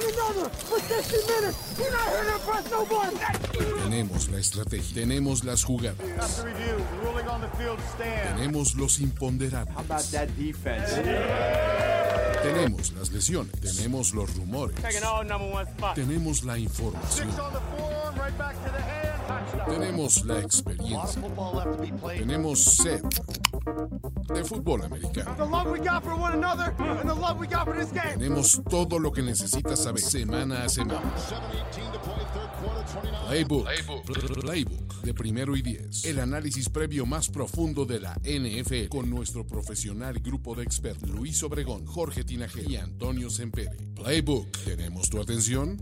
Tenemos la estrategia, tenemos las jugadas, tenemos los imponderables, tenemos las lesiones, tenemos los rumores, tenemos la información, tenemos la experiencia, tenemos sed de fútbol americano. Tenemos todo lo que necesitas saber semana a semana. Playbook de 1st y 10. El análisis previo más profundo de la NFL con nuestro profesional grupo de expertos Luis Obregón, Jorge Tinajero y Antonio Sempere. Playbook. ¿Tenemos tu atención?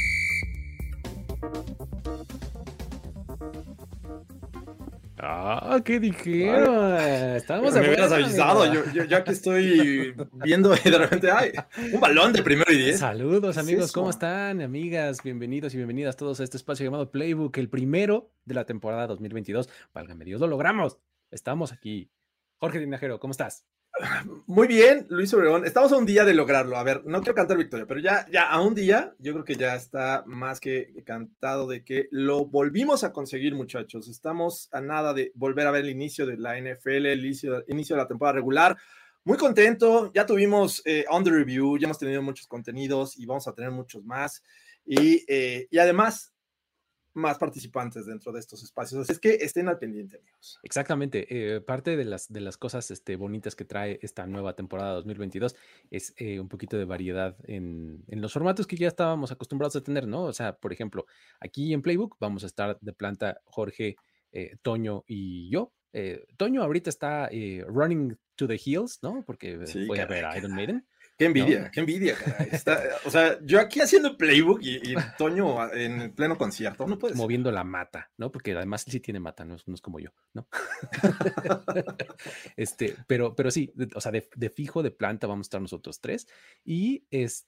¿Qué dijeron? Estábamos me hubieras avisado. Yo aquí estoy viendo y de repente hay un balón de 1st y 10. Saludos, amigos. ¿Cómo están, amigas? Bienvenidos y bienvenidas todos a este espacio llamado Playbook, el primero de la temporada 2022. Válgame Dios, lo logramos. Estamos aquí. Jorge Tinajero, ¿cómo estás? Muy bien, Luis Obregón. Estamos a un día de lograrlo. A ver, no quiero cantar victoria, pero ya a un día, yo creo que ya está más que cantado de que lo volvimos a conseguir, muchachos. Estamos a nada de volver a ver el inicio de la NFL, el inicio de la temporada regular. Muy contento. Ya tuvimos On The Review, ya hemos tenido muchos contenidos y vamos a tener muchos más. Y además, más participantes dentro de estos espacios. Así es que estén al pendiente, amigos. Exactamente. Parte de las cosas bonitas que trae esta nueva temporada 2022 es un poquito de variedad en los formatos que ya estábamos acostumbrados a tener, ¿no? O sea, por ejemplo, aquí en Playbook vamos a estar de planta Jorge, Toño y yo. Toño ahorita está running to the hills, ¿no? Porque sí, fue a ver a Iron Maiden. Qué envidia, ¿no? Qué envidia, caray. O sea, yo aquí haciendo Playbook y Toño en el pleno concierto, no puede ser. Moviendo la mata, ¿no? Porque además sí tiene mata, no es como yo, ¿no? pero sí, o sea, de fijo, de planta vamos a estar nosotros tres y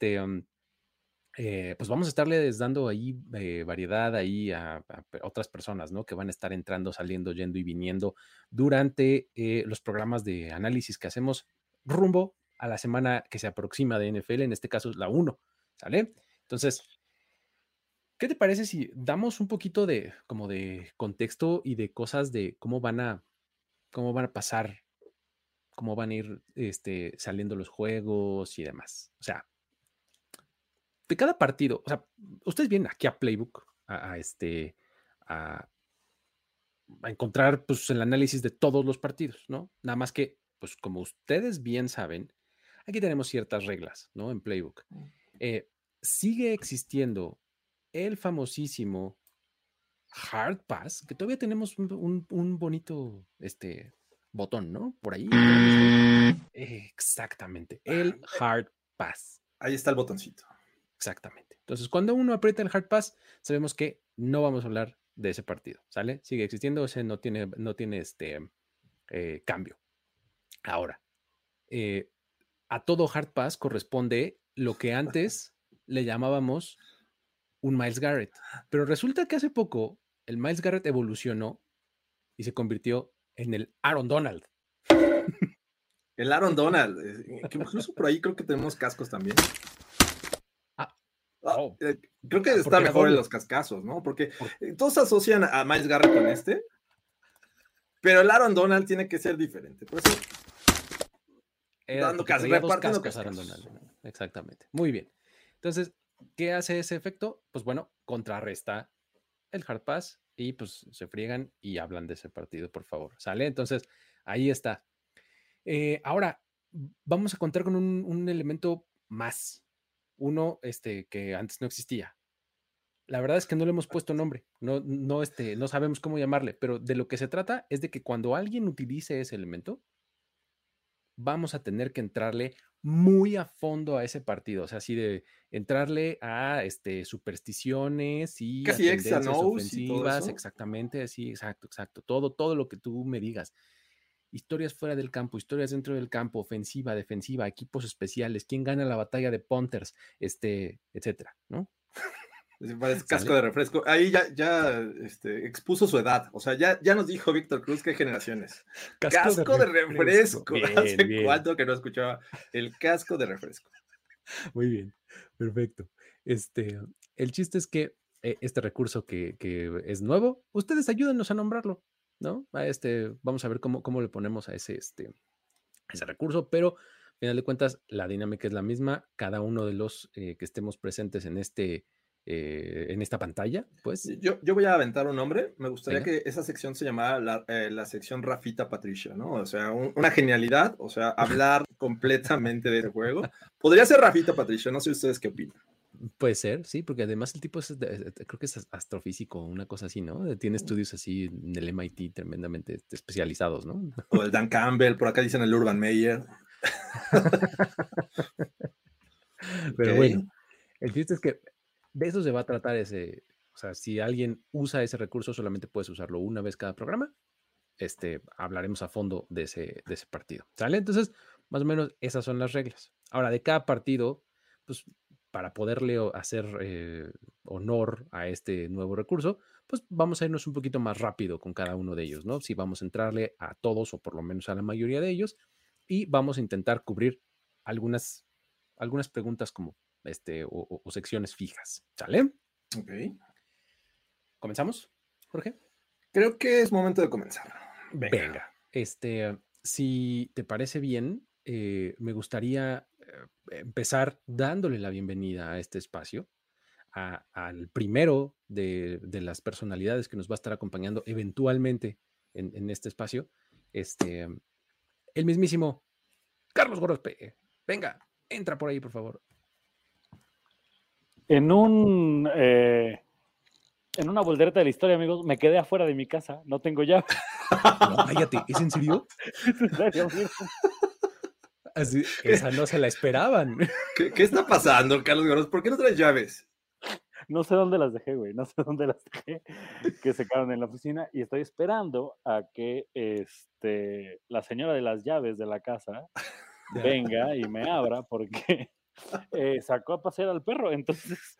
pues vamos a estarles dando ahí variedad ahí a otras personas, ¿no? Que van a estar entrando, saliendo, yendo y viniendo durante los programas de análisis que hacemos rumbo a la semana que se aproxima de NFL, en este caso es la 1, ¿sale? Entonces, ¿qué te parece si damos un poquito de contexto y de cosas de cómo van a pasar, cómo van a ir saliendo los juegos y demás? O sea, de cada partido, o sea, ustedes vienen aquí a Playbook a encontrar pues el análisis de todos los partidos, ¿no? Nada más que, pues como ustedes bien saben, aquí tenemos ciertas reglas, ¿no? En Playbook. Sigue existiendo el famosísimo Hard Pass, que todavía tenemos un bonito botón, ¿no? Por ahí. Exactamente, el Hard Pass. Ahí está el botoncito. Exactamente. Entonces, cuando uno aprieta el Hard Pass, sabemos que no vamos a hablar de ese partido, ¿sale? Sigue existiendo, ese no tiene cambio. Ahora, a todo Hard Pass corresponde lo que antes le llamábamos un Myles Garrett. Pero resulta que hace poco el Myles Garrett evolucionó y se convirtió en el Aaron Donald. El Aaron Donald. Que incluso por ahí creo que tenemos cascos también. Creo que está mejor en los cascazos, ¿no? Porque todos asocian a Myles Garrett con pero el Aaron Donald tiene que ser diferente. Por eso dando cascos Aaron Donald, ¿no? Exactamente. Muy bien. Entonces, ¿qué hace ese efecto? Pues bueno, contrarresta el Hard Pass y pues se friegan y hablan de ese partido, por favor. ¿Sale? Entonces, ahí está. Ahora, vamos a contar con un elemento más. Uno que antes no existía. La verdad es que no le hemos puesto nombre. No sabemos cómo llamarle, pero de lo que se trata es de que cuando alguien utilice ese elemento, vamos a tener que entrarle muy a fondo a ese partido, o sea, así de entrarle a supersticiones y casi a tendencias ofensivas, exactamente, sí, exacto, todo lo que tú me digas. Historias fuera del campo, historias dentro del campo, ofensiva, defensiva, equipos especiales, quién gana la batalla de punters, etcétera, ¿no? Parece casco de refresco. Ahí ya expuso su edad. O sea, ya nos dijo Víctor Cruz qué generaciones. Casco de refresco. Bien, ¿Hace cuánto que no escuchaba el casco de refresco? Muy bien, perfecto. El chiste es que este recurso que es nuevo, ustedes ayúdenos a nombrarlo, ¿no? Vamos a ver cómo le ponemos a ese recurso, pero al final de cuentas la dinámica es la misma. Cada uno de los que estemos presentes en esta pantalla, pues. Yo voy a aventar un nombre. Me gustaría que esa sección se llamara la sección Rafita Patricia, ¿no? O sea, una genialidad, o sea, hablar completamente del juego. Podría ser Rafita Patricia, no sé ustedes qué opinan. Puede ser, sí, porque además el tipo creo que es astrofísico, una cosa así, ¿no? Tiene estudios así en el MIT tremendamente especializados, ¿no? O el Dan Campbell, por acá dicen el Urban Meyer. Pero bueno, el chiste es que de eso se va a tratar o sea, si alguien usa ese recurso, solamente puedes usarlo una vez cada programa. Hablaremos a fondo de ese partido, ¿sale? Entonces, más o menos esas son las reglas. Ahora, de cada partido, pues para poderle hacer honor a este nuevo recurso, pues vamos a irnos un poquito más rápido con cada uno de ellos, ¿no? Si vamos a entrarle a todos o por lo menos a la mayoría de ellos y vamos a intentar cubrir algunas preguntas como o secciones fijas, ¿sale? Ok. ¿Comenzamos, Jorge? Creo que es momento de comenzar. Venga. Si te parece bien, me gustaría empezar dándole la bienvenida a este espacio, al primero de las personalidades que nos va a estar acompañando eventualmente en este espacio, el mismísimo Carlos Gorospe. Venga, entra por ahí, por favor. En una voltereta de la historia, amigos, me quedé afuera de mi casa, no tengo llave. No, cállate, ¿es en serio? ¿Es en serio, amigo? Así, esa no se la esperaban. ¿Qué está pasando, Carlos Goros? ¿Por qué no traes llaves? No sé dónde las dejé, güey, no sé dónde las dejé, que se quedaron en la oficina y estoy esperando a que la señora de las llaves de la casa venga y me abra porque sacó a pasear al perro, entonces...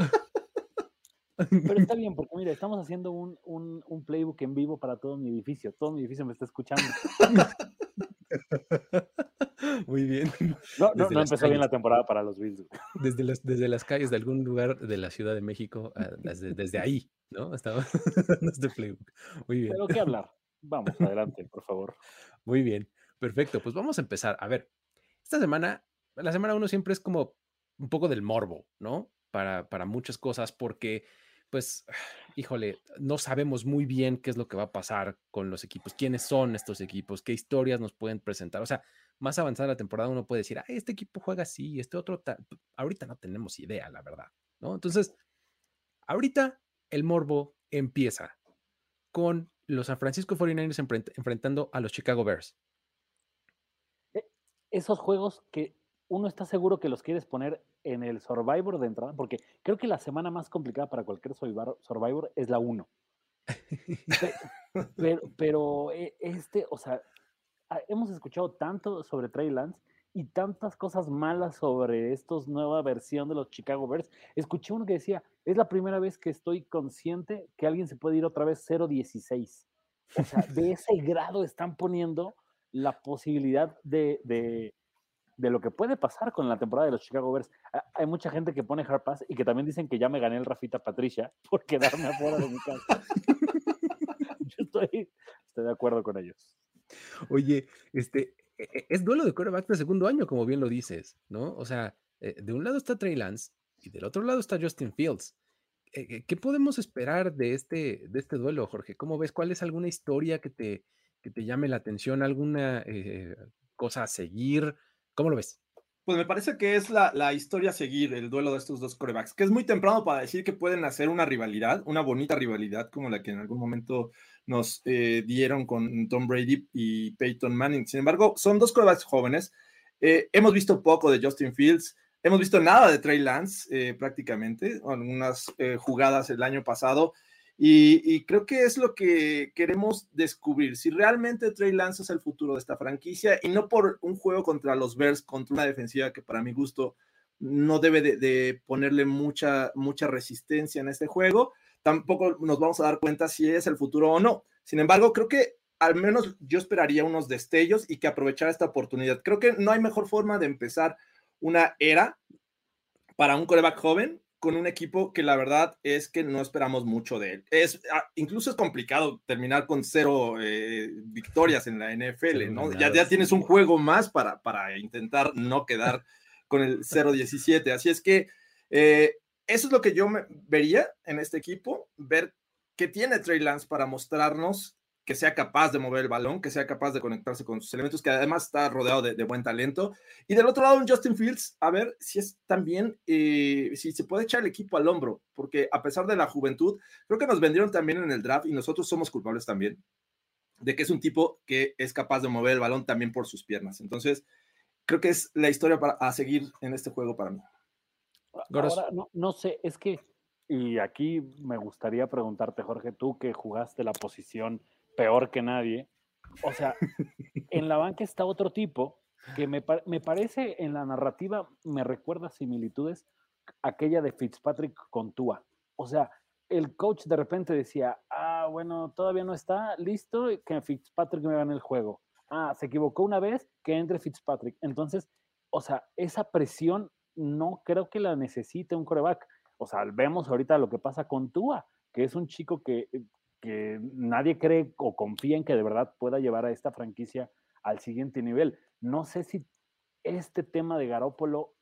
Pero está bien, porque mira, estamos haciendo un playbook en vivo para todo mi edificio me está escuchando. Muy bien. No empezó bien la temporada para los Bills. Desde las calles de algún lugar de la Ciudad de México, desde ahí, ¿no? Estaba este playbook. Muy bien. Pero qué hablar. Vamos, adelante, por favor. Muy bien, perfecto. Pues vamos a empezar. A ver, esta semana, la semana 1 siempre es como un poco del morbo, ¿no? Para muchas cosas, porque, pues, híjole, no sabemos muy bien qué es lo que va a pasar con los equipos, quiénes son estos equipos, qué historias nos pueden presentar. O sea, más avanzada la temporada uno puede decir, este equipo juega así, este otro tal. Ahorita no tenemos idea, la verdad, ¿no? Entonces, ahorita el morbo empieza con los San Francisco 49ers enfrentando a los Chicago Bears. Esos juegos que uno está seguro que los quieres poner en el Survivor de entrada, porque creo que la semana más complicada para cualquier Survivor es la 1. pero o sea, hemos escuchado tanto sobre Trey Lance y tantas cosas malas sobre estos nueva versión de los Chicago Bears. Escuché uno que decía, es la primera vez que estoy consciente que alguien se puede ir otra vez 0-16. O sea, de ese grado están poniendo la posibilidad de lo que puede pasar con la temporada de los Chicago Bears. Hay mucha gente que pone hard pass y que también dicen que ya me gané el Rafita Patricia por quedarme afuera de mi casa. Yo estoy de acuerdo con ellos. Oye, es duelo de quarterback de segundo año, como bien lo dices, ¿no? O sea, de un lado está Trey Lance y del otro lado está Justin Fields. ¿Qué podemos esperar de este duelo, Jorge? ¿Cómo ves? ¿Cuál es alguna historia que te llame la atención? ¿Alguna cosa a seguir? ¿Cómo lo ves? Pues me parece que es la historia a seguir, el duelo de estos dos quarterbacks, que es muy temprano para decir que pueden hacer una rivalidad, una bonita rivalidad como la que en algún momento nos dieron con Tom Brady y Peyton Manning. Sin embargo, son dos quarterbacks jóvenes. Hemos visto poco de Justin Fields, hemos visto nada de Trey Lance prácticamente, algunas jugadas el año pasado. Y creo que es lo que queremos descubrir, si realmente Trey Lance es el futuro de esta franquicia y no por un juego contra los Bears, contra una defensiva que para mi gusto no debe de ponerle mucha resistencia en este juego. Tampoco nos vamos a dar cuenta si es el futuro o no. Sin embargo, creo que al menos yo esperaría unos destellos y que aprovechara esta oportunidad. Creo que no hay mejor forma de empezar una era para un quarterback joven con un equipo que la verdad es que no esperamos mucho de él. Incluso es complicado terminar con 0 victorias en la NFL, ¿no? Ya tienes un juego más para intentar no quedar con el 0-17. Así es que eso es lo que yo vería en este equipo, ver qué tiene Trey Lance para mostrarnos que sea capaz de mover el balón, que sea capaz de conectarse con sus elementos, que además está rodeado de buen talento. Y del otro lado, un Justin Fields, a ver si es también, si se puede echar el equipo al hombro, porque a pesar de la juventud, creo que nos vendieron también en el draft, y nosotros somos culpables también, de que es un tipo que es capaz de mover el balón también por sus piernas. Entonces, creo que es la historia a seguir en este juego para mí. Ahora, no sé, es que, y aquí me gustaría preguntarte, Jorge, tú que jugaste la posición peor que nadie, o sea, en la banca está otro tipo que me parece en la narrativa, me recuerda similitudes aquella de Fitzpatrick con Tua. O sea, el coach de repente decía, bueno, todavía no está listo, que Fitzpatrick me gane el juego. Se equivocó una vez, que entre Fitzpatrick. Entonces, o sea, esa presión no creo que la necesite un quarterback. O sea, vemos ahorita lo que pasa con Tua, que es un chico que nadie cree o confía en que de verdad pueda llevar a esta franquicia al siguiente nivel. No sé si este tema de Garoppolo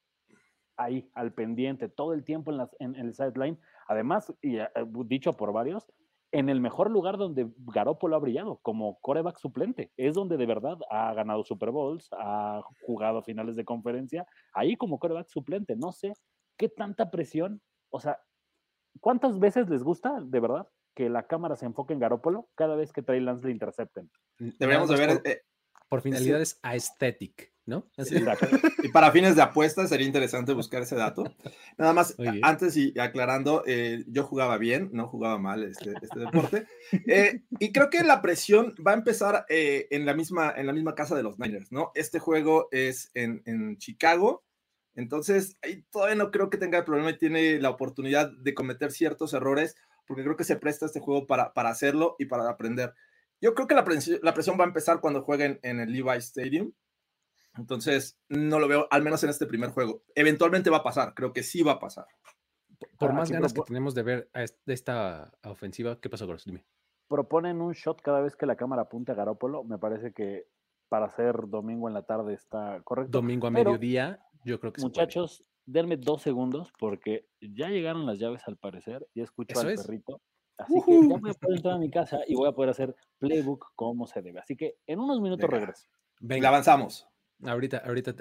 ahí, al pendiente, todo el tiempo en el sideline, además, y dicho por varios, en el mejor lugar donde Garoppolo ha brillado, como quarterback suplente, es donde de verdad ha ganado Super Bowls, ha jugado finales de conferencia, ahí como quarterback suplente, no sé qué tanta presión, o sea, ¿cuántas veces les gusta, de verdad, que la cámara se enfoque en Garoppolo cada vez que Trey Lance le intercepten? Deberíamos de ver... por finalidades aesthetic, ¿no? Sí, y para fines de apuestas sería interesante buscar ese dato. Nada más, antes y aclarando, yo jugaba bien, no jugaba mal este deporte. Y creo que la presión va a empezar en la misma casa de los Niners, ¿no? Este juego es en Chicago. Entonces, ahí todavía no creo que tenga el problema y tiene la oportunidad de cometer ciertos errores, porque creo que se presta este juego para hacerlo y para aprender. Yo creo que la presión va a empezar cuando jueguen en el Levi Stadium. Entonces, no lo veo, al menos en este primer juego. Eventualmente va a pasar, creo que sí va a pasar. Por más ganas que tenemos de ver a esta ofensiva, ¿qué pasó, Gross? Dime. Proponen un shot cada vez que la cámara apunta a Garoppolo. Me parece que para hacer domingo en la tarde está correcto. Domingo a mediodía, yo creo que muchachos, denme 2 segundos porque ya llegaron las llaves al parecer. Ya escucho al perrito. Así que ya voy a poder entrar a mi casa y voy a poder hacer playbook como se debe. Así que en unos minutos regreso. Venga, avanzamos. Ahorita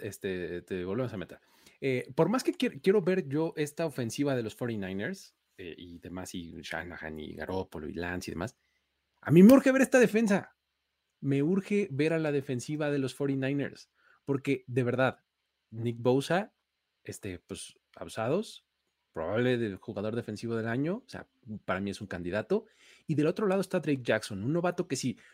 te volvemos a meter. Por más que quiero ver yo esta ofensiva de los 49ers y demás, y Shanahan y Garoppolo y Lance y demás, a mí me urge ver esta defensa. Me urge ver a la defensiva de los 49ers, porque de verdad, Nick Bosa, pues abusados, probable del jugador defensivo del año, o sea, para mí es un candidato. Y del otro lado está Drake Jackson, un novato que sí,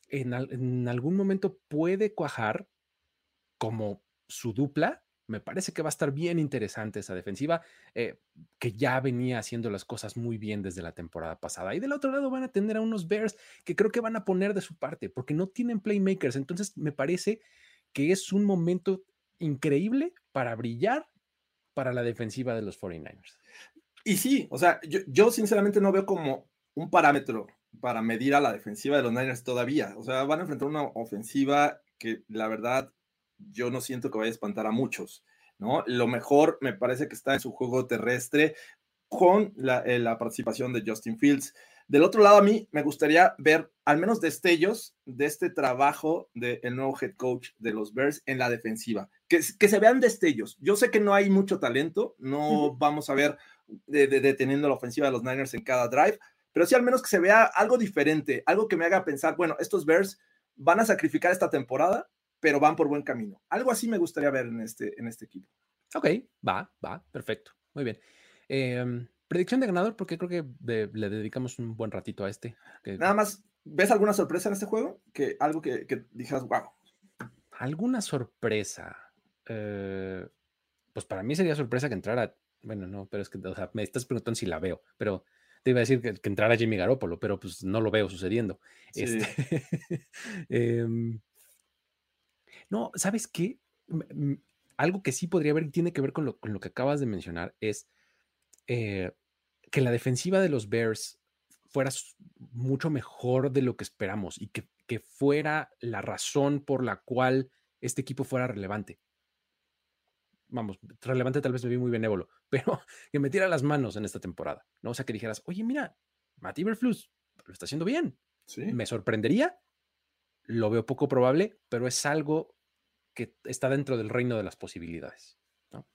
en algún momento puede cuajar como su dupla. Me parece que va a estar bien interesante esa defensiva, que ya venía haciendo las cosas muy bien desde la temporada pasada. Y del otro lado van a tener a unos Bears que creo que van a poner de su parte, porque no tienen playmakers. Entonces me parece que es un momento increíble para brillar para la defensiva de los 49ers. Y sí, o sea, yo sinceramente no veo como un parámetro para medir a la defensiva de los Niners todavía. O sea, van a enfrentar una ofensiva que la verdad yo no siento que vaya a espantar a muchos, ¿no? Lo mejor me parece que está en su juego terrestre con la participación de Justin Fields. Del otro lado, a mí me gustaría ver al menos destellos de este trabajo del nuevo head coach de los Bears en la defensiva, que se vean destellos. Yo sé que no hay mucho talento, no vamos a ver deteniendo la ofensiva de los Niners en cada drive, pero sí al menos que se vea algo diferente, algo que me haga pensar, bueno, estos Bears van a sacrificar esta temporada, pero van por buen camino. Algo así me gustaría ver en este equipo. Ok, va, perfecto, muy bien. Predicción de ganador, porque creo que le dedicamos un buen ratito a este. Nada más, ¿ves alguna sorpresa en este juego? Algo que dijeras, wow. ¿Alguna sorpresa? Pues para mí sería sorpresa que entrara, bueno, no, pero es que, o sea, me estás preguntando si la veo, pero te iba a decir que entrara Jimmy Garoppolo, pero pues no lo veo sucediendo. Sí. No, ¿sabes qué? Algo que sí podría haber, tiene que ver con lo que acabas de mencionar, es que la defensiva de los Bears fuera mucho mejor de lo que esperamos y que fuera la razón por la cual este equipo fuera relevante. Vamos, relevante tal vez me vi muy benévolo, pero que metiera las manos en esta temporada, ¿no? O sea, que dijeras, oye, mira, Matt Eberflus lo está haciendo bien. Sí. Me sorprendería, lo veo poco probable, pero es algo que está dentro del reino de las posibilidades, ¿no?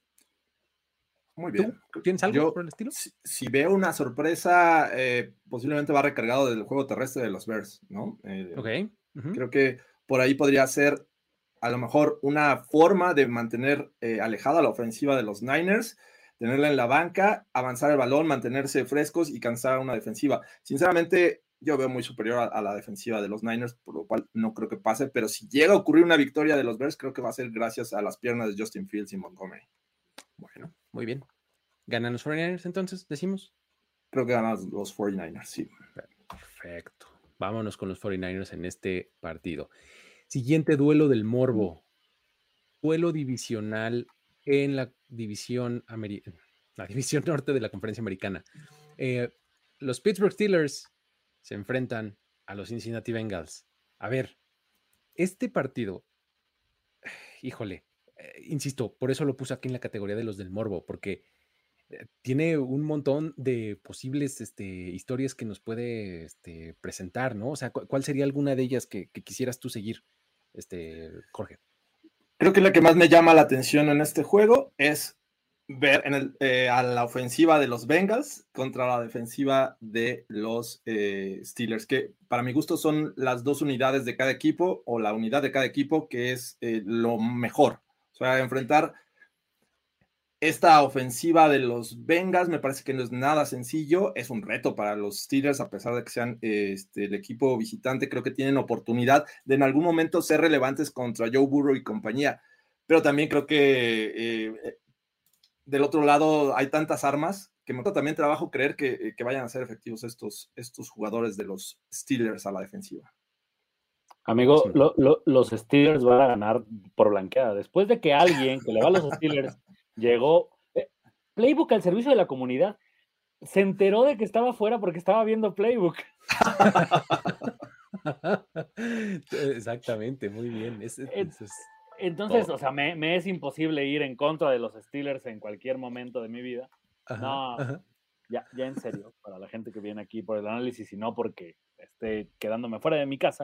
Muy bien. ¿Tú tienes algo por el estilo? Si veo una sorpresa, posiblemente va recargado del juego terrestre de los Bears, ¿no? Ok. Creo que por ahí podría ser a lo mejor una forma de mantener alejada la ofensiva de los Niners, tenerla en la banca, avanzar el balón, mantenerse frescos y cansar a una defensiva. Sinceramente, yo veo muy superior a la defensiva de los Niners, por lo cual no creo que pase, pero si llega a ocurrir una victoria de los Bears, creo que va a ser gracias a las piernas de Justin Fields y Montgomery. Bueno, muy bien. ¿Ganan los 49ers entonces, decimos? Creo que ganan los 49ers, sí. Perfecto. Vámonos con los 49ers en este partido. Siguiente duelo del morbo. Duelo divisional en la división norte de la conferencia americana. Los Pittsburgh Steelers se enfrentan a los Cincinnati Bengals. A ver, este partido, híjole, insisto, por eso lo puse aquí en la categoría de los del morbo, porque tiene un montón de posibles historias que nos puede presentar, ¿no? O sea, ¿cuál sería alguna de ellas que quisieras tú seguir, Jorge? Creo que la que más me llama la atención en este juego es ver a la ofensiva de los Bengals contra la defensiva de los Steelers, que para mi gusto son las dos unidades de cada equipo o la unidad de cada equipo que es lo mejor. O sea, enfrentar esta ofensiva de los Bengals me parece que no es nada sencillo, es un reto para los Steelers, a pesar de que sean el equipo visitante, creo que tienen oportunidad de en algún momento ser relevantes contra Joe Burrow y compañía, pero también creo que del otro lado hay tantas armas que me cuesta también trabajo creer que vayan a ser efectivos estos jugadores de los Steelers a la defensiva. Amigo, los Steelers van a ganar por blanqueada. Después de que alguien que le va a los Steelers llegó, Playbook al servicio de la comunidad, se enteró de que estaba fuera porque estaba viendo Playbook. Exactamente, muy bien. Entonces, o sea, me es imposible ir en contra de los Steelers en cualquier momento de mi vida. Ajá. Ya en serio, para la gente que viene aquí por el análisis y no porque esté quedándome fuera de mi casa.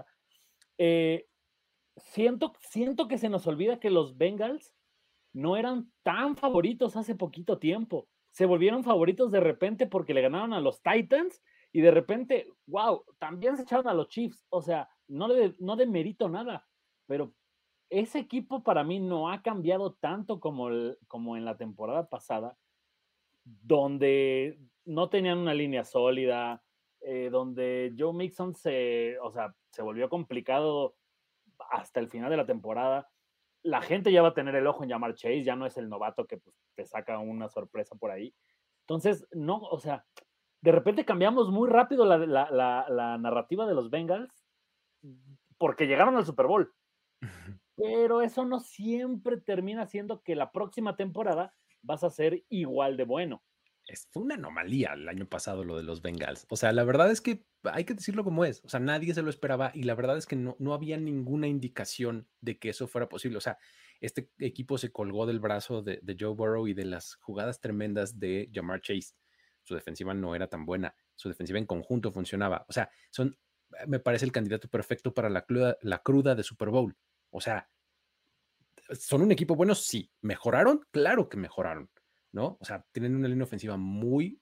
Siento que se nos olvida que los Bengals no eran tan favoritos hace poquito tiempo. Se volvieron favoritos de repente porque le ganaron a los Titans y de repente, wow, también se echaron a los Chiefs. O sea, no demerito nada, pero ese equipo para mí no ha cambiado tanto como en la temporada pasada, donde no tenían una línea sólida, donde Joe Mixon se volvió complicado hasta el final de la temporada. La gente ya va a tener el ojo en Ja'Marr Chase, ya no es el novato que pues, te saca una sorpresa por ahí. Entonces, no, o sea, de repente cambiamos muy rápido la narrativa de los Bengals porque llegaron al Super Bowl. Pero eso no siempre termina siendo que la próxima temporada vas a ser igual de bueno. Fue una anomalía el año pasado lo de los Bengals. O sea, la verdad es que hay que decirlo como es. O sea, nadie se lo esperaba y la verdad es que no había ninguna indicación de que eso fuera posible. O sea, este equipo se colgó del brazo de Joe Burrow y de las jugadas tremendas de Ja'Marr Chase. Su defensiva no era tan buena. Su defensiva en conjunto funcionaba. O sea, me parece el candidato perfecto para la cruda de Super Bowl. O sea, ¿son un equipo bueno? Sí. ¿Mejoraron? Claro que mejoraron, ¿no? O sea, tienen una línea ofensiva muy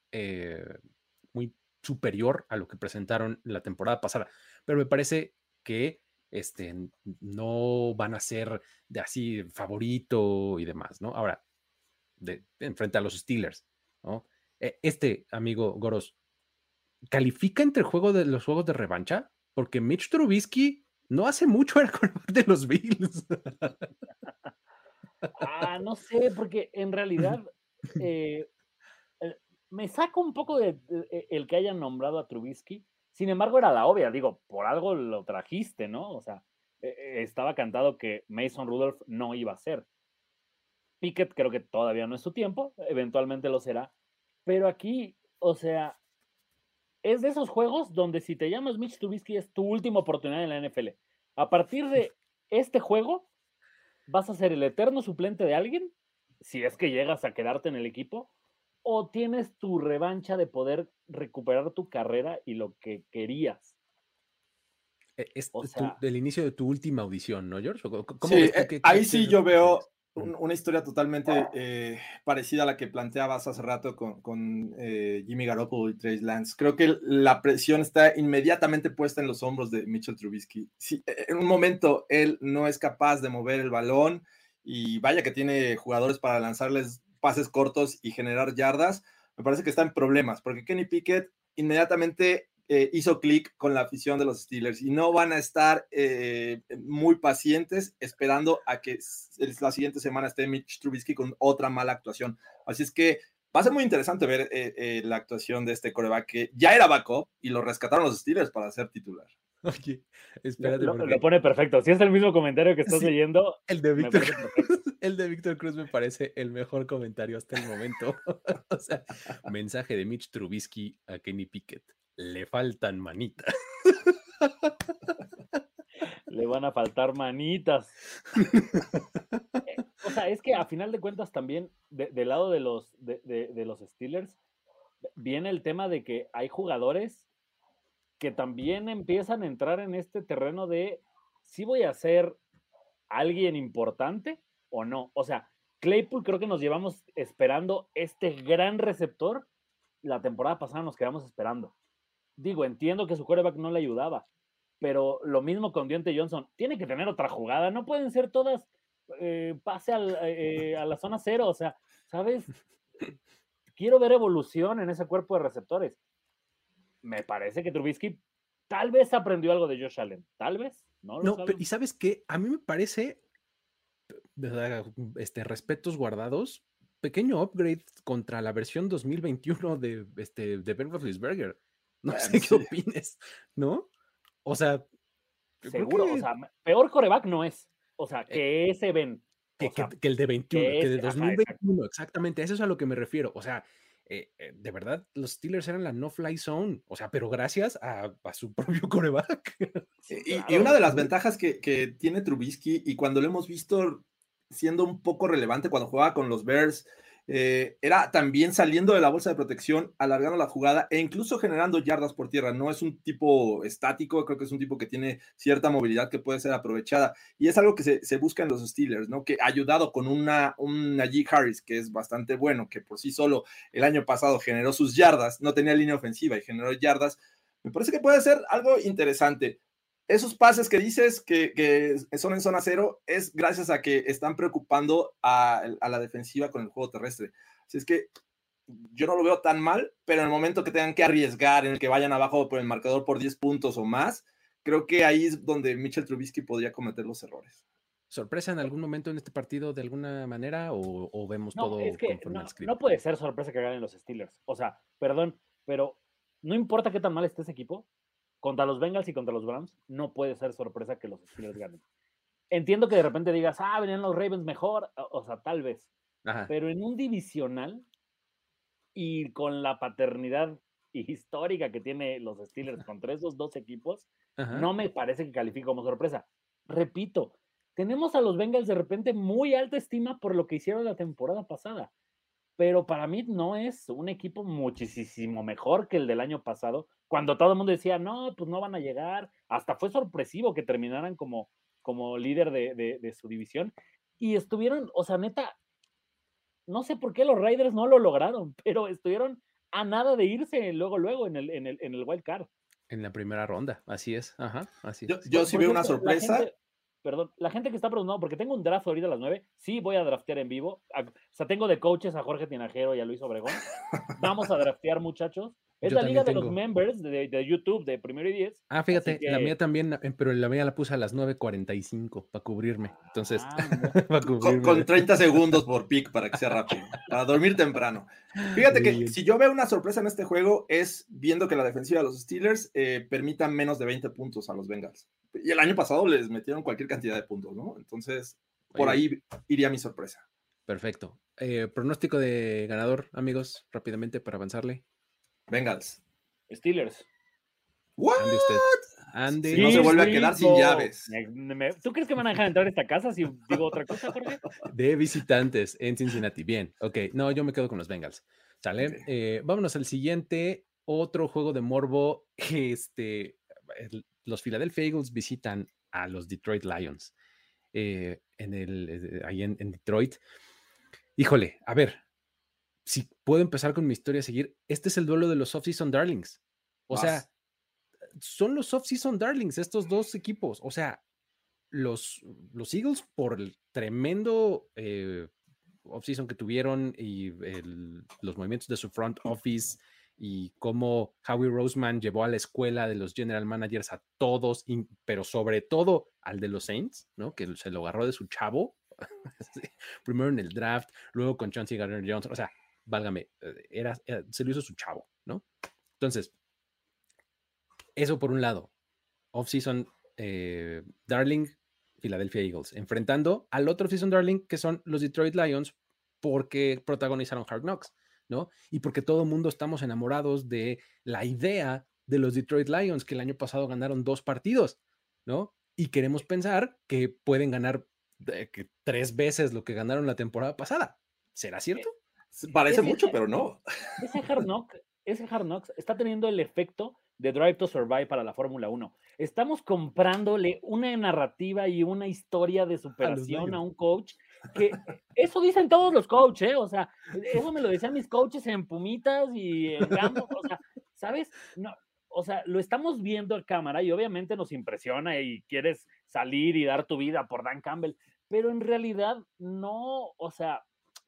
superior a lo que presentaron la temporada pasada, pero me parece que no van a ser de así favorito y demás, ¿no? Ahora, frente a los Steelers, ¿no? Amigo Goros, ¿califica entre los juegos de revancha? Porque Mitch Trubisky no hace mucho era quarterback de los Bills. No sé, porque en realidad me saca un poco de el que hayan nombrado a Trubisky. Sin embargo, era la obvia, digo, por algo lo trajiste, ¿no? O sea, estaba cantado que Mason Rudolph no iba a ser. Pickett creo que todavía no es su tiempo, eventualmente lo será, Pero aquí, o sea, es de esos juegos donde si te llamas Mitch Trubisky es tu última oportunidad en la NFL. A partir de este juego, vas a ser el eterno suplente de alguien, si es que llegas a quedarte en el equipo, o tienes tu revancha de poder recuperar tu carrera y lo que querías. Es el inicio de tu última audición, ¿no, George? ¿Cómo sí, ves tú ahí sí yo veo una historia totalmente parecida a la que planteabas hace rato con Jimmy Garoppolo y Trey Lance. Creo que la presión está inmediatamente puesta en los hombros de Mitchell Trubisky. Si en un momento él no es capaz de mover el balón, y vaya que tiene jugadores para lanzarles pases cortos y generar yardas, me parece que está en problemas, porque Kenny Pickett inmediatamente hizo clic con la afición de los Steelers y no van a estar muy pacientes esperando a que la siguiente semana esté Mitch Trubisky con otra mala actuación. Así es que va a ser muy interesante ver la actuación de este quarterback que ya era backup y lo rescataron los Steelers para ser titular. Oye, espérate. Lo pone perfecto. Si es el mismo comentario que estás leyendo, el de Víctor Cruz me parece el mejor comentario hasta el momento. O sea, mensaje de Mitch Trubisky a Kenny Pickett. Le faltan manitas. Le van a faltar manitas. O sea, es que a final de cuentas también, del lado de los Steelers, viene el tema de que hay jugadores que también empiezan a entrar en este terreno de si voy a ser alguien importante o no. O sea, Claypool creo que nos llevamos esperando este gran receptor. La temporada pasada nos quedamos esperando. Digo, entiendo que su quarterback no le ayudaba, pero lo mismo con Diontae Johnson. Tiene que tener otra jugada. No pueden ser todas pase a la zona cero. O sea, ¿sabes? Quiero ver evolución en ese cuerpo de receptores. Me parece que Trubisky tal vez aprendió algo de Josh Allen. Tal vez. No, pero, ¿y sabes qué? A mí me parece, respetos guardados, pequeño upgrade contra la versión 2021 de Ben Roethlisberger. No sé qué opines, ¿no? O sea, seguro, o sea, peor quarterback no es. O sea, que ese Ben. Que el de 21, que de 2021, exactamente, eso es a lo que me refiero. O sea, de verdad, los Steelers eran la no-fly zone, o sea, pero gracias a su propio quarterback. Y una de las ventajas que tiene Trubisky, y cuando lo hemos visto siendo un poco relevante cuando jugaba con los Bears, era también saliendo de la bolsa de protección, alargando la jugada e incluso generando yardas por tierra. No es un tipo estático, creo que es un tipo que tiene cierta movilidad que puede ser aprovechada, y es algo que se busca en los Steelers, ¿no? Que ayudado con un Najee Harris, que es bastante bueno, que por sí solo el año pasado generó sus yardas, no tenía línea ofensiva y generó yardas, me parece que puede ser algo interesante. Esos pases que dices que son en zona cero es gracias a que están preocupando a la defensiva con el juego terrestre. Así es que yo no lo veo tan mal, pero en el momento que tengan que arriesgar, en el que vayan abajo por el marcador por 10 puntos o más, creo que ahí es donde Mitchell Trubisky podría cometer los errores. ¿Sorpresa en algún momento en este partido de alguna manera o vemos todo es que conforme al script? No puede ser sorpresa que ganen los Steelers. O sea, perdón, pero no importa qué tan mal esté ese equipo, contra los Bengals y contra los Browns, no puede ser sorpresa que los Steelers ganen. Entiendo que de repente digas, venían los Ravens mejor, o sea, tal vez. Ajá. Pero en un divisional y con la paternidad histórica que tiene los Steelers contra esos dos equipos, ajá, no me parece que califique como sorpresa. Repito, tenemos a los Bengals de repente muy alta estima por lo que hicieron la temporada pasada, pero para mí no es un equipo muchísimo mejor que el del año pasado, cuando todo el mundo decía, no, pues no van a llegar, hasta fue sorpresivo que terminaran como líder de su división, y estuvieron, o sea, neta, no sé por qué los Raiders no lo lograron, pero estuvieron a nada de irse luego en el wild card. En la primera ronda, así es, ajá, así es. Yo sí veo una sorpresa. La gente que está preguntando, porque tengo un draft ahorita a las 9, sí voy a draftear en vivo. O sea, tengo de coaches a Jorge Tinajero y a Luis Obregón. Vamos a draftear, muchachos. Es la liga de los members de YouTube de Primero y 10. Fíjate, la mía también, pero la mía la puse a las 9:45 para cubrirme. Entonces, para cubrirme. Con 30 segundos por pick para que sea rápido, para dormir temprano. Fíjate que si yo veo una sorpresa en este juego es viendo que la defensiva de los Steelers permita menos de 20 puntos a los Bengals. Y el año pasado les metieron cualquier cantidad de puntos, ¿no? Entonces, por ahí iría mi sorpresa. Perfecto. Pronóstico de ganador, amigos, rápidamente para avanzarle. Bengals. Steelers. ¿What? Ande usted. Ande. Si no se vuelve a quedar sin llaves. ¿Tú crees que van a dejar entrar a esta casa si digo otra cosa, Jorge? De visitantes en Cincinnati. Bien, ok. No, yo me quedo con los Bengals. ¿Sale? Okay. Vámonos al siguiente. Otro juego de morbo. Los Philadelphia Eagles visitan a los Detroit Lions. Ahí en Detroit. Híjole, a ver. Si puedo empezar con mi historia a seguir. Este es el duelo de los Off-Season Darlings. O sea, son los Off-Season Darlings estos dos equipos. O sea, los Eagles por el tremendo off-season que tuvieron y los movimientos de su front office y cómo Howie Roseman llevó a la escuela de los general managers a todos, pero sobre todo al de los Saints, ¿no? Que se lo agarró de su chavo, primero en el draft, luego con Chauncey Gardner-Johnson, o sea, válgame, se lo hizo su chavo, ¿no? Entonces, eso por un lado, off-season darling, Philadelphia Eagles, enfrentando al otro off-season darling que son los Detroit Lions porque protagonizaron Hard Knocks, ¿no? Y porque todo el mundo estamos enamorados de la idea de los Detroit Lions, que el año pasado ganaron 2 partidos, ¿no? Y queremos pensar que pueden ganar 3 veces lo que ganaron la temporada pasada. ¿Será cierto? Parece mucho, pero no. Ese Hard Knocks está teniendo el efecto de Drive to Survive para la Fórmula 1. Estamos comprándole una narrativa y una historia de superación a un coach, que eso dicen todos los coaches, ¿eh? O sea, eso me lo decían mis coaches en Pumitas y en Gambos, o sea, ¿sabes? No, o sea, lo estamos viendo a cámara y obviamente nos impresiona y quieres salir y dar tu vida por Dan Campbell, pero en realidad no, o sea,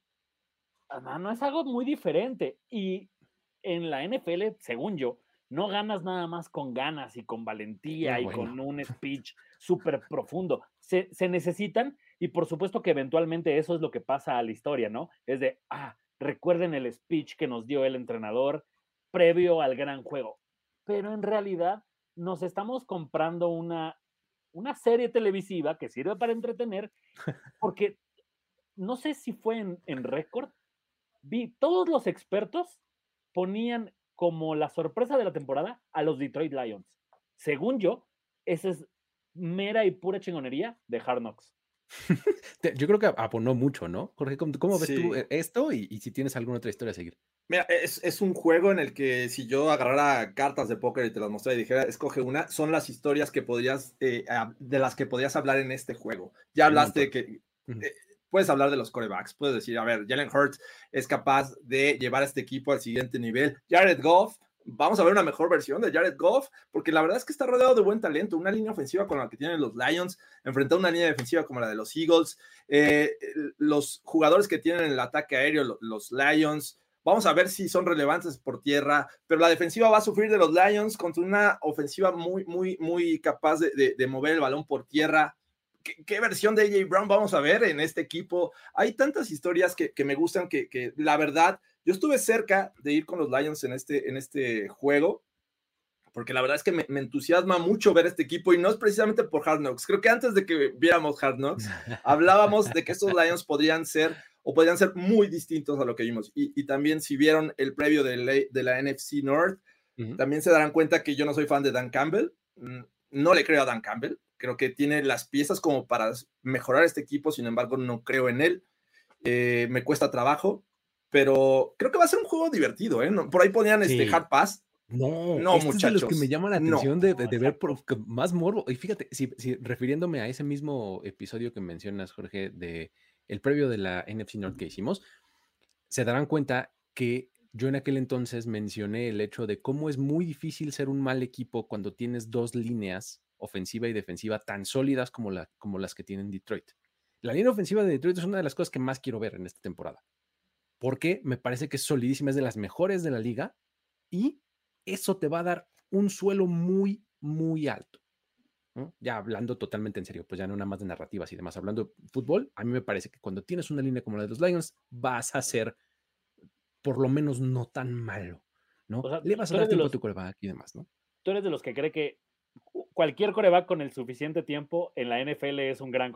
no es algo muy diferente. Y en la NFL, según yo, no ganas nada más con ganas y con valentía y con un speech súper profundo. Se necesitan, y por supuesto que eventualmente eso es lo que pasa a la historia, ¿no? Es de, recuerden el speech que nos dio el entrenador previo al gran juego. Pero en realidad nos estamos comprando una serie televisiva que sirve para entretener, porque no sé si fue en récord, vi todos los expertos ponían como la sorpresa de la temporada a los Detroit Lions. Según yo, esa es mera y pura chingonería de Hard Knocks. Yo creo que aponó mucho, ¿no? Jorge, ¿cómo ves tú esto? Y si tienes alguna otra historia a seguir. Mira, es un juego en el que si yo agarrara cartas de póker y te las mostrara y dijera, escoge una, son las historias que podrías, de las que podrías hablar en este juego. Ya hablaste de que puedes hablar de los quarterbacks, puedes decir, a ver, Jalen Hurts es capaz de llevar a este equipo al siguiente nivel. Jared Goff, vamos a ver una mejor versión de Jared Goff, porque la verdad es que está rodeado de buen talento, una línea ofensiva con la que tienen los Lions, enfrentando a una línea defensiva como la de los Eagles, los jugadores que tienen el ataque aéreo, los Lions. Vamos a ver si son relevantes por tierra, pero la defensiva va a sufrir de los Lions contra una ofensiva muy, muy, muy capaz de mover el balón por tierra. ¿Qué versión de A.J. Brown vamos a ver en este equipo? Hay tantas historias que me gustan que la verdad, yo estuve cerca de ir con los Lions en este juego, porque la verdad es que me entusiasma mucho ver este equipo y no es precisamente por Hard Knocks. Creo que antes de que viéramos Hard Knocks, hablábamos de que estos Lions podrían ser muy distintos a lo que vimos. Y también si vieron el previo de la NFC North, también se darán cuenta que yo no soy fan de Dan Campbell. No le creo a Dan Campbell. Creo que tiene las piezas como para mejorar este equipo, sin embargo, no creo en él. Me cuesta trabajo, pero creo que va a ser un juego divertido, ¿eh? Por ahí ponían Hard Pass. No, muchachos. Es de los que me llama la atención de ver más morbo. Y fíjate, si refiriéndome a ese mismo episodio que mencionas, Jorge, de el previo de la NFC North que hicimos, se darán cuenta que yo en aquel entonces mencioné el hecho de cómo es muy difícil ser un mal equipo cuando tienes 2 líneas, ofensiva y defensiva, tan sólidas como las que tienen Detroit. La línea ofensiva de Detroit es una de las cosas que más quiero ver en esta temporada, porque me parece que es solidísima, es de las mejores de la liga, y eso te va a dar un suelo muy, muy alto, ¿no? Ya hablando totalmente en serio, pues ya no nada más de narrativas y demás, hablando de fútbol, a mí me parece que cuando tienes una línea como la de los Lions, vas a ser por lo menos no tan malo, ¿no? O sea, le vas a dar tiempo a tu quarterback y demás, ¿no? Tú eres de los que cree que cualquier quarterback con el suficiente tiempo en la NFL es un gran quarterback.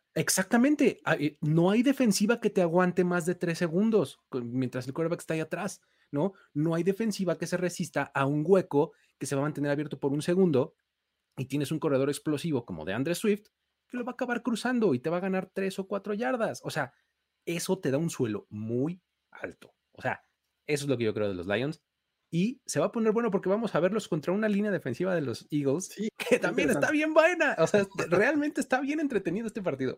Exactamente. No hay defensiva que te aguante más de 3 segundos mientras el quarterback está ahí atrás, ¿no? No hay defensiva que se resista a un hueco que se va a mantener abierto por un segundo y tienes un corredor explosivo como de DeAndre Swift que lo va a acabar cruzando y te va a ganar 3 o 4 yardas. O sea, eso te da un suelo muy alto. O sea, eso es lo que yo creo de los Lions. Y se va a poner bueno porque vamos a verlos contra una línea defensiva de los Eagles Sí, que también está bien buena. O sea, realmente está bien entretenido este partido.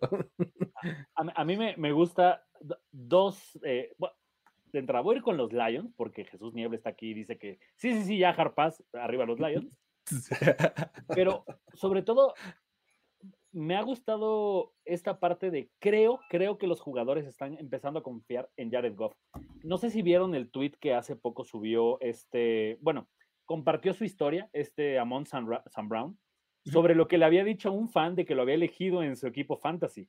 A mí me gusta dos. Bueno, de entrada voy a ir con los Lions porque Jesús Niebla está aquí y dice que sí, ya Harpaz, arriba los Lions. Pero sobre todo me ha gustado esta parte de creo que los jugadores están empezando a confiar en Jared Goff. No sé si vieron el tweet que hace poco subió compartió su historia, Amon Sam Brown, sobre lo que le había dicho a un fan de que lo había elegido en su equipo fantasy.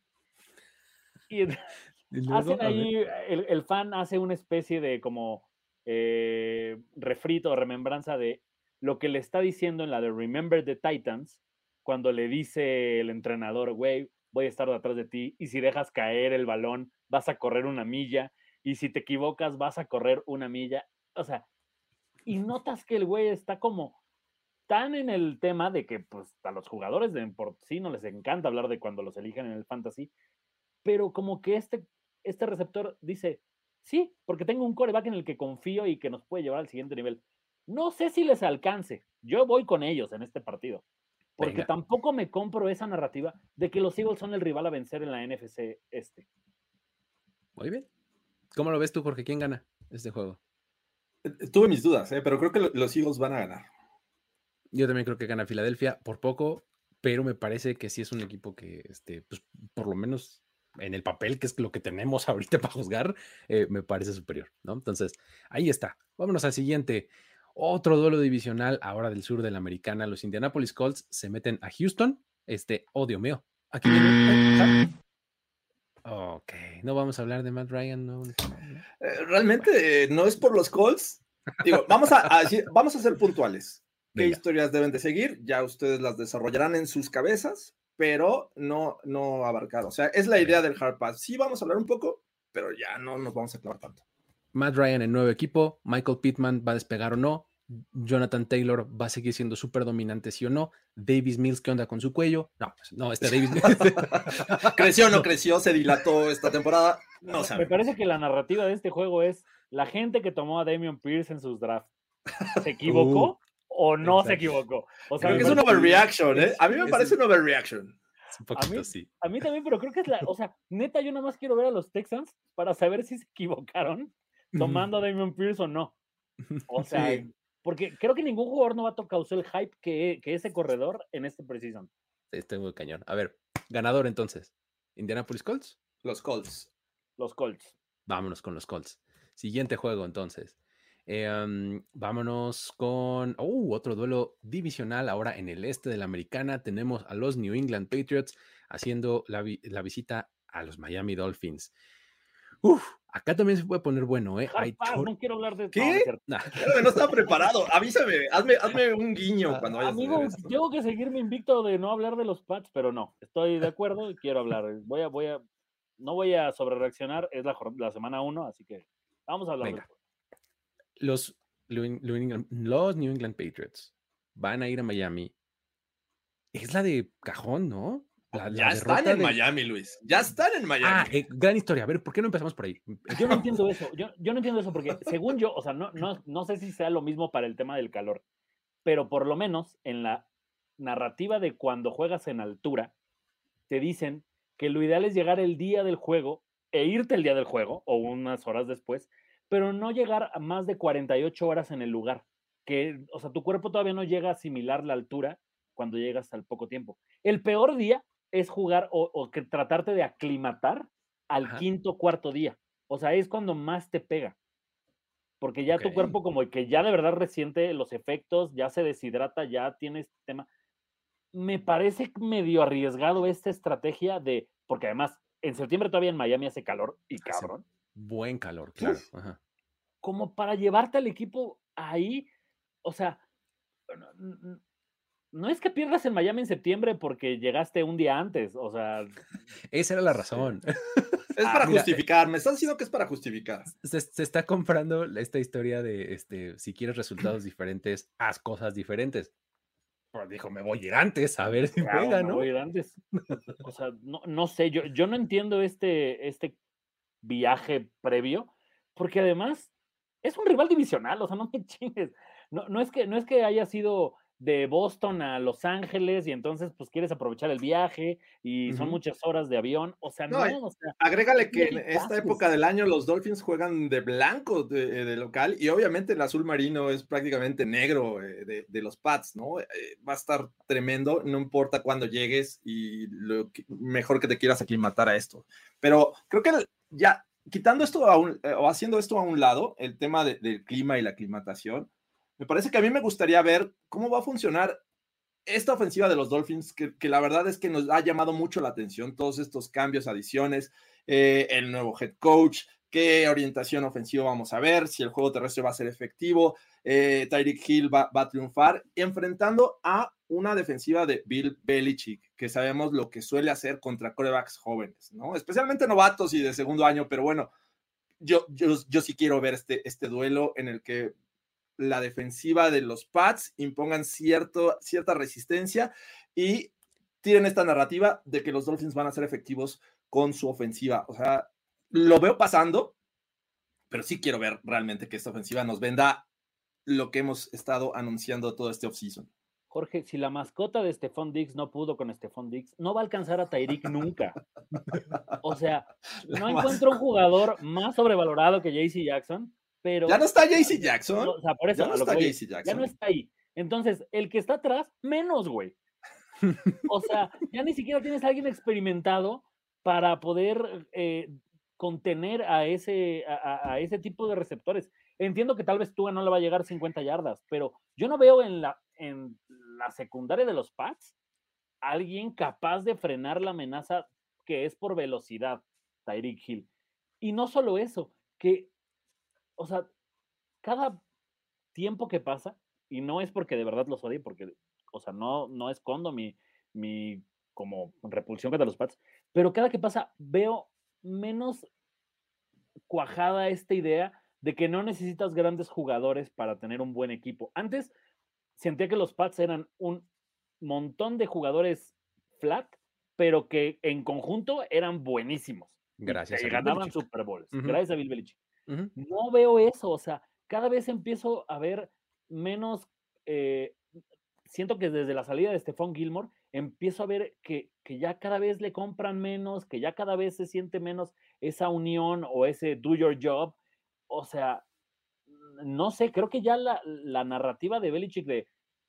Y hacen ahí, el fan hace una especie de como refrito o remembranza de lo que le está diciendo en la de Remember the Titans, cuando le dice el entrenador, güey, voy a estar detrás de ti, y si dejas caer el balón, vas a correr 1 milla, y si te equivocas, vas a correr 1 milla. O sea, y notas que el güey está como tan en el tema de que pues a los jugadores de por sí no les encanta hablar de cuando los eligen en el fantasy, pero como que este receptor dice, sí, porque tengo un quarterback en el que confío y que nos puede llevar al siguiente nivel. No sé si les alcance. Yo voy con ellos en este partido. Porque tampoco me compro esa narrativa de que los Eagles son el rival a vencer en la NFC este. Muy bien. ¿Cómo lo ves tú, Jorge? ¿Quién gana este juego? Tuve mis dudas, pero creo que los Eagles van a ganar. Yo también creo que gana Filadelfia por poco, pero me parece que sí es un equipo que, pues, por lo menos en el papel, que es lo que tenemos ahorita para juzgar, me parece superior, ¿no? Entonces, ahí está. Vámonos al siguiente. Otro duelo divisional ahora del sur de la Americana. Los Indianapolis Colts se meten a Houston. Oh, Dios mío. Aquí viene. Ok, no vamos a hablar de Matt Ryan. No. Realmente no es por los Colts. Digo, vamos a ser puntuales. ¿Qué historias deben de seguir? Ya ustedes las desarrollarán en sus cabezas, pero no abarcar. O sea, es la idea del Hard Pass. Sí vamos a hablar un poco, pero ya no nos vamos a clavar tanto. Matt Ryan en nuevo equipo, Michael Pittman va a despegar o no, Jonathan Taylor va a seguir siendo súper dominante sí o no, Davis Mills, ¿qué onda con su cuello? No, Davis Mills. ¿Creció o no creció? ¿Se dilató esta temporada? No sabemos. Me parece que la narrativa de este juego es la gente que tomó a Dameon Pierce en sus drafts. ¿Se equivocó o no exacto. Se equivocó? O sea, creo que es un overreaction, ¿eh? A mí me parece un overreaction. Un poquito, sí. A mí también, pero creo que es o sea, neta, yo nada más quiero ver a los Texans para saber si se equivocaron tomando a Dameon Pierce o no. O sea, sí. Porque creo que ningún jugador novato causó el hype que ese corredor en este preseason. Estoy muy cañón. A ver, ganador entonces. ¿Indianapolis Colts? Los Colts. Los Colts. Vámonos con los Colts. Siguiente juego entonces. Vámonos con otro duelo divisional. Ahora en el este de la Americana tenemos a los New England Patriots haciendo la visita a los Miami Dolphins. Acá también se puede poner bueno, ¿eh? No quiero hablar de... ¿Qué? No estaba preparado. Avísame, hazme un guiño cuando vayas amigo, a esto. Tengo que seguirme invicto de no hablar de los Pats, pero no, estoy de acuerdo y quiero hablar. No voy a sobrereaccionar, es la semana 1, así que vamos a hablar. Los New England Patriots van a ir a Miami. Es la de cajón, ¿no? Ya están en Miami, Luis. Ya están en Miami. Gran historia. A ver, ¿por qué no empezamos por ahí? Yo no entiendo eso. Yo no entiendo eso porque, según yo, o sea, no sé si sea lo mismo para el tema del calor, pero por lo menos en la narrativa de cuando juegas en altura, te dicen que lo ideal es llegar el día del juego e irte el día del juego o unas horas después, pero no llegar a más de 48 horas en el lugar. O sea, tu cuerpo todavía no llega a asimilar la altura cuando llegas al poco tiempo. El peor día es jugar o que tratarte de aclimatar al quinto, cuarto día. O sea, es cuando más te pega. Porque ya tu cuerpo como que ya de verdad resiente los efectos, ya se deshidrata, ya tienes tema. Me parece medio arriesgado esta estrategia porque además en septiembre todavía en Miami hace calor y cabrón. Buen calor, claro. Ajá. Como para llevarte al equipo ahí, o sea, no es que pierdas en Miami en septiembre porque llegaste un día antes, o sea. Esa era la razón. Es para justificar, me estás diciendo que es para justificar. Se está comprando esta historia de, si quieres resultados diferentes, haz cosas diferentes. Pues dijo, me voy a ir antes a ver si pega, ¿no? Me voy a ir antes. O sea, no sé, yo no entiendo este viaje previo, porque además es un rival divisional, o sea, no me chingues. No es que haya sido de Boston a Los Ángeles y entonces pues quieres aprovechar el viaje y son muchas horas de avión, o sea, o sea, agrégale que en esta época del año los Dolphins juegan de blanco de local y obviamente el azul marino es prácticamente negro de los Pats, ¿no? Va a estar tremendo, no importa cuándo llegues y mejor que te quieras aclimatar a esto. Pero creo que ya quitando esto o haciendo esto a un lado, el tema del clima y la aclimatación, me parece que a mí me gustaría ver cómo va a funcionar esta ofensiva de los Dolphins, que la verdad es que nos ha llamado mucho la atención, todos estos cambios, adiciones, el nuevo head coach, qué orientación ofensiva vamos a ver, si el juego terrestre va a ser efectivo, Tyreek Hill va a triunfar, enfrentando a una defensiva de Bill Belichick, que sabemos lo que suele hacer contra quarterbacks jóvenes, ¿no? Especialmente novatos y de segundo año, pero bueno, yo sí quiero ver este duelo en el que la defensiva de los Pats impongan cierta resistencia y tienen esta narrativa de que los Dolphins van a ser efectivos con su ofensiva. O sea, lo veo pasando, pero sí quiero ver realmente que esta ofensiva nos venda lo que hemos estado anunciando todo este offseason. Jorge, si la mascota de Stephon Diggs no pudo con Stephon Diggs, no va a alcanzar a Tyreek nunca. O sea, no encuentro un jugador más sobrevalorado que JC Jackson, pero... Ya no está JC Jackson. O sea, por eso, ya no está JC Jackson. Ya no está ahí. Entonces, el que está atrás, menos, güey. O sea, ya ni siquiera tienes a alguien experimentado para poder contener a ese tipo de receptores. Entiendo que tal vez Tua no le va a llegar 50 yardas, pero yo no veo en la secundaria de los Pats alguien capaz de frenar la amenaza que es por velocidad, Tyreek Hill. Y no solo eso, o sea, cada tiempo que pasa, y no es porque de verdad los odie, porque, o sea, no escondo mi como repulsión contra los Pats, pero cada que pasa veo menos cuajada esta idea de que no necesitas grandes jugadores para tener un buen equipo. Antes sentía que los Pats eran un montón de jugadores flat, pero que en conjunto eran buenísimos. Gracias y a ganaban Bill Belichick. Super Bowls. Gracias a Bill Belichick. No veo eso, o sea, cada vez empiezo a ver menos, siento que desde la salida de Stephon Gilmore empiezo a ver que ya cada vez le compran menos, que ya cada vez se siente menos esa unión o ese do your job. O sea, no sé, creo que ya la narrativa de Belichick de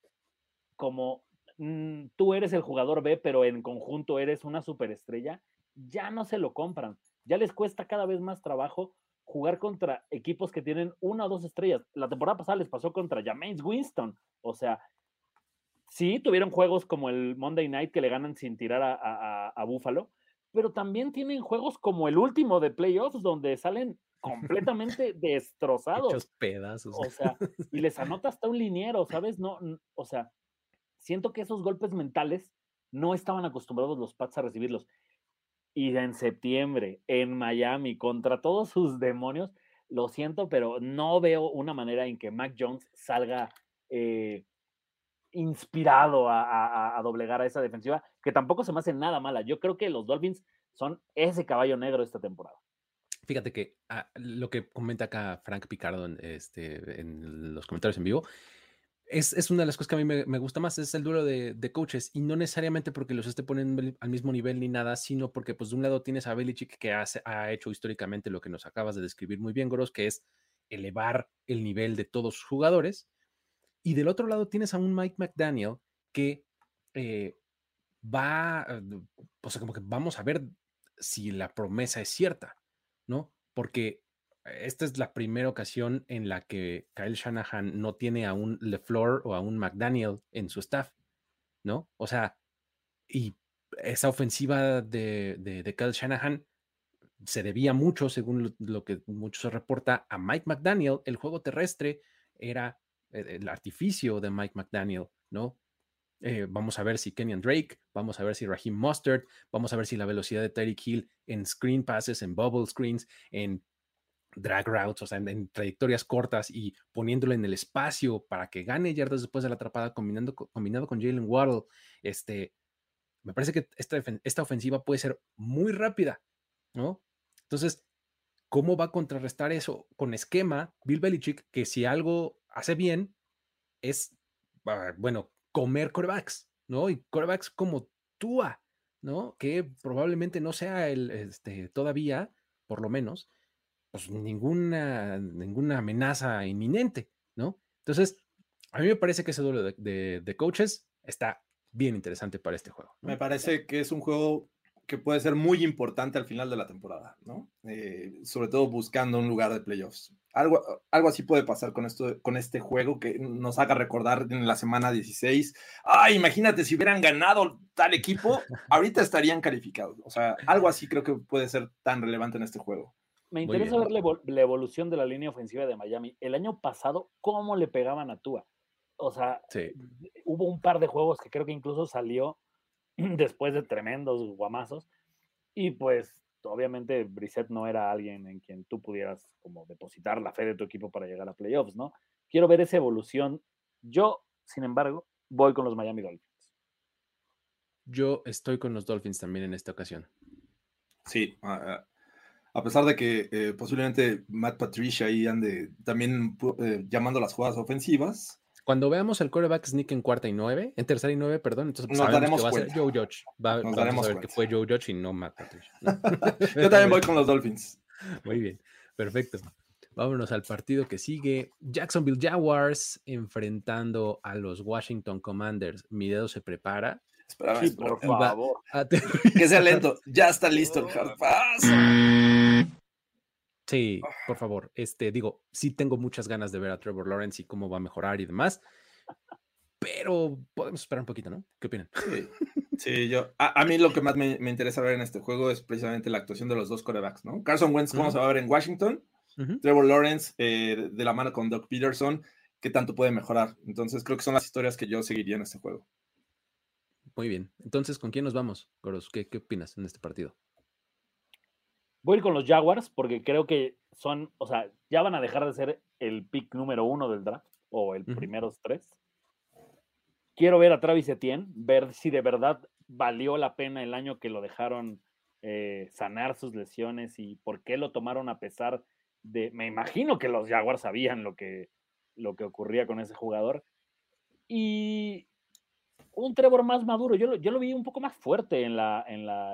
como tú eres el jugador B, pero en conjunto eres una superestrella, ya no se lo compran. Ya les cuesta cada vez más trabajo jugar contra equipos que tienen 1 o 2 estrellas. La temporada pasada les pasó contra Jameis Winston. O sea, sí, tuvieron juegos como el Monday Night que le ganan sin tirar a Buffalo, pero también tienen juegos como el último de playoffs donde salen completamente destrozados. Hechos pedazos. O sea, y les anota hasta un liniero, ¿sabes? No, o sea, siento que esos golpes mentales no estaban acostumbrados los Pats a recibirlos. Y en septiembre, en Miami, contra todos sus demonios, lo siento, pero no veo una manera en que Mac Jones salga inspirado a doblegar a esa defensiva, que tampoco se me hace nada mala. Yo creo que los Dolphins son ese caballo negro esta temporada. Fíjate que lo que comenta acá Frank Picardo en los comentarios en vivo es una de las cosas que a mí me gusta más, es el duelo de coaches, y no necesariamente porque los esté poniendo al mismo nivel ni nada, sino porque pues de un lado tienes a Belichick que ha hecho históricamente lo que nos acabas de describir muy bien, Goros, que es elevar el nivel de todos sus jugadores, y del otro lado tienes a un Mike McDaniel que o sea, como que vamos a ver si la promesa es cierta, ¿no? Porque esta es la primera ocasión en la que Kyle Shanahan no tiene a un LeFleur o a un McDaniel en su staff, ¿no? O sea, y esa ofensiva de Kyle Shanahan se debía mucho, según lo que mucho se reporta, a Mike McDaniel. El juego terrestre era el artificio de Mike McDaniel, ¿no? Vamos a ver si Kenyan Drake, vamos a ver si Raheem Mostert, vamos a ver si la velocidad de Tyreek Hill en screen passes, en bubble screens, en drag routes, o sea, en trayectorias cortas y poniéndolo en el espacio para que gane yardas después de la atrapada, combinado con Jalen Waddle. Me parece que esta ofensiva puede ser muy rápida, ¿no? Entonces, ¿cómo va a contrarrestar eso con esquema Bill Belichick, que si algo hace bien es, bueno, comer quarterbacks, ¿no? Y quarterbacks como Tua, ¿no? Que probablemente no sea todavía, por lo menos, pues ninguna amenaza inminente, ¿no? Entonces, a mí me parece que ese duelo de coaches está bien interesante para este juego, ¿no? Me parece que es un juego que puede ser muy importante al final de la temporada, ¿no? Sobre todo buscando un lugar de playoffs. Algo así puede pasar con este juego que nos haga recordar en la semana 16. Imagínate si hubieran ganado tal equipo, ahorita estarían calificados. O sea, algo así creo que puede ser tan relevante en este juego. Me interesa ver la evolución de la línea ofensiva de Miami. El año pasado, ¿cómo le pegaban a Tua? O sea, sí. Hubo un par de juegos que creo que incluso salió después de tremendos guamazos. Y pues, obviamente, Brissett no era alguien en quien tú pudieras como depositar la fe de tu equipo para llegar a playoffs, ¿no? Quiero ver esa evolución. Yo, sin embargo, voy con los Miami Dolphins. Yo estoy con los Dolphins también en esta ocasión. Sí, a pesar de que posiblemente Matt Patricia ahí ande también llamando las jugadas ofensivas. Cuando veamos el quarterback sneak en en tercera y 9, perdón, entonces nos daremos que va cuenta. a ser Joe Judge. Vamos a ver cuenta. Que fue Joe Judge y no Matt Patricia. Yo también voy con los Dolphins. Muy bien, perfecto. Vámonos al partido que sigue. Jacksonville Jaguars enfrentando a los Washington Commanders. Mi dedo se prepara. Espera, por favor. Que sea lento. Ya está listo el hard pass. Sí, por favor. Sí tengo muchas ganas de ver a Trevor Lawrence y cómo va a mejorar y demás. Pero podemos esperar un poquito, ¿no? ¿Qué opinan? Sí, a mí lo que más me interesa ver en este juego es precisamente la actuación de los dos quarterbacks, ¿no? Carson Wentz, cómo se va a ver en Washington. Trevor Lawrence, de la mano con Doug Peterson, qué tanto puede mejorar. Entonces, creo que son las historias que yo seguiría en este juego. Muy bien. Entonces, ¿con quién nos vamos, Goros? ¿Qué opinas en este partido? Voy a ir con los Jaguars porque creo que ya van a dejar de ser el pick número 1 del draft o el primeros 3. Quiero ver a Travis Etienne, ver si de verdad valió la pena el año que lo dejaron sanar sus lesiones y por qué lo tomaron a pesar de... Me imagino que los Jaguars sabían lo que ocurría con ese jugador. Y un Trevor más maduro. Yo lo vi un poco más fuerte en la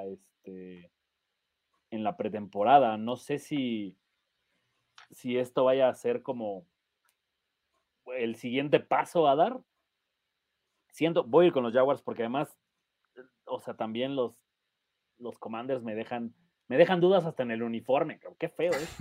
pretemporada. No sé si esto vaya a ser como el siguiente paso a dar. Voy a ir con los Jaguars porque además, también los Commanders me dejan dudas hasta en el uniforme. Qué feo es.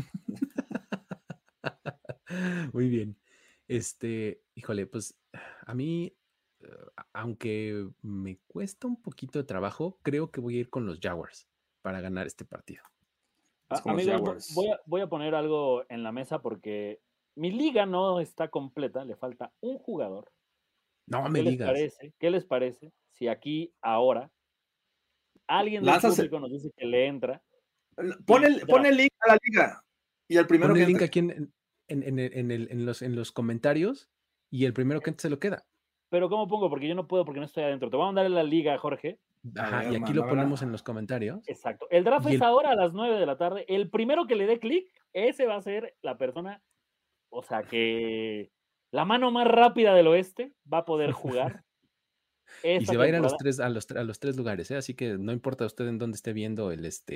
Muy bien. Híjole, pues a mí, aunque me cuesta un poquito de trabajo, creo que voy a ir con los Jaguars para ganar este partido. Amigos, voy a poner algo en la mesa porque mi liga no está completa, le falta un jugador. No me digas. ¿Qué les parece si aquí, ahora, alguien del público nos dice que le entra? Pon el link a la liga y el primero que entre. Pon el link aquí en los comentarios y el primero que entre se lo queda. Pero ¿cómo pongo? Porque yo no puedo porque no estoy adentro. Te voy a mandar en la liga, Jorge. Ajá, y aquí lo ponemos en los comentarios. Exacto. El draft es ahora a las 9 de la tarde. El primero que le dé clic, ese va a ser la persona, que la mano más rápida del oeste va a poder jugar. Y se va a ir a los tres lugares, ¿eh? Así que no importa usted en dónde esté viendo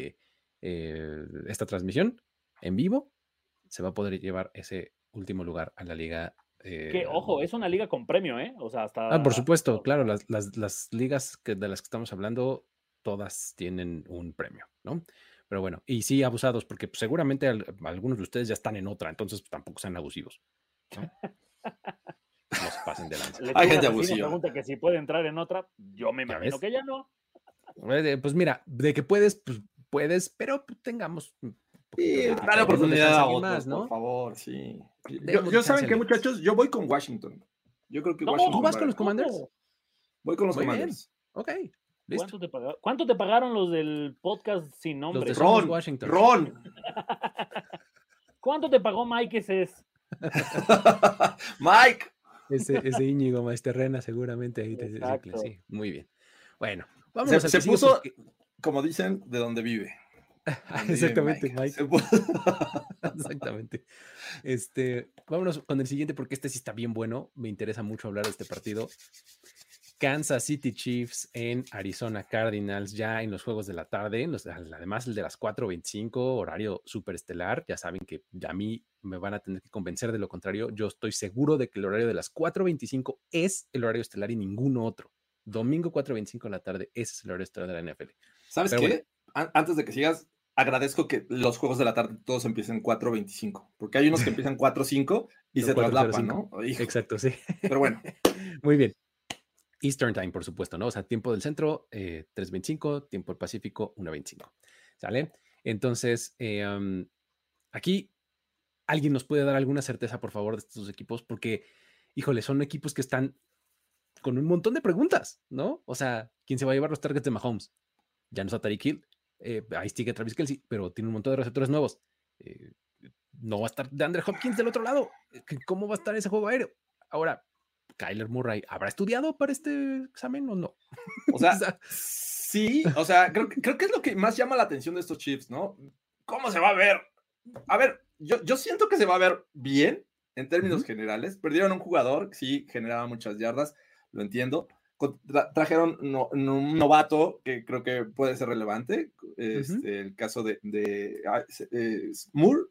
esta transmisión en vivo, se va a poder llevar ese último lugar a la liga. Que, ojo, es una liga con premio, ¿eh? Por supuesto, claro, las ligas de las que estamos hablando, todas tienen un premio, ¿no? Pero bueno, y sí, abusados, porque seguramente algunos de ustedes ya están en otra, entonces tampoco sean abusivos, ¿no? No se pasen de lanza. Hay gente abusiva. Pregunta que si puede entrar en otra, yo me imagino que ya no. Pues mira, de que puedes, pues puedes, pero tengamos... dale oportunidad a otros, ¿no? Por favor, sí. Yo ¿saben qué, muchachos? Yo voy con Washington. Yo creo que Washington. ¿Tú vas con los Commanders? Voy con los Commanders. Ok, listo. ¿Cuánto te pagaron los del podcast sin nombre? Los de Ron. Washington. Ron. ¿Cuánto te pagó Mike ese es? Mike. Ese Íñigo Maesterrena seguramente ahí te dice, sí, muy bien. Bueno, vamos se puso, porque... como dicen, de donde vive. Exactamente, Mike. Exactamente. Vámonos con el siguiente porque este sí está bien bueno. Me interesa mucho hablar de este partido. Kansas City Chiefs en Arizona Cardinals, ya en los juegos de la tarde, además el de las 4:25, horario superestelar. Ya saben que a mí me van a tener que convencer de lo contrario. Yo estoy seguro de que el horario de las 4:25 es el horario estelar y ninguno otro. Domingo 4:25 de la tarde, ese es el horario estelar de la NFL. ¿Sabes qué? Bueno. Antes de que sigas, agradezco que los juegos de la tarde todos empiecen 4:25, porque hay unos que empiezan 4:05 y se traslapan, ¿no? Hijo. Exacto, sí. Pero bueno. Muy bien. Eastern Time, por supuesto, ¿no? O sea, tiempo del centro, 3:25, tiempo del Pacífico, 1:25. ¿Sale? Entonces, aquí, ¿alguien nos puede dar alguna certeza, por favor, de estos equipos? Porque, híjole, son equipos que están con un montón de preguntas, ¿no? O sea, ¿quién se va a llevar los targets de Mahomes? Ya no está Tyreek Hill, ahí sigue Travis Kelce, pero tiene un montón de receptores nuevos. No va a estar DeAndre Hopkins del otro lado. ¿Cómo va a estar ese juego aéreo? Ahora, Kyler Murray, ¿habrá estudiado para este examen o no? O sea, sí, o sea, creo que es lo que más llama la atención de estos Chiefs, ¿no? ¿Cómo se va a ver? A ver, yo siento que se va a ver bien en términos generales. Perdieron un jugador, sí, generaba muchas yardas, lo entiendo. Trajeron un novato que creo que puede ser relevante. El caso de Moore.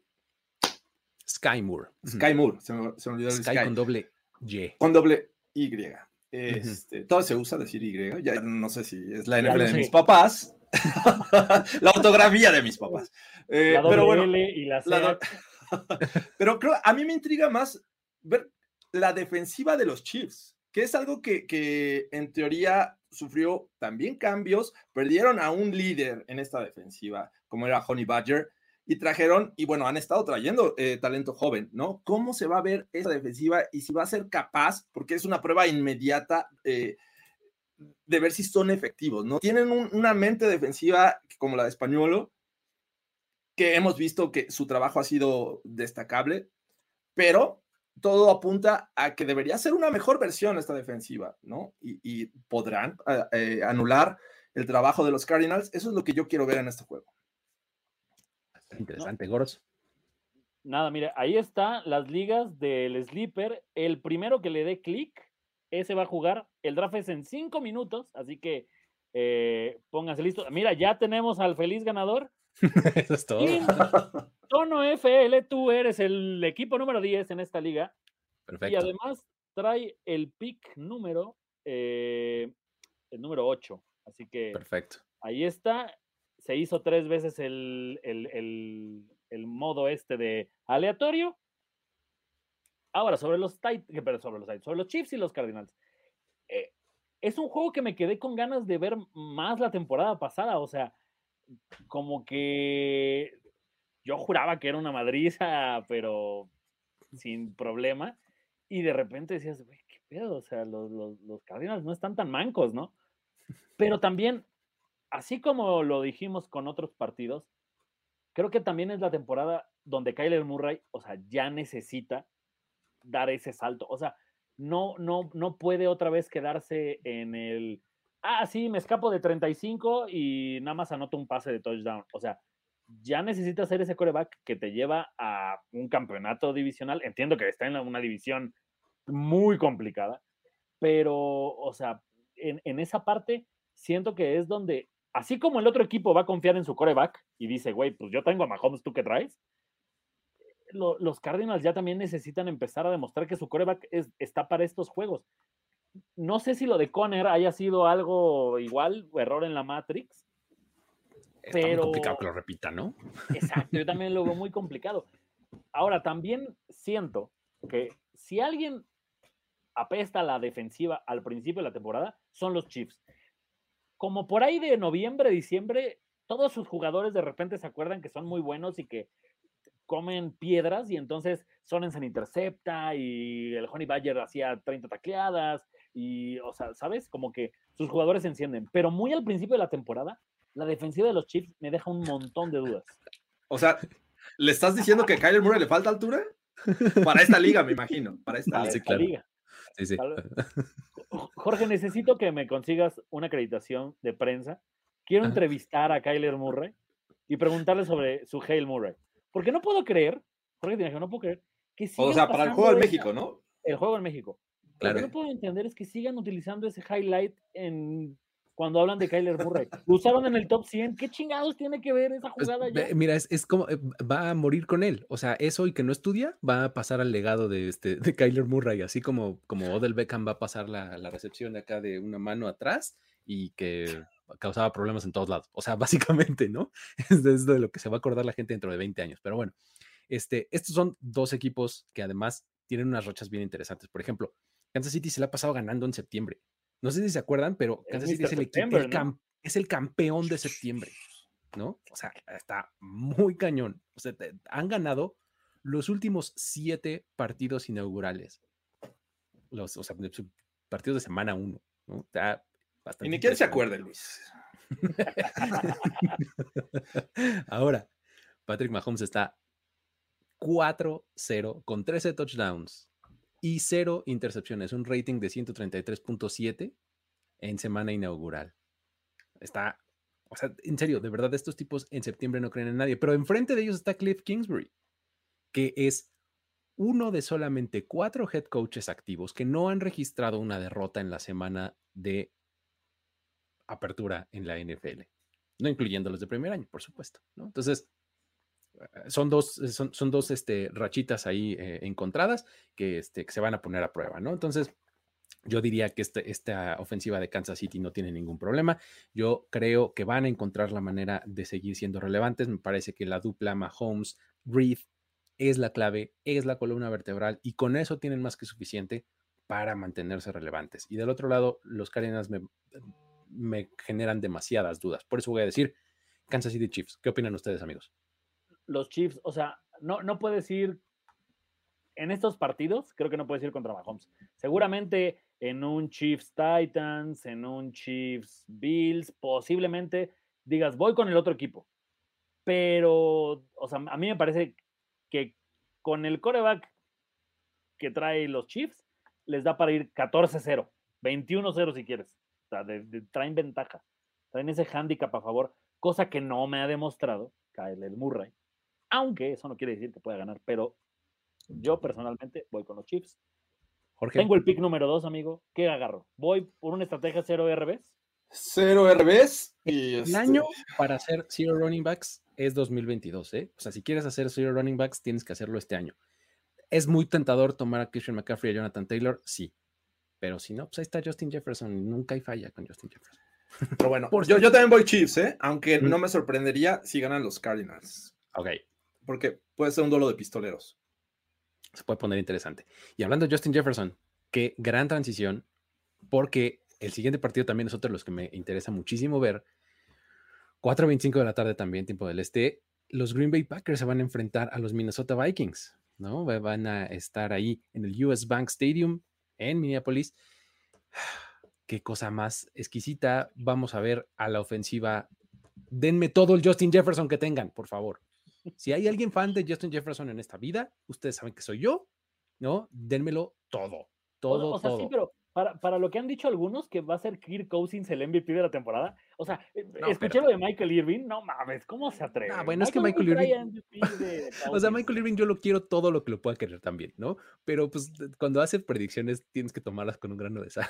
Sky Moore. Sky Moore, se me olvidó el Sky con doble Y. Con doble Y. Todo se usa decir Y. Ya no sé si es la NFL de mis papás. La autografía de mis papás. La pero bueno, L y la C. Pero creo, a mí me intriga más ver la defensiva de los Chiefs, que es algo que en teoría sufrió también cambios. Perdieron a un líder en esta defensiva, como era Honey Badger, y trajeron, y bueno, han estado trayendo talento joven, ¿no? ¿Cómo se va a ver esa defensiva y si va a ser capaz, porque es una prueba inmediata de ver si son efectivos, ¿no? Tienen una mente defensiva como la de Spagnuolo, que hemos visto que su trabajo ha sido destacable, pero todo apunta a que debería ser una mejor versión esta defensiva, ¿no? Y podrán anular el trabajo de los Cardinals. Eso es lo que yo quiero ver en este juego. Interesante, Goros. Nada, mira, ahí están las ligas del Sleeper. El primero que le dé clic, ese va a jugar. El draft es en 5 minutos, así que pónganse listos. Mira, ya tenemos al feliz ganador. Eso es todo. Tono FL, tú eres el equipo número 10 en esta liga. Perfecto. Y además trae el pick número 8. Así que perfecto. Ahí está. Se hizo 3 veces el modo de aleatorio. Ahora, sobre los Chiefs y los Cardinals. Es un juego que me quedé con ganas de ver más la temporada pasada. O sea, como que yo juraba que era una madriza, pero sin problema. Y de repente decías, güey, qué pedo. O sea, los Cardinals no están tan mancos, ¿no? Pero también, así como lo dijimos con otros partidos, creo que también es la temporada donde Kyler Murray, o sea, ya necesita dar ese salto. O sea, no puede otra vez quedarse en el, sí, me escapo de 35 y nada más anoto un pase de touchdown. O sea, ya necesita ser ese quarterback que te lleva a un campeonato divisional. Entiendo que está en una división muy complicada, pero, o sea, en esa parte siento que es donde, así como el otro equipo va a confiar en su quarterback y dice, güey, pues yo tengo a Mahomes, ¿tú qué traes? Los Cardinals ya también necesitan empezar a demostrar que su quarterback está para estos juegos. No sé si lo de Conner haya sido algo igual, o error en la Matrix. Está muy complicado que lo repita, ¿no? Exacto, yo también lo veo muy complicado. Ahora, también siento que si alguien apesta a la defensiva al principio de la temporada, son los Chiefs. Como por ahí de noviembre, diciembre, todos sus jugadores de repente se acuerdan que son muy buenos y que comen piedras y entonces Sorensen intercepta y el Honey Badger hacía 30 tacleadas y, o sea, ¿sabes? Como que sus jugadores se encienden. Pero muy al principio de la temporada, la defensiva de los Chiefs me deja un montón de dudas. O sea, ¿le estás diciendo que a Kyler Murray le falta altura? Para esta liga, me imagino. Para esta liga. Sí. Jorge, necesito que me consigas una acreditación de prensa. Quiero entrevistar a Kyler Murray y preguntarle sobre su Hail Murray. Porque no puedo creer, Jorge, no puedo creer que sigan o sea, para el juego en México, ¿no? El juego en México. Claro. Lo que no puedo entender es que sigan utilizando ese highlight cuando hablan de Kyler Murray. Lo usaron en el top 100. ¿Qué chingados tiene que ver esa jugada ya? Mira, es como va a morir con él. O sea, eso y que no estudia va a pasar al legado de Kyler Murray, así como Odell Beckham va a pasar la recepción de acá de una mano atrás y que causaba problemas en todos lados. O sea, básicamente, ¿no? Es de lo que se va a acordar la gente dentro de 20 años. Pero bueno, estos son dos equipos que además tienen unas rachas bien interesantes. Por ejemplo, Kansas City se la ha pasado ganando en septiembre. No sé si se acuerdan, pero Kansas City es el equipo, es el campeón de septiembre, ¿no? O sea, está muy cañón. O sea, han ganado los últimos 7 partidos inaugurales. Partidos de semana 1, ¿no? Está bastante. Y ni quién se acuerde, Luis. Ahora, Patrick Mahomes está 4-0 con 13 touchdowns y 0 intercepciones, un rating de 133.7 en semana inaugural. Está, o sea, en serio, de verdad, estos tipos en septiembre no creen en nadie, pero enfrente de ellos está Cliff Kingsbury, que es uno de solamente 4 head coaches activos que no han registrado una derrota en la semana de apertura en la NFL, no incluyendo los de primer año, por supuesto, ¿no? Entonces, son dos rachitas ahí encontradas que se van a poner a prueba, ¿no? Entonces, yo diría que esta ofensiva de Kansas City no tiene ningún problema. Yo creo que van a encontrar la manera de seguir siendo relevantes. Me parece que la dupla Mahomes-Reed es la clave, es la columna vertebral y con eso tienen más que suficiente para mantenerse relevantes. Y del otro lado, los Cardinals me generan demasiadas dudas. Por eso voy a decir Kansas City Chiefs. ¿Qué opinan ustedes, amigos? Los Chiefs, o sea, no puedes ir en estos partidos, creo que no puedes ir contra Mahomes. Seguramente en un Chiefs Titans, en un Chiefs Bills, posiblemente digas, voy con el otro equipo. Pero, o sea, a mí me parece que con el quarterback que trae los Chiefs, les da para ir 14-0, 21-0 si quieres. O sea, traen ventaja. Traen ese handicap a favor, cosa que no me ha demostrado Kyler Murray. Aunque eso no quiere decir que pueda ganar, pero yo personalmente voy con los Chiefs. Jorge. Tengo el pick número 2, amigo. ¿Qué agarro? ¿Voy por una estrategia 0 RBs? 0 RBs. Y el año para hacer 0 running backs es 2022, ¿eh? O sea, si quieres hacer 0 running backs, tienes que hacerlo este año. ¿Es muy tentador tomar a Christian McCaffrey y a Jonathan Taylor? Sí. Pero si no, pues ahí está Justin Jefferson. Nunca hay falla con Justin Jefferson. Pero bueno, yo también voy Chiefs, ¿eh? Aunque no me sorprendería si ganan los Cardinals. Ok. Porque puede ser un duelo de pistoleros. Se puede poner interesante. Y hablando de Justin Jefferson, qué gran transición, porque el siguiente partido también es otro de los que me interesa muchísimo ver. 4:25 de la tarde también, tiempo del este. Los Green Bay Packers se van a enfrentar a los Minnesota Vikings, ¿no? Van a estar ahí en el US Bank Stadium en Minneapolis. Qué cosa más exquisita. Vamos a ver a la ofensiva. Denme todo el Justin Jefferson que tengan, por favor. Si hay alguien fan de Justin Jefferson en esta vida, ustedes saben que soy yo, ¿no? Denmelo todo. O sea, sí, pero para lo que han dicho algunos, que va a ser Kirk Cousins el MVP de la temporada, o sea, escuché lo de Michael Irving, no mames, ¿cómo se atreve? Bueno, es que Michael Irving, o sea, Michael Irving yo lo quiero todo lo que lo pueda querer también, ¿no? Pero pues cuando hace predicciones tienes que tomarlas con un grano de sal.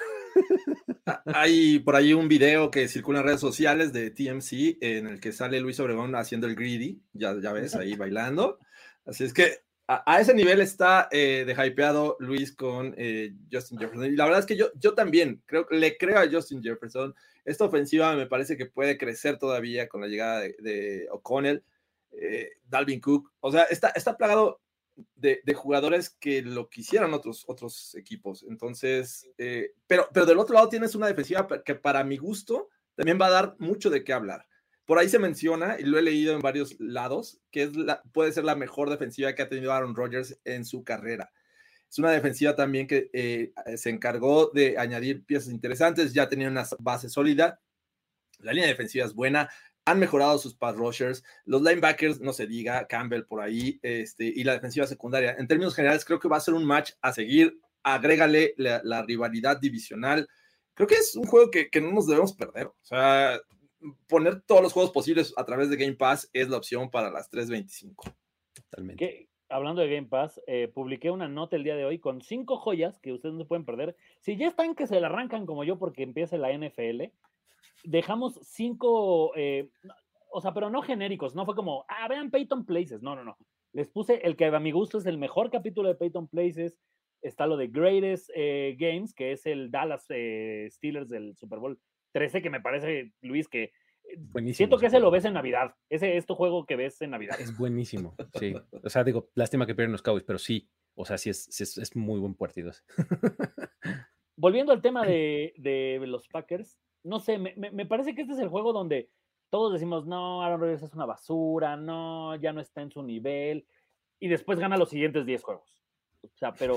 Hay por ahí un video que circula en redes sociales de TMZ en el que sale Luis Obregón haciendo el greedy, ya ves, ahí bailando. Así es que a ese nivel está de hypeado Luis con Justin Jefferson. Y la verdad es que yo también le creo a Justin Jefferson. Esta ofensiva me parece que puede crecer todavía con la llegada de O'Connell, Dalvin Cook. O sea, está plagado de jugadores que lo quisieran otros equipos. Entonces, pero del otro lado tienes una defensiva que para mi gusto también va a dar mucho de qué hablar. Por ahí se menciona, y lo he leído en varios lados, que puede ser la mejor defensiva que ha tenido Aaron Rodgers en su carrera. Es una defensiva también que se encargó de añadir piezas interesantes, ya tenía una base sólida. La línea defensiva es buena, han mejorado sus pass rushers, los linebackers, no se diga, Campbell por ahí, y la defensiva secundaria. En términos generales, creo que va a ser un match a seguir. Agrégale la rivalidad divisional. Creo que es un juego que no nos debemos perder. O sea, poner todos los juegos posibles a través de Game Pass es la opción para las 3:25. Totalmente. Hablando de Game Pass, publiqué una nota el día de hoy con 5 joyas que ustedes no se pueden perder. Si ya están que se la arrancan como yo porque empieza la NFL, dejamos 5, o sea, pero no genéricos, no fue como, vean Peyton Places, no. Les puse el que a mi gusto es el mejor capítulo de Peyton Places. Está lo de Greatest Games, que es el Dallas Steelers del Super Bowl 13, que me parece, Luis, que buenísimo, siento que ese lo ves en Navidad. Ese es tu juego que ves en Navidad. Es buenísimo, sí. O sea, digo, lástima que pierden los Cowboys, pero sí. O sea, sí es muy buen partido. Volviendo al tema de los Packers, no sé, me parece que este es el juego donde todos decimos, no, Aaron Rodgers es una basura, no, ya no está en su nivel, y después gana los siguientes 10 juegos. O sea, pero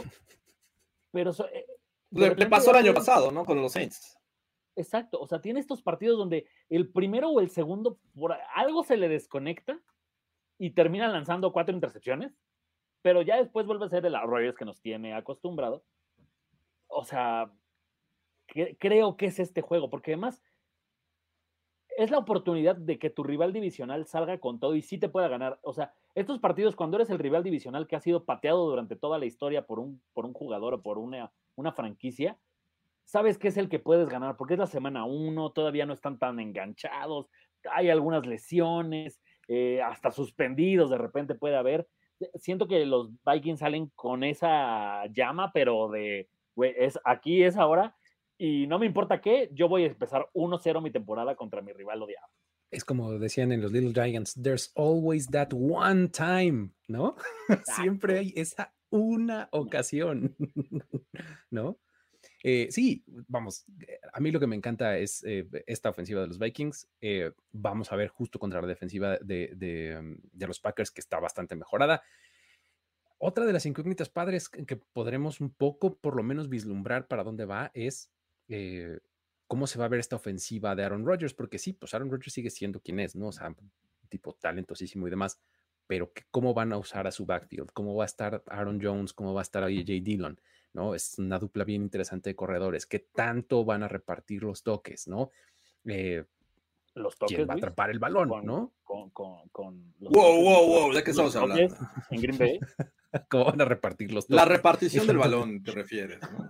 le pasó el año pasado, ¿no? Con los Saints. Exacto, o sea, tiene estos partidos donde el primero o el segundo por algo se le desconecta y termina lanzando 4 intercepciones, pero ya después vuelve a ser el Rodgers que nos tiene acostumbrado. O sea, creo que es este juego, porque además es la oportunidad de que tu rival divisional salga con todo y sí te pueda ganar. O sea, estos partidos cuando eres el rival divisional que ha sido pateado durante toda la historia por un jugador o por una franquicia, sabes que es el que puedes ganar, porque es la semana 1, todavía no están tan enganchados, hay algunas lesiones, hasta suspendidos de repente puede haber. Siento que los Vikings salen con esa llama, pero aquí es ahora, y no me importa qué, yo voy a empezar 1-0 mi temporada contra mi rival odiado. Es como decían en los Little Giants, there's always that one time, ¿no? Siempre hay esa una ocasión, ¿no? Sí, vamos, a mí lo que me encanta es esta ofensiva de los Vikings. Vamos a ver justo contra la defensiva de los Packers, que está bastante mejorada. Otra de las incógnitas padres que podremos un poco, por lo menos, vislumbrar para dónde va es cómo se va a ver esta ofensiva de Aaron Rodgers, porque sí, pues Aaron Rodgers sigue siendo quien es, ¿no? O sea, tipo talentosísimo y demás, pero cómo van a usar a su backfield, cómo va a estar Aaron Jones, cómo va a estar A.J. Dillon, ¿no? Es una dupla bien interesante de corredores, qué tanto van a repartir los toques, ¿no? Los toques, ¿quién va a atrapar el balón, ¿no? Wow, ¿de qué estamos hablando? En Green Bay. ¿Cómo van a repartir los toques? La repartición del balón, te refieres, ¿no?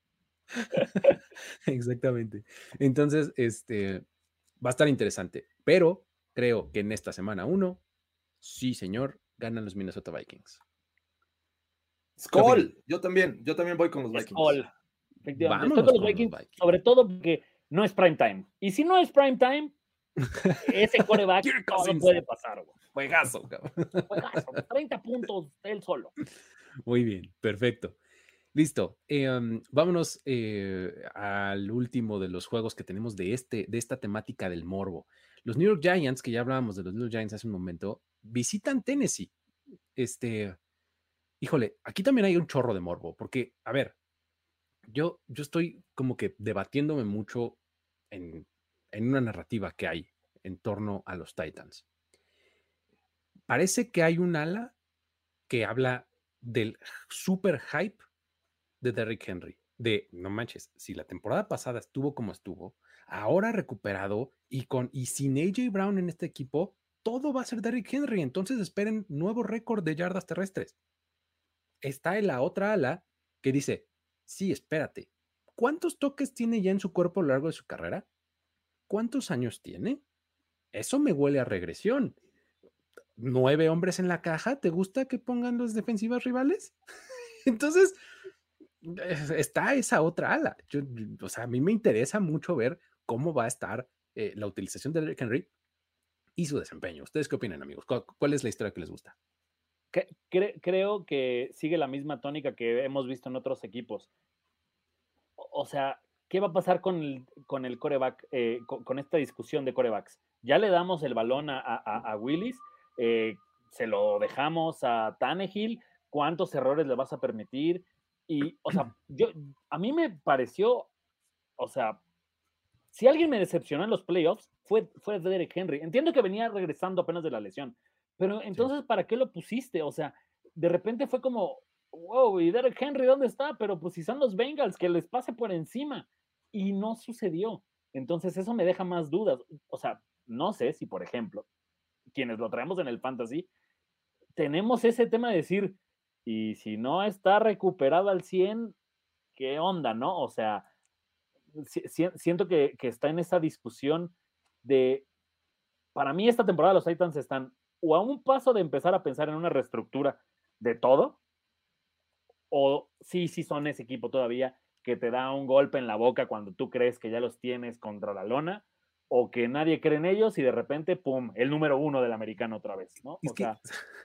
Exactamente. Entonces, va a estar interesante, pero creo que en esta semana 1, sí, señor, ganan los Minnesota Vikings. ¡Skol! Yo también voy con los Vikings. ¡Skol! Efectivamente. Estoy con los Vikings, sobre todo porque no es prime time. Y si no es prime time, ese quarterback no puede pasar. Juegazo, cabrón. Juegazo, 30 puntos él solo. Muy bien, perfecto. Listo. Vámonos al último de los juegos que tenemos de esta temática del morbo. Los New York Giants, que ya hablábamos de los New York Giants hace un momento, visitan Tennessee. Híjole, aquí también hay un chorro de morbo, porque, a ver, yo estoy como que debatiéndome mucho en una narrativa que hay en torno a los Titans. Parece que hay un ala que habla del super hype de Derrick Henry, de no manches, si la temporada pasada estuvo como estuvo, ahora recuperado y sin AJ Brown en este equipo, todo va a ser Derrick Henry, entonces esperen nuevo récord de yardas terrestres. Está en la otra ala que dice, sí, espérate, ¿cuántos toques tiene ya en su cuerpo a lo largo de su carrera? ¿Cuántos años tiene? Eso me huele a regresión. 9 hombres en la caja, ¿te gusta que pongan los defensivas rivales? Entonces, está esa otra ala. O sea, a mí me interesa mucho ver cómo va a estar la utilización de Derrick Henry y su desempeño. ¿Ustedes qué opinan, amigos? ¿Cuál es la historia que les gusta? Creo que sigue la misma tónica que hemos visto en otros equipos. O sea, ¿qué va a pasar con el quarterback, con esta discusión de quarterbacks? Ya le damos el balón a Willis, se lo dejamos a Tannehill, ¿cuántos errores le vas a permitir? Y, o sea, a mí me pareció, o sea, si alguien me decepcionó en los playoffs, fue Derrick Henry. Entiendo que venía regresando apenas de la lesión, pero entonces, sí, ¿para qué lo pusiste? O sea, de repente fue como, wow, ¿y Derrick Henry dónde está? Pero pues si son los Bengals, que les pase por encima. Y no sucedió. Entonces eso me deja más dudas. O sea, no sé si, por ejemplo, quienes lo traemos en el fantasy, tenemos ese tema de decir, y si no está recuperado al 100, ¿qué onda, no? O sea, siento que está en esa discusión de, para mí esta temporada los Titans están o a un paso de empezar a pensar en una reestructura de todo, o sí son ese equipo todavía que te da un golpe en la boca cuando tú crees que ya los tienes contra la lona, o que nadie cree en ellos y de repente, pum, el número 1 del americano otra vez, ¿no? O sea...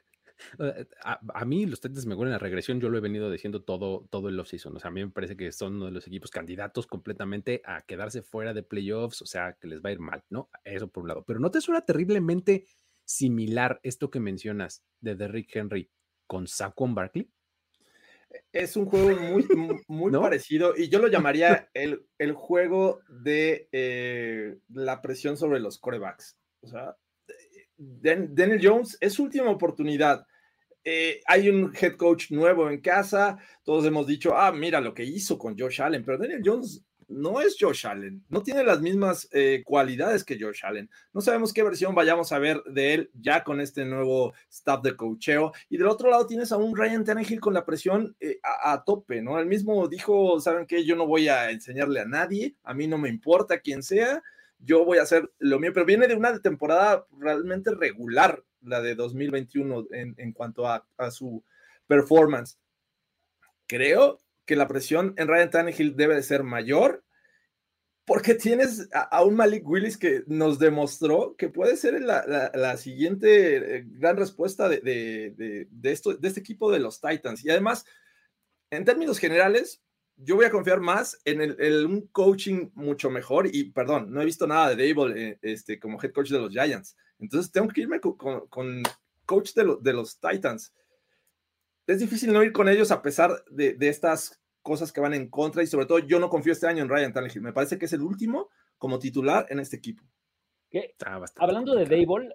A mí los Titans me huelen a regresión, yo lo he venido diciendo todo el offseason, o sea, a mí me parece que son uno de los equipos candidatos completamente a quedarse fuera de playoffs, o sea, que les va a ir mal, ¿no? Eso por un lado, pero ¿no te suena terriblemente similar esto que mencionas de Derrick Henry con Saquon Barkley? Es un juego muy ¿no? parecido, y yo lo llamaría el juego de la presión sobre los quarterbacks. O sea, Daniel Jones es su última oportunidad. Hay un head coach nuevo en casa, todos hemos dicho, mira lo que hizo con Josh Allen, pero Daniel Jones no es Josh Allen, no tiene las mismas cualidades que Josh Allen. No sabemos qué versión vayamos a ver de él ya con este nuevo staff de coacheo. Y del otro lado tienes a un Ryan Tannehill con la presión a tope, ¿no? Él mismo dijo, ¿saben qué? Yo no voy a enseñarle a nadie, a mí no me importa quién sea, yo voy a hacer lo mío, pero viene de una temporada realmente regular, la de 2021 en cuanto a su performance. Creo que la presión en Ryan Tannehill debe de ser mayor, porque tienes a un Malik Willis que nos demostró que puede ser la siguiente gran respuesta de este equipo de los Titans. Y además, en términos generales, yo voy a confiar más en un coaching mucho mejor, y perdón, no he visto nada de Daboll como head coach de los Giants, entonces tengo que irme con coach de los Titans. Es difícil no ir con ellos a pesar de estas cosas que van en contra, y sobre todo yo no confío este año en Ryan Tannehill, me parece que es el último como titular en este equipo. Hablando de Daboll,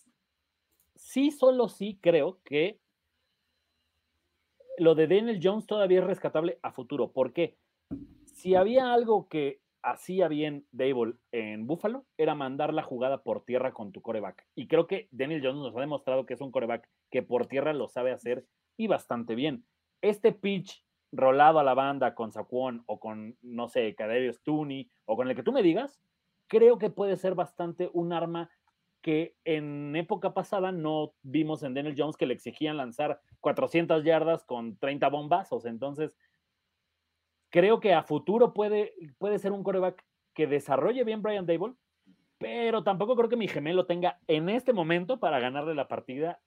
solo sí creo que lo de Daniel Jones todavía es rescatable a futuro, porque si había algo que hacía bien Daboll en Buffalo, era mandar la jugada por tierra con tu quarterback, y creo que Daniel Jones nos ha demostrado que es un quarterback que por tierra lo sabe hacer, y bastante bien. Este pitch rolado a la banda con Saquon, o con, no sé, Kadarius Toney, o con el que tú me digas, creo que puede ser bastante un arma que en época pasada no vimos en Daniel Jones, que le exigían lanzar 400 yardas con 30 bombazos. Entonces, creo que a futuro puede ser un quarterback que desarrolle bien Brian Daboll, pero tampoco creo que mi gemelo tenga en este momento para ganarle la partida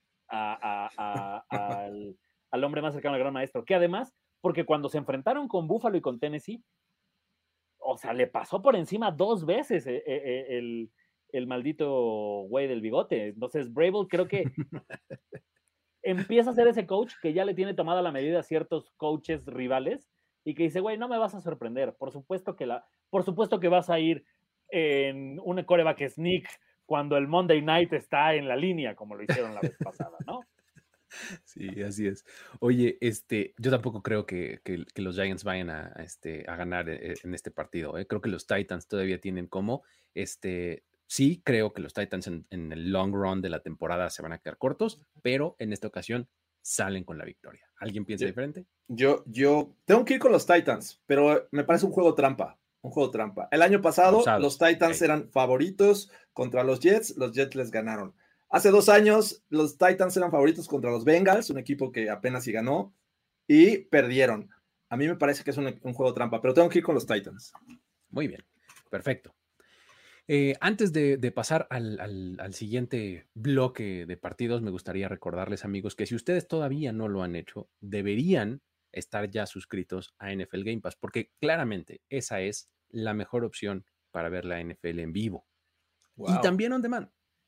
al hombre más cercano al gran maestro, que además, porque cuando se enfrentaron con Buffalo y con Tennessee, o sea, le pasó por encima 2 veces el maldito güey del bigote. Entonces, Vrabel creo que empieza a ser ese coach que ya le tiene tomada la medida a ciertos coaches rivales, y que dice, güey, no me vas a sorprender. Por supuesto que vas a ir en una quarterback sneak cuando el Monday Night está en la línea, como lo hicieron la vez pasada, ¿no? Sí, así es. Oye, yo tampoco creo que los Giants vayan a ganar en este partido. Creo que los Titans todavía tienen como, sí creo que los Titans en el long run de la temporada se van a quedar cortos, pero en esta ocasión salen con la victoria. ¿Alguien piensa diferente? Yo tengo que ir con los Titans, pero me parece un juego trampa. El año pasado los Titans eran favoritos contra los Jets les ganaron. Hace 2 años los Titans eran favoritos contra los Bengals, un equipo que apenas sí ganó, y perdieron. A mí me parece que es un juego trampa, pero tengo que ir con los Titans. Muy bien, perfecto. Antes de pasar al siguiente bloque de partidos, me gustaría recordarles, amigos, que si ustedes todavía no lo han hecho, deberían estar ya suscritos a NFL Game Pass, porque claramente esa es la mejor opción para ver la NFL en vivo. Wow. Y también on demand.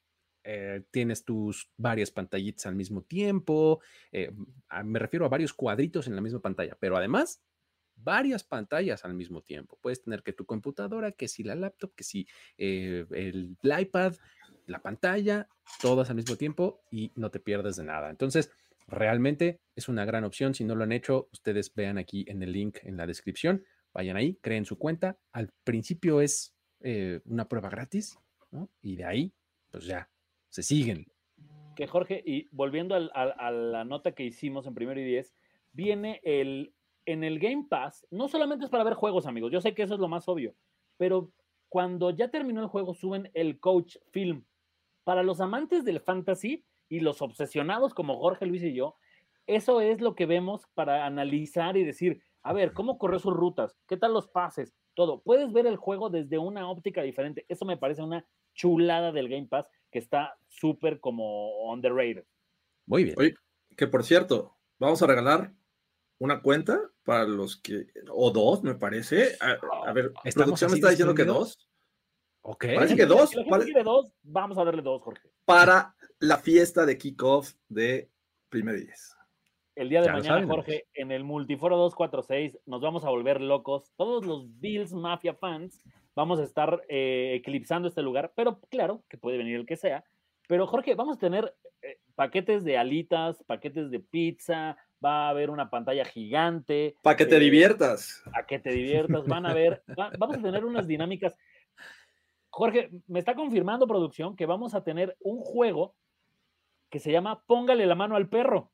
tienes tus varias pantallitas al mismo tiempo, me refiero a varios cuadritos en la misma pantalla, pero además varias pantallas al mismo tiempo. Puedes tener que tu computadora, que si la laptop, que si el iPad, la pantalla, todas al mismo tiempo y no te pierdes de nada. Entonces, realmente es una gran opción. Si no lo han hecho, ustedes vean aquí en el link en la descripción, vayan ahí, creen su cuenta. Al principio es una prueba gratis, ¿no? Y de ahí, pues ya, se siguen. Que Jorge, y volviendo a la nota que hicimos en Primero y 10, viene en el Game Pass, no solamente es para ver juegos, amigos, yo sé que eso es lo más obvio, pero cuando ya terminó el juego suben el Coach Film. Para los amantes del fantasy y los obsesionados como Jorge, Luis y yo, eso es lo que vemos para analizar y decir, a ver, ¿cómo corrió sus rutas? ¿Qué tal los pases? Todo. Puedes ver el juego desde una óptica diferente. Eso me parece una chulada del Game Pass que está súper como underrated. Muy bien. Oye, que por cierto, vamos a regalar una cuenta para los que, o dos, me parece. A ver, producción me está diciendo que dos. Ok. Parece que dos. Si la gente quiere dos, vamos a darle dos, Jorge. Para la fiesta de kickoff de Primero y 10. El día de mañana, Jorge, en el Multiforo 246 nos vamos a volver locos. Todos los Bills Mafia fans vamos a estar eclipsando este lugar, pero claro que puede venir el que sea. Pero Jorge, vamos a tener paquetes de alitas, paquetes de pizza, va a haber una pantalla gigante. Para que te diviertas. Para que te diviertas, van a ver, vamos a tener unas dinámicas. Jorge, me está confirmando producción que vamos a tener un juego que se llama Póngale la mano al perro.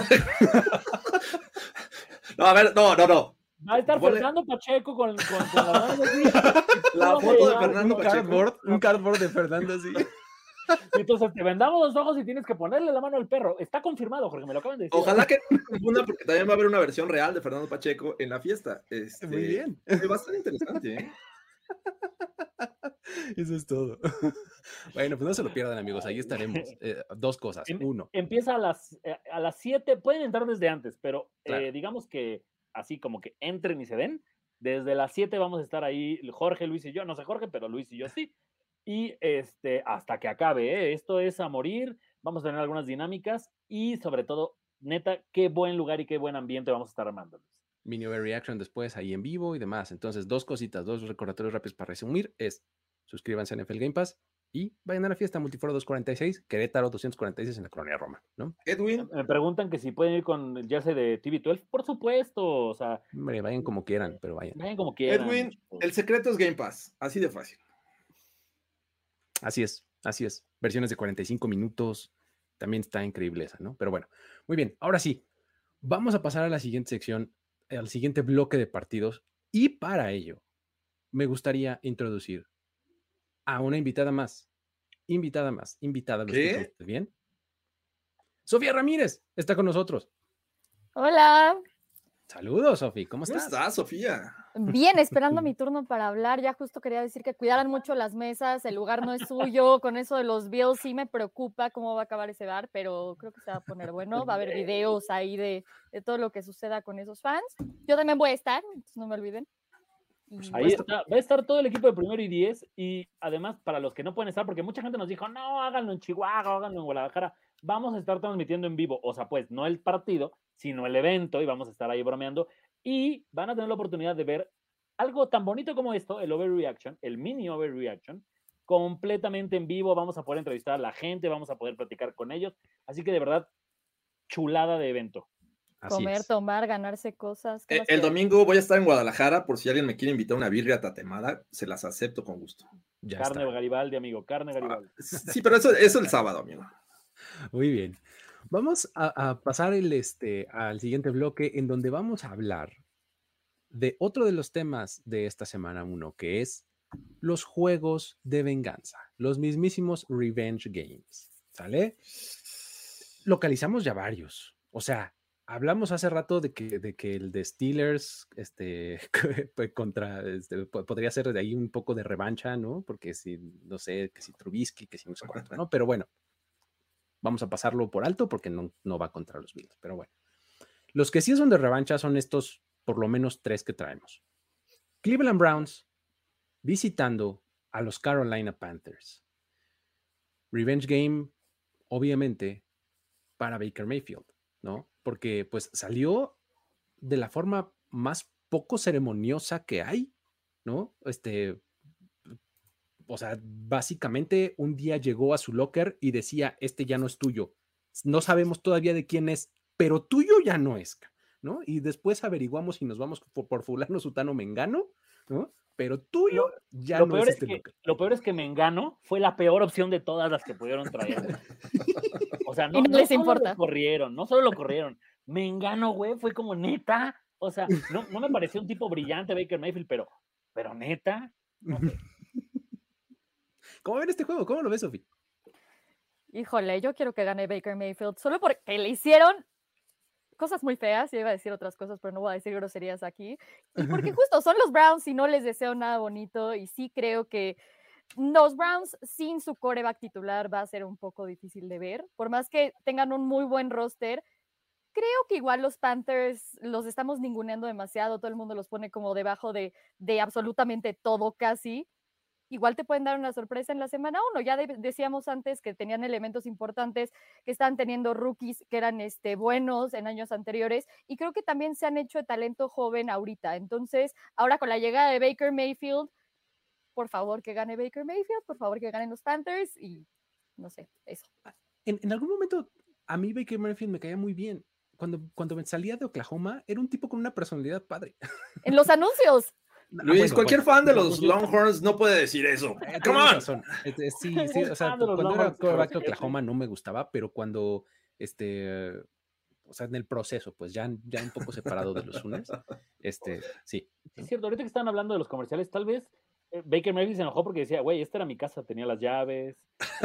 No, a ver, no. Va a estar Fernando Pacheco con la mano así. La foto de Fernando Pacheco. Un cardboard de Fernando así. Entonces te vendamos los ojos y tienes que ponerle la mano al perro. Está confirmado, Jorge, me lo acaban de decir. Ojalá que no se confunda porque también va a haber una versión real de Fernando Pacheco en la fiesta. Muy bien. Va a estar interesante, ¿eh? Eso es todo. Bueno, pues no se lo pierdan, amigos. Ahí estaremos. Dos cosas. Uno. Empieza a las 7. Pueden entrar desde antes, pero claro. Digamos que así como que entren y se den. Desde las 7 vamos a estar ahí Jorge, Luis y yo. No sé Jorge, pero Luis y yo sí. Y hasta que acabe, ¿eh? Esto es a morir. Vamos a tener algunas dinámicas y sobre todo, neta, qué buen lugar y qué buen ambiente vamos a estar armándoles. Mini overreaction después ahí en vivo y demás. Entonces, dos cositas, dos recordatorios rápidos para resumir es suscríbanse a NFL Game Pass y vayan a la fiesta Multiforo 246, Querétaro 246 en la Colonia Roma, ¿no? Edwin. Me preguntan que si pueden ir con el jersey de TV12. Por supuesto, o sea. Hombre, vayan como quieran, pero vayan. Vayan como quieran. Edwin, el secreto es Game Pass, así de fácil. Así es. Versiones de 45 minutos, también está increíble esa, ¿no? Pero bueno, muy bien, ahora sí, vamos a pasar a la siguiente sección, al siguiente bloque de partidos, y para ello me gustaría introducir a una invitada más. ¿Lo escucha usted bien? Sofía Ramírez está con nosotros. Hola. Saludos, Sofía, ¿cómo estás? ¿Cómo estás, Sofía? Bien, esperando mi turno para hablar. Ya justo quería decir que cuidaran mucho las mesas, el lugar no es suyo. Con eso de los Bills sí me preocupa cómo va a acabar ese bar, pero creo que se va a poner bueno. Va a haber videos ahí de todo lo que suceda con esos fans. Yo también voy a estar, entonces no me olviden. Ahí está, va a estar todo el equipo de Primero y 10 y además para los que no pueden estar, porque mucha gente nos dijo, no, háganlo en Chihuahua, háganlo en Guadalajara, vamos a estar transmitiendo en vivo, o sea, pues no el partido, sino el evento y vamos a estar ahí bromeando y van a tener la oportunidad de ver algo tan bonito como esto, el Overreaction, el mini Overreaction, completamente en vivo, vamos a poder entrevistar a la gente, vamos a poder platicar con ellos, así que de verdad, chulada de evento. Comer, tomar, ganarse cosas. El domingo voy a estar en Guadalajara, por si alguien me quiere invitar a una birria tatemada, se las acepto con gusto. Ya carne está. Garibaldi, amigo, carne Garibaldi. Sí, pero eso el sábado, amigo. Muy bien. Vamos a pasar al siguiente bloque en donde vamos a hablar de otro de los temas de esta semana 1, que es los juegos de venganza, los mismísimos revenge games, ¿sale? Localizamos ya varios, o sea, hablamos hace rato de que el de Steelers podría ser de ahí un poco de revancha, ¿no? Porque si, no sé, que si Trubisky, que si no sé cuánto, ¿no? Pero bueno, vamos a pasarlo por alto porque no va contra los Bills, pero bueno. Los que sí son de revancha son estos, por lo menos 3 que traemos. Cleveland Browns visitando a los Carolina Panthers. Revenge game, obviamente, para Baker Mayfield, ¿no? Porque pues salió de la forma más poco ceremoniosa que hay, ¿no? O sea, básicamente un día llegó a su locker y decía, este ya no es tuyo. No sabemos todavía de quién es, pero tuyo ya no es, ¿no? Y después averiguamos y nos vamos por fulano, sutano, mengano, ¿no? Pero tuyo ya no es este locker. Lo peor es que Mengano fue la peor opción de todas las que pudieron traer. O sea, no les importa. No solo lo corrieron. Mengano, güey, fue como neta. O sea, no me pareció un tipo brillante Baker Mayfield, pero neta, no sé. ¿Cómo ven este juego? ¿Cómo lo ves, Sofi? Híjole, yo quiero que gane Baker Mayfield, solo porque le hicieron cosas muy feas, yo iba a decir otras cosas, pero no voy a decir groserías aquí, y porque justo son los Browns y no les deseo nada bonito, y sí creo que los Browns sin su quarterback titular va a ser un poco difícil de ver, por más que tengan un muy buen roster. Creo que igual los Panthers los estamos ninguneando demasiado, todo el mundo los pone como debajo de absolutamente todo casi. Igual te pueden dar una sorpresa en la semana 1. Ya decíamos antes que tenían elementos importantes, que estaban teniendo rookies que eran buenos en años anteriores, y creo que también se han hecho de talento joven ahorita. Entonces, ahora con la llegada de Baker Mayfield, por favor que gane Baker Mayfield, por favor que ganen los Panthers, y no sé, eso. En algún momento, a mí Baker Mayfield me caía muy bien. Cuando me salía de Oklahoma, era un tipo con una personalidad padre. En los anuncios. Luis, cualquier fan de los Longhorns no puede decir eso. ¡Come on! Sí, o sea, cuando era quarterback de Oklahoma no me gustaba, pero cuando, o sea, en el proceso, pues ya un poco separado de los Sooners, sí. Es cierto, ahorita que están hablando de los comerciales, tal vez Baker Mayfield se enojó porque decía, güey, esta era mi casa, tenía las llaves.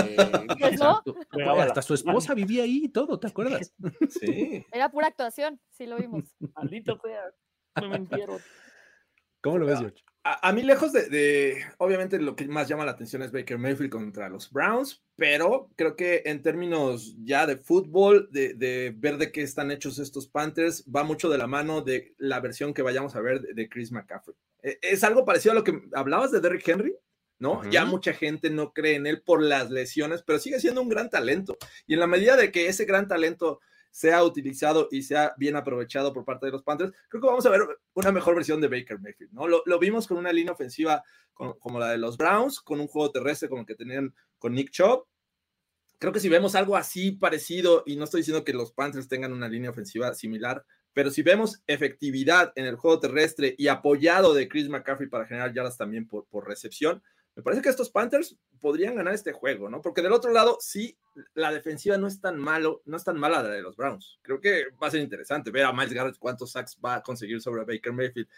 Hasta su esposa vivía ahí y todo, ¿te acuerdas? Sí. Era pura actuación, sí lo vimos. Maldito sea, me mintieron. ¿Cómo lo ves, George? A mí, lejos obviamente lo que más llama la atención es Baker Mayfield contra los Browns, pero creo que en términos ya de fútbol, de ver de qué están hechos estos Panthers, va mucho de la mano de la versión que vayamos a ver de Chris McCaffrey. Es algo parecido a lo que hablabas de Derrick Henry, ¿no? Ya mucha gente no cree en él por las lesiones, pero sigue siendo un gran talento. Y en la medida de que ese gran talento sea utilizado y sea bien aprovechado por parte de los Panthers, creo que vamos a ver una mejor versión de Baker Mayfield, ¿no? Lo vimos con una línea ofensiva como la de los Browns, con un juego terrestre como el que tenían con Nick Chubb. Creo que si vemos algo así parecido, y no estoy diciendo que los Panthers tengan una línea ofensiva similar, pero si vemos efectividad en el juego terrestre y apoyado de Chris McCaffrey para generar yardas también por recepción, me parece que estos Panthers podrían ganar este juego, ¿no? Porque del otro lado, sí, la defensiva no es tan mala la de los Browns. Creo que va a ser interesante ver a Myles Garrett cuántos sacks va a conseguir sobre Baker Mayfield.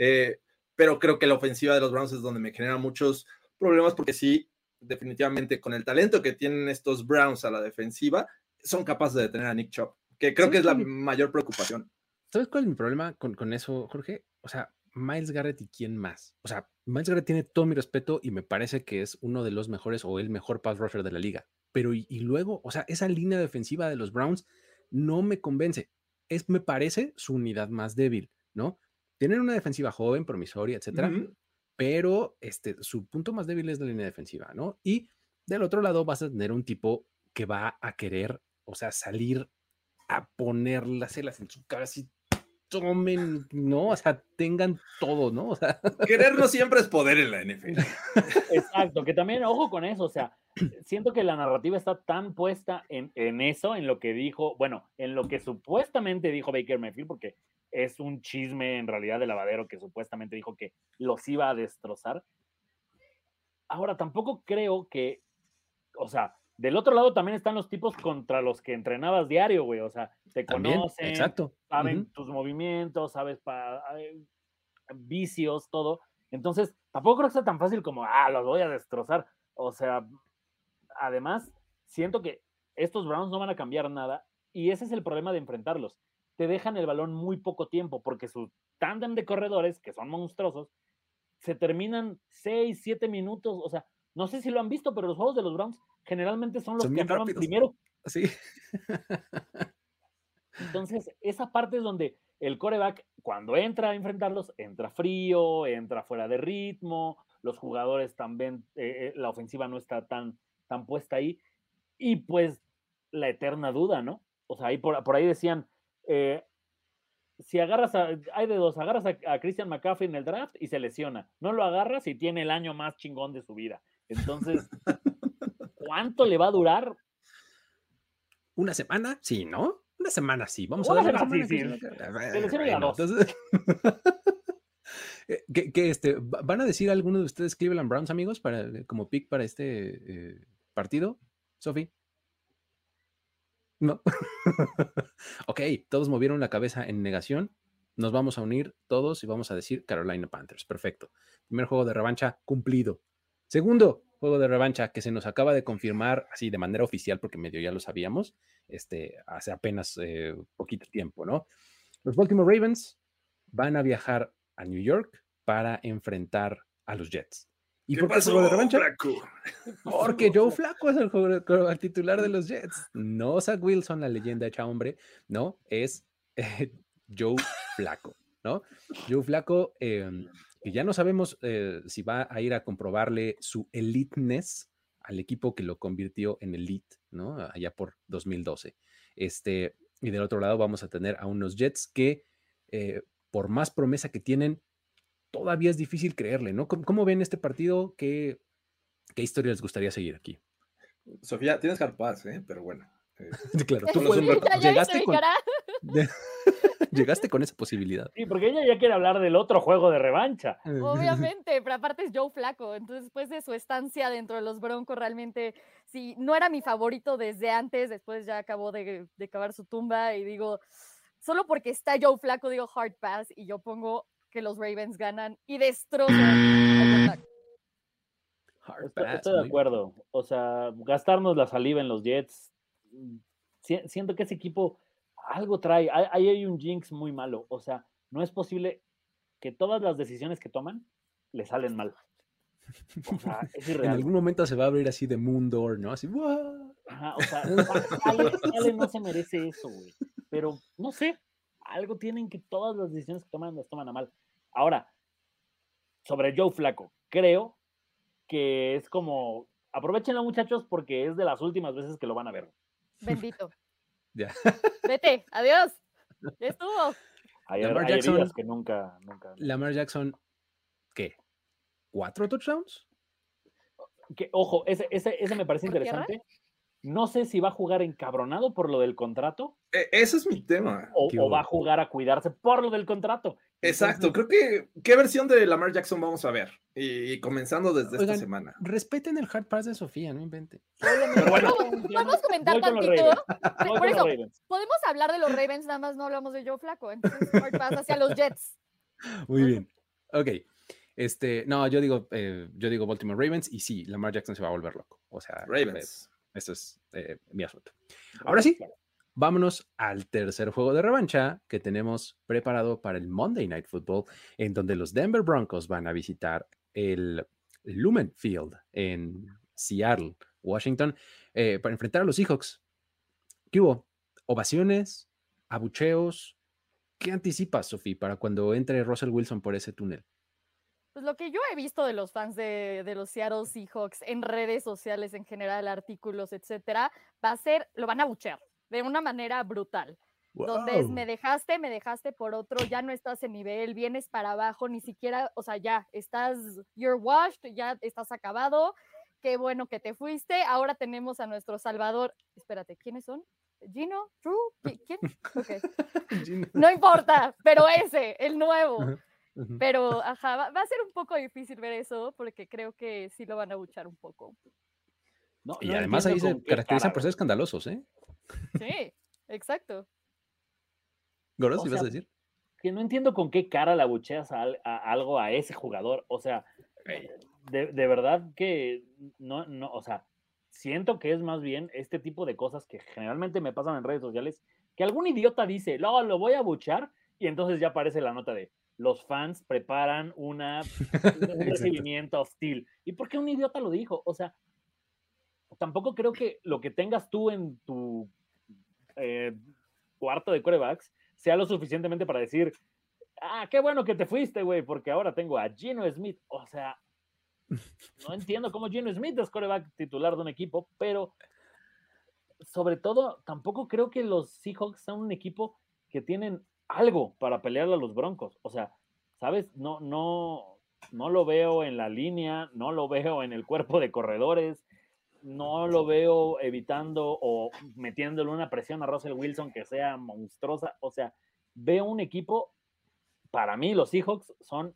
Pero creo que la ofensiva de los Browns es donde me genera muchos problemas, porque sí, definitivamente con el talento que tienen estos Browns a la defensiva, son capaces de detener a Nick Chubb, que creo que es la mayor preocupación. ¿Sabes cuál es mi problema con eso, Jorge? O sea, Myles Garrett y quién más. O sea, Myles Garrett tiene todo mi respeto y me parece que es uno de los mejores o el mejor pass rusher de la liga. Pero y luego, o sea, esa línea defensiva de los Browns no me convence. Me parece su unidad más débil, ¿no? Tienen una defensiva joven, promisoria, etcétera, pero su punto más débil es la línea defensiva, ¿no? Y del otro lado vas a tener un tipo que va a querer, o sea, salir a ponerlas en su cara así, tomen, ¿no? O sea, tengan todo, ¿no? O sea, querer no siempre es poder en la NFL. Exacto, que también, ojo con eso, o sea, siento que la narrativa está tan puesta en eso, en lo que dijo, bueno, en lo que supuestamente dijo Baker Mayfield, porque es un chisme en realidad de lavadero que supuestamente dijo que los iba a destrozar. Ahora, tampoco creo que, o sea, del otro lado también están los tipos contra los que entrenabas diario, güey. O sea, te también, conocen, exacto, saben tus movimientos, sabes vicios, todo. Entonces, tampoco creo que sea tan fácil como, los voy a destrozar. O sea, además, siento que estos Browns no van a cambiar nada y ese es el problema de enfrentarlos. Te dejan el balón muy poco tiempo porque su tándem de corredores, que son monstruosos, se terminan 6, 7 minutos. O sea, no sé si lo han visto, pero los juegos de los Browns generalmente son los que acaban primero. Sí. Entonces, esa parte es donde el quarterback, cuando entra a enfrentarlos, entra frío, entra fuera de ritmo, los jugadores también, la ofensiva no está tan puesta ahí, Y pues la eterna duda, ¿no? O sea, ahí por ahí decían, si agarras hay de dos, agarras a Christian McCaffrey en el draft y se lesiona. No lo agarras y tiene el año más chingón de su vida. Entonces, ¿cuánto le va a durar? ¿Una semana? Sí, ¿no? Una semana sí. Vamos a Una ver. semana, sí. Se lesiona ya dos. Entonces, ¿van a decir alguno de ustedes Cleveland Browns, amigos, como pick para este partido? Sofi. No. Ok, todos movieron la cabeza en negación. Nos vamos a unir todos y vamos a decir Carolina Panthers. Perfecto. Primer juego de revancha cumplido. Segundo juego de revancha que se nos acaba de confirmar así de manera oficial, porque medio ya lo sabíamos, hace apenas poquito tiempo, ¿no? Los Baltimore Ravens van a viajar a New York para enfrentar a los Jets. ¿Y por qué el juego de revancha? Flaco? Porque Joe Flacco es el titular de los Jets. No Zach Wilson, la leyenda hecha hombre, no, es Joe Flacco, ¿no? Joe Flacco, que ya no sabemos si va a ir a comprobarle su eliteness al equipo que lo convirtió en elite, ¿no? Allá por 2012. Y del otro lado vamos a tener a unos Jets que, por más promesa que tienen, todavía es difícil creerle, ¿no? ¿Cómo ven este partido? ¿Qué historia les gustaría seguir aquí? Sofía, tienes carpas, pero bueno. Claro, tú llegaste con esa posibilidad. Sí, porque ella ya quiere hablar del otro juego de revancha. Obviamente, pero aparte es Joe Flacco, entonces después de su estancia dentro de los Broncos, realmente, sí, no era mi favorito desde antes, después ya acabó de cavar su tumba y digo, solo porque está Joe Flacco, digo hard pass y yo pongo que los Ravens ganan y destrozan a Joe Flacco. Estoy de acuerdo, o sea, gastarnos la saliva en los Jets, siento que ese equipo algo trae, ahí hay un jinx muy malo, o sea, no es posible que todas las decisiones que toman le salen mal. O sea, es irreal. En algún momento se va a abrir así de Moon Door, ¿no? Así, ¡wow! Ajá, o sea, Ale no se merece eso, güey. Pero, no sé, algo tienen que todas las decisiones que toman las toman a mal. Ahora, sobre Joe Flacco, creo que es como, aprovechenlo, muchachos, porque es de las últimas veces que lo van a ver. Bendito. Ya. Vete, adiós. Ya estuvo. Hay heridas que nunca. Lamar Jackson, ¿qué? ¿4 touchdowns? Que, ojo, ese me parece interesante. Tierra? No sé si va a jugar encabronado por lo del contrato. Ese es mi tema. O va a jugar a cuidarse por lo del contrato. Exacto. Entonces, creo que ¿qué versión de Lamar Jackson vamos a ver? Y comenzando desde esta semana. Respeten el hard pass de Sofía, no inventen. Pero bueno, podemos comentar tantito. Por eso, podemos hablar de los Ravens, nada más no hablamos de Joe Flacco. Entonces, hard pass hacia los Jets. Muy bien. Ok. No, yo digo Baltimore Ravens y sí, Lamar Jackson se va a volver loco. O sea, Ravens. Eso es mi asunto. Ahora sí, vámonos al tercer juego de revancha que tenemos preparado para el Monday Night Football, en donde los Denver Broncos van a visitar el Lumen Field en Seattle, Washington, para enfrentar a los Seahawks. ¿Qué hubo? ¿Ovaciones? ¿Abucheos? ¿Qué anticipas, Sophie, para cuando entre Russell Wilson por ese túnel? Pues lo que yo he visto de los fans de los Seattle Seahawks en redes sociales en general, artículos, etcétera, lo van a abuchear de una manera brutal. Wow. Donde es, me dejaste por otro, ya no estás en nivel, vienes para abajo, ni siquiera, o sea, ya you're washed, ya estás acabado, qué bueno que te fuiste, ahora tenemos a nuestro Salvador, espérate, ¿quiénes son? ¿Gino? ¿Drew? ¿Quién? Okay. No importa, pero el nuevo. Pero, va a ser un poco difícil ver eso, porque creo que sí lo van a abuchar un poco. No, y además ahí se caracterizan por ser escandalosos, ¿eh? Sí, exacto. Goros, ¿ibas a decir? Que no entiendo con qué cara le abucheas a ese jugador. O sea, de verdad que no, o sea, siento que es más bien este tipo de cosas que generalmente me pasan en redes sociales, que algún idiota dice, no, lo voy a abuchear, y entonces ya aparece la nota de los fans preparan un recibimiento hostil. ¿Y por qué un idiota lo dijo? O sea, tampoco creo que lo que tengas tú en tu cuarto de quarterbacks sea lo suficientemente para decir, qué bueno que te fuiste, güey, porque ahora tengo a Geno Smith. O sea, no entiendo cómo Geno Smith es quarterback titular de un equipo, pero sobre todo, tampoco creo que los Seahawks sean un equipo que tienen algo para pelearle a los Broncos. O sea, ¿sabes? No lo veo en la línea, no lo veo en el cuerpo de corredores, no lo veo evitando o metiéndole una presión a Russell Wilson que sea monstruosa. O sea, veo un equipo, para mí los Seahawks son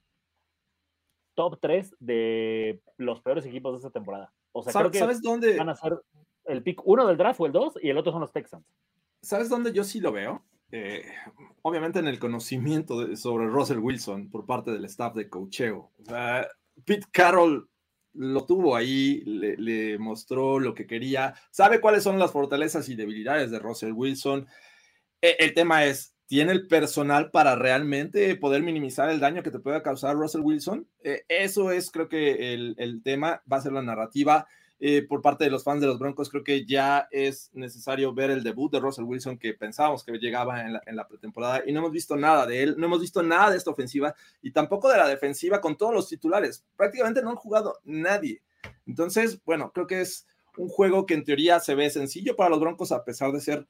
top 3 de los peores equipos de esta temporada. O sea, creo que ¿sabes dónde van a ser el pick 1 del draft o el 2 y el otro son los Texans. ¿Sabes dónde yo sí lo veo? Obviamente en el conocimiento sobre Russell Wilson por parte del staff de coacheo. O sea, Pete Carroll lo tuvo ahí, le mostró lo que quería, sabe cuáles son las fortalezas y debilidades de Russell Wilson. El tema es, ¿tiene el personal para realmente poder minimizar el daño que te pueda causar Russell Wilson? Eso es, creo que el tema va a ser la narrativa. Por parte de los fans de los Broncos, creo que ya es necesario ver el debut de Russell Wilson que pensábamos que llegaba en la pretemporada y no hemos visto nada de él, no hemos visto nada de esta ofensiva y tampoco de la defensiva con todos los titulares. Prácticamente no han jugado nadie. Entonces, bueno, creo que es un juego que en teoría se ve sencillo para los Broncos a pesar de ser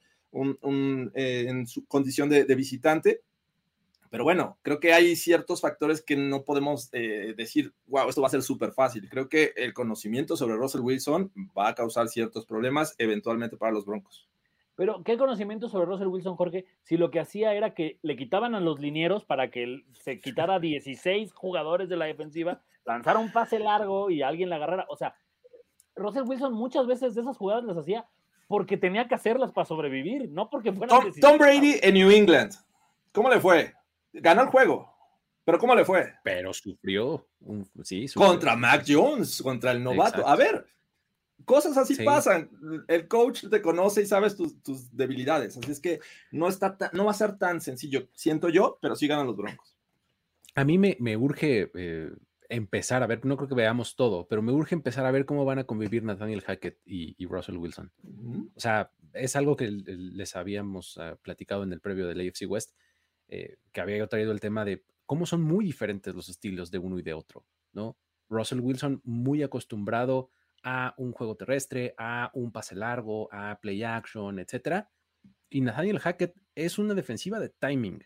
en su condición de visitante. Pero bueno, creo que hay ciertos factores que no podemos decir, wow, esto va a ser súper fácil. Creo que el conocimiento sobre Russell Wilson va a causar ciertos problemas eventualmente para los Broncos. Pero, ¿qué conocimiento sobre Russell Wilson, Jorge? Si lo que hacía era que le quitaban a los linieros para que se quitara 16 jugadores de la defensiva, lanzara un pase largo y alguien la agarrara. O sea, Russell Wilson muchas veces de esas jugadas las hacía porque tenía que hacerlas para sobrevivir, no porque fueran... Tom Brady en New England, ¿cómo le fue? Ganó el juego, pero ¿cómo le fue? Pero sufrió. Contra Mac Jones, contra el novato. Exacto. A ver, cosas así pasan. El coach te conoce y sabes tus debilidades. Así es que no va a ser tan sencillo, siento yo, pero sí ganan los Broncos. A mí me urge empezar a ver, no creo que veamos todo, pero me urge empezar a ver cómo van a convivir Nathaniel Hackett y Russell Wilson. Uh-huh. O sea, es algo que les habíamos platicado en el previo del AFC West. Que había yo traído el tema de cómo son muy diferentes los estilos de uno y de otro, ¿no? Russell Wilson muy acostumbrado a un juego terrestre, a un pase largo, a play action, etcétera. Y Nathaniel Hackett es una defensiva de timing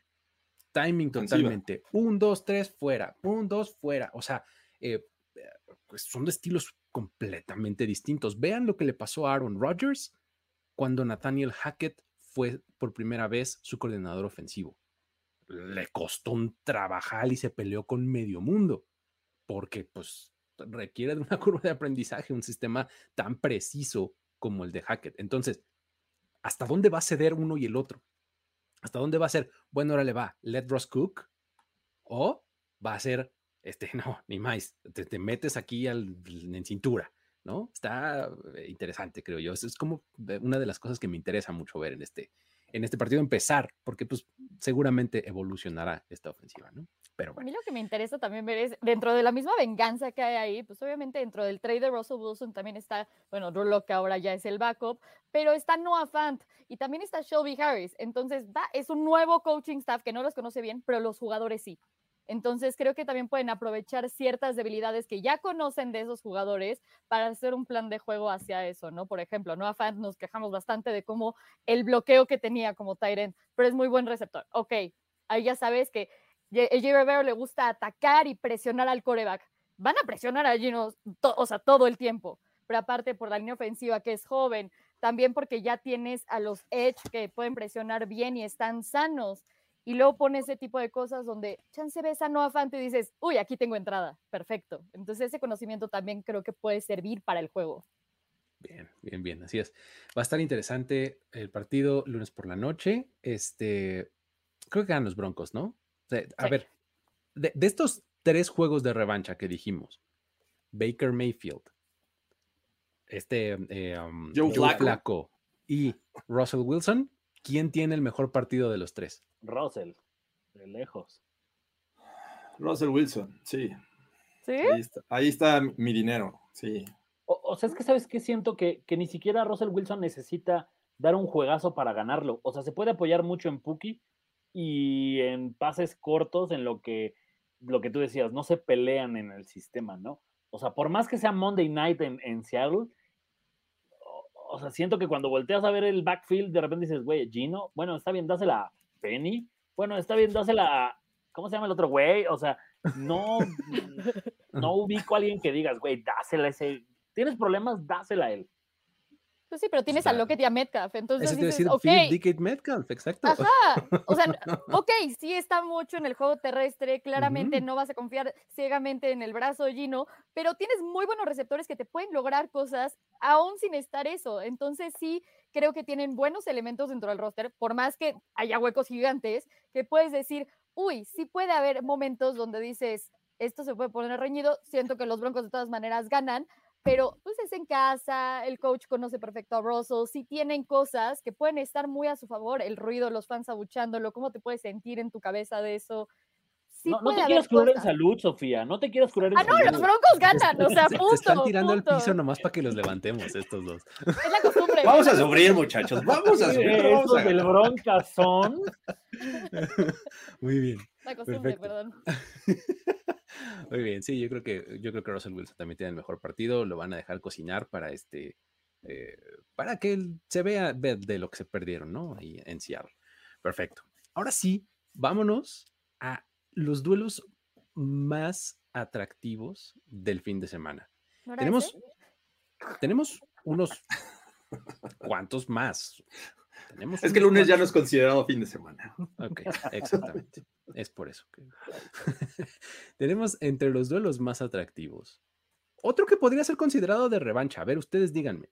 totalmente. 1, 2, 3, fuera. 1, 2, fuera. O sea, pues son de estilos completamente distintos. Vean lo que le pasó a Aaron Rodgers cuando Nathaniel Hackett fue por primera vez su coordinador ofensivo. Le costó un trabajal y se peleó con medio mundo, porque pues requiere de una curva de aprendizaje, un sistema tan preciso como el de Hackett. Entonces, ¿hasta dónde va a ceder uno y el otro? ¿Hasta dónde va a ser, bueno, ahora le va, let Russ cook? ¿O va a ser, no, ni más, te metes aquí en cintura, ¿no? Está interesante, creo yo. Es como una de las cosas que me interesa mucho ver en este partido, empezar, porque pues seguramente evolucionará esta ofensiva, ¿no? Pero bueno. A mí lo que me interesa también ver es, dentro de la misma venganza que hay ahí, pues obviamente dentro del trade de Russell Wilson también está, bueno, Drew Lock ahora ya es el backup, pero está Noah Fant y también está Shelby Harris. Entonces, es un nuevo coaching staff que no los conoce bien, pero los jugadores sí. Entonces, creo que también pueden aprovechar ciertas debilidades que ya conocen de esos jugadores para hacer un plan de juego hacia eso, ¿no? Por ejemplo, Noah Fant nos quejamos bastante de cómo el bloqueo que tenía como tight end, pero es muy buen receptor. Ok, ahí ya sabes que a Jay Rivero le gusta atacar y presionar al quarterback. Van a presionar a Gino, todo el tiempo. Pero aparte por la línea ofensiva que es joven, también porque ya tienes a los edge que pueden presionar bien y están sanos. Y luego pones ese tipo de cosas donde chance ves a Noah Fant y dices, uy, aquí tengo entrada, perfecto. Entonces ese conocimiento también creo que puede servir para el juego. Bien, así es. Va a estar interesante el partido lunes por la noche. Creo que ganan los Broncos, ¿no? A ver, de estos 3 juegos de revancha que dijimos, Baker Mayfield, Joe Flacco y Russell Wilson, ¿quién tiene el mejor partido de los 3? Russell, de lejos. Russell Wilson, sí. ¿Sí? Ahí está mi dinero, sí. O sea, es que ¿sabes qué? Siento que ni siquiera Russell Wilson necesita dar un juegazo para ganarlo. O sea, se puede apoyar mucho en Pookie y en pases cortos, en lo que tú decías, no se pelean en el sistema, ¿no? O sea, por más que sea Monday Night en Seattle, o sea, siento que cuando volteas a ver el backfield, de repente dices, güey, Gino, bueno, está bien, dásela a Penny, bueno, está bien, dásela a, ¿cómo se llama el otro güey? O sea, no ubico a alguien que digas, güey, dásela a ese, ¿tienes problemas? Dásela a él. Pues sí, pero tienes a Lockett y a Metcalf, entonces Eso te dices, iba a decir, Philip Dickett Metcalf, exacto. Ajá, o sea, ok, sí está mucho en el juego terrestre, claramente no vas a confiar ciegamente en el brazo de Gino, pero tienes muy buenos receptores que te pueden lograr cosas aún sin estar eso, entonces sí creo que tienen buenos elementos dentro del roster, por más que haya huecos gigantes, que puedes decir, uy, sí puede haber momentos donde dices, esto se puede poner reñido, siento que los Broncos de todas maneras ganan, pero pues es en casa, el coach conoce perfecto a Russell, sí tienen cosas que pueden estar muy a su favor, el ruido, los fans abuchándolo, cómo te puedes sentir en tu cabeza de eso. Sí no te quieras curar en salud, Sofía, no te quieras curar en salud. No, los Broncos ganan, o sea, punto. Se están tirando al piso nomás para que los levantemos estos dos. Es la costumbre. Vamos a sufrir, muchachos, vamos a sufrir. Esos del Broncas son... Muy bien. La costumbre, Perfecto. perdón. Muy bien, sí, yo creo que Russell Wilson también tiene el mejor partido, lo van a dejar cocinar para para que él se vea de lo que se perdieron, ¿no? Ahí en Seattle. Perfecto. Ahora sí, vámonos a los duelos más atractivos del fin de semana. Tenemos unos cuantos más. Es que el lunes ya no es considerado fin de semana. Ok, exactamente. Es por eso que tenemos entre los duelos más atractivos. Otro que podría ser considerado de revancha. A ver, ustedes díganme.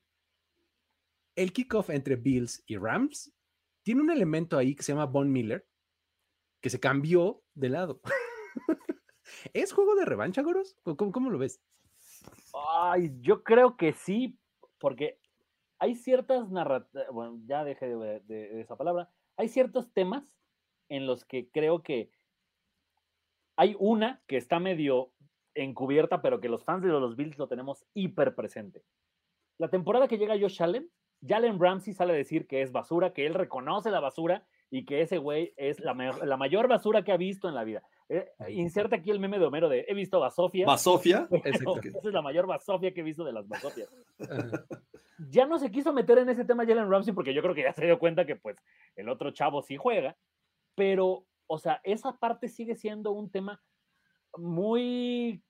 El kickoff entre Bills y Rams tiene un elemento ahí que se llama Von Miller, que se cambió de lado. ¿Es juego de revancha, Goros? ¿Cómo lo ves? Ay, yo creo que sí, porque hay ciertas narrativas, bueno, ya dejé de esa palabra, hay ciertos temas en los que creo que hay una que está medio encubierta, pero que los fans de los Bills lo tenemos hiper presente. La temporada que llega Josh Allen, Jalen Ramsey sale a decir que es basura, que él reconoce la basura y que ese güey es la mayor basura que ha visto en la vida. Inserta aquí el meme de Homero de he visto basofia. ¿Basofia? Esa es la mayor basofia que he visto de las basofias. Ya no se quiso meter en ese tema Jalen Ramsey porque yo creo que ya se dio cuenta que pues el otro chavo sí juega, pero o sea, esa parte sigue siendo un tema muy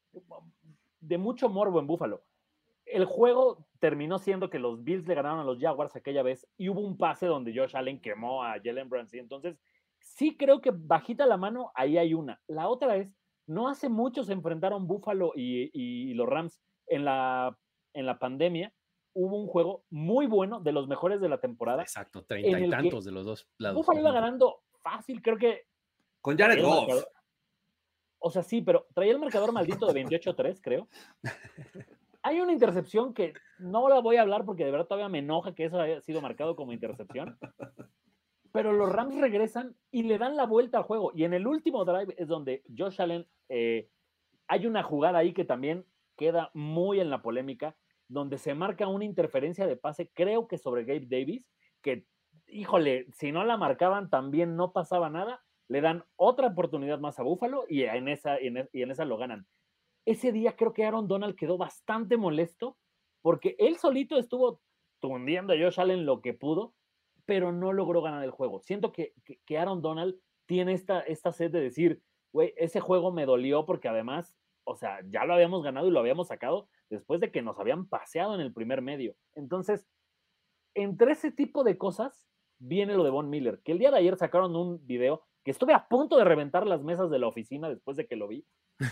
de mucho morbo en Buffalo. El juego terminó siendo que los Bills le ganaron a los Jaguars aquella vez y hubo un pase donde Josh Allen quemó a Jalen Ramsey. Entonces, sí creo que bajita la mano, ahí hay una. La otra es, no hace mucho se enfrentaron Buffalo y los Rams en la pandemia. Hubo un juego muy bueno, de los mejores de la temporada. Exacto, 30 y tantos de los dos lados. Buffalo iba ganando fácil, creo que... Con Jared Goff. O sea, sí, pero traía el marcador maldito de 28-3, creo. Hay una intercepción que no la voy a hablar porque de verdad todavía me enoja que eso haya sido marcado como intercepción. Pero los Rams regresan y le dan la vuelta al juego. Y en el último drive es donde Josh Allen, hay una jugada ahí que también queda muy en la polémica, donde se marca una interferencia de pase, creo que sobre Gabe Davis, que, híjole, si no la marcaban también no pasaba nada. Le dan otra oportunidad más a Buffalo y en esa lo ganan. Ese día creo que Aaron Donald quedó bastante molesto porque él solito estuvo tundiendo a Josh Allen lo que pudo, pero no logró ganar el juego. Siento que Aaron Donald tiene esta sed de decir, güey, ese juego me dolió porque además, o sea, ya lo habíamos ganado y lo habíamos sacado después de que nos habían paseado en el primer medio. Entonces, entre ese tipo de cosas viene lo de Von Miller, que el día de ayer sacaron un video que estuve a punto de reventar las mesas de la oficina después de que lo vi,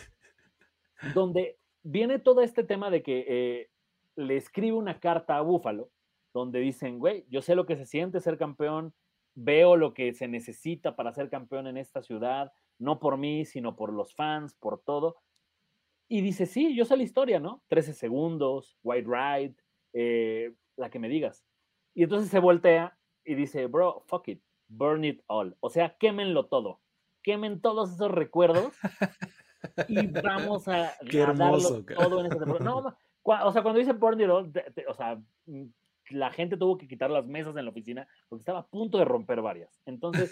donde viene todo este tema de que le escribe una carta a Buffalo, donde dicen, güey, yo sé lo que se siente ser campeón, veo lo que se necesita para ser campeón en esta ciudad, no por mí, sino por los fans, por todo. Y dice, sí, yo sé la historia, ¿no? 13 segundos, White Ride, la que me digas. Y entonces se voltea y dice, bro, fuck it, burn it all. O sea, quémenlo todo. Quemen todos esos recuerdos y vamos a hermoso, darlo todo en ese temporada. No, o sea, cuando dice burn it all, o sea, la gente tuvo que quitar las mesas en la oficina porque estaba a punto de romper varias. Entonces,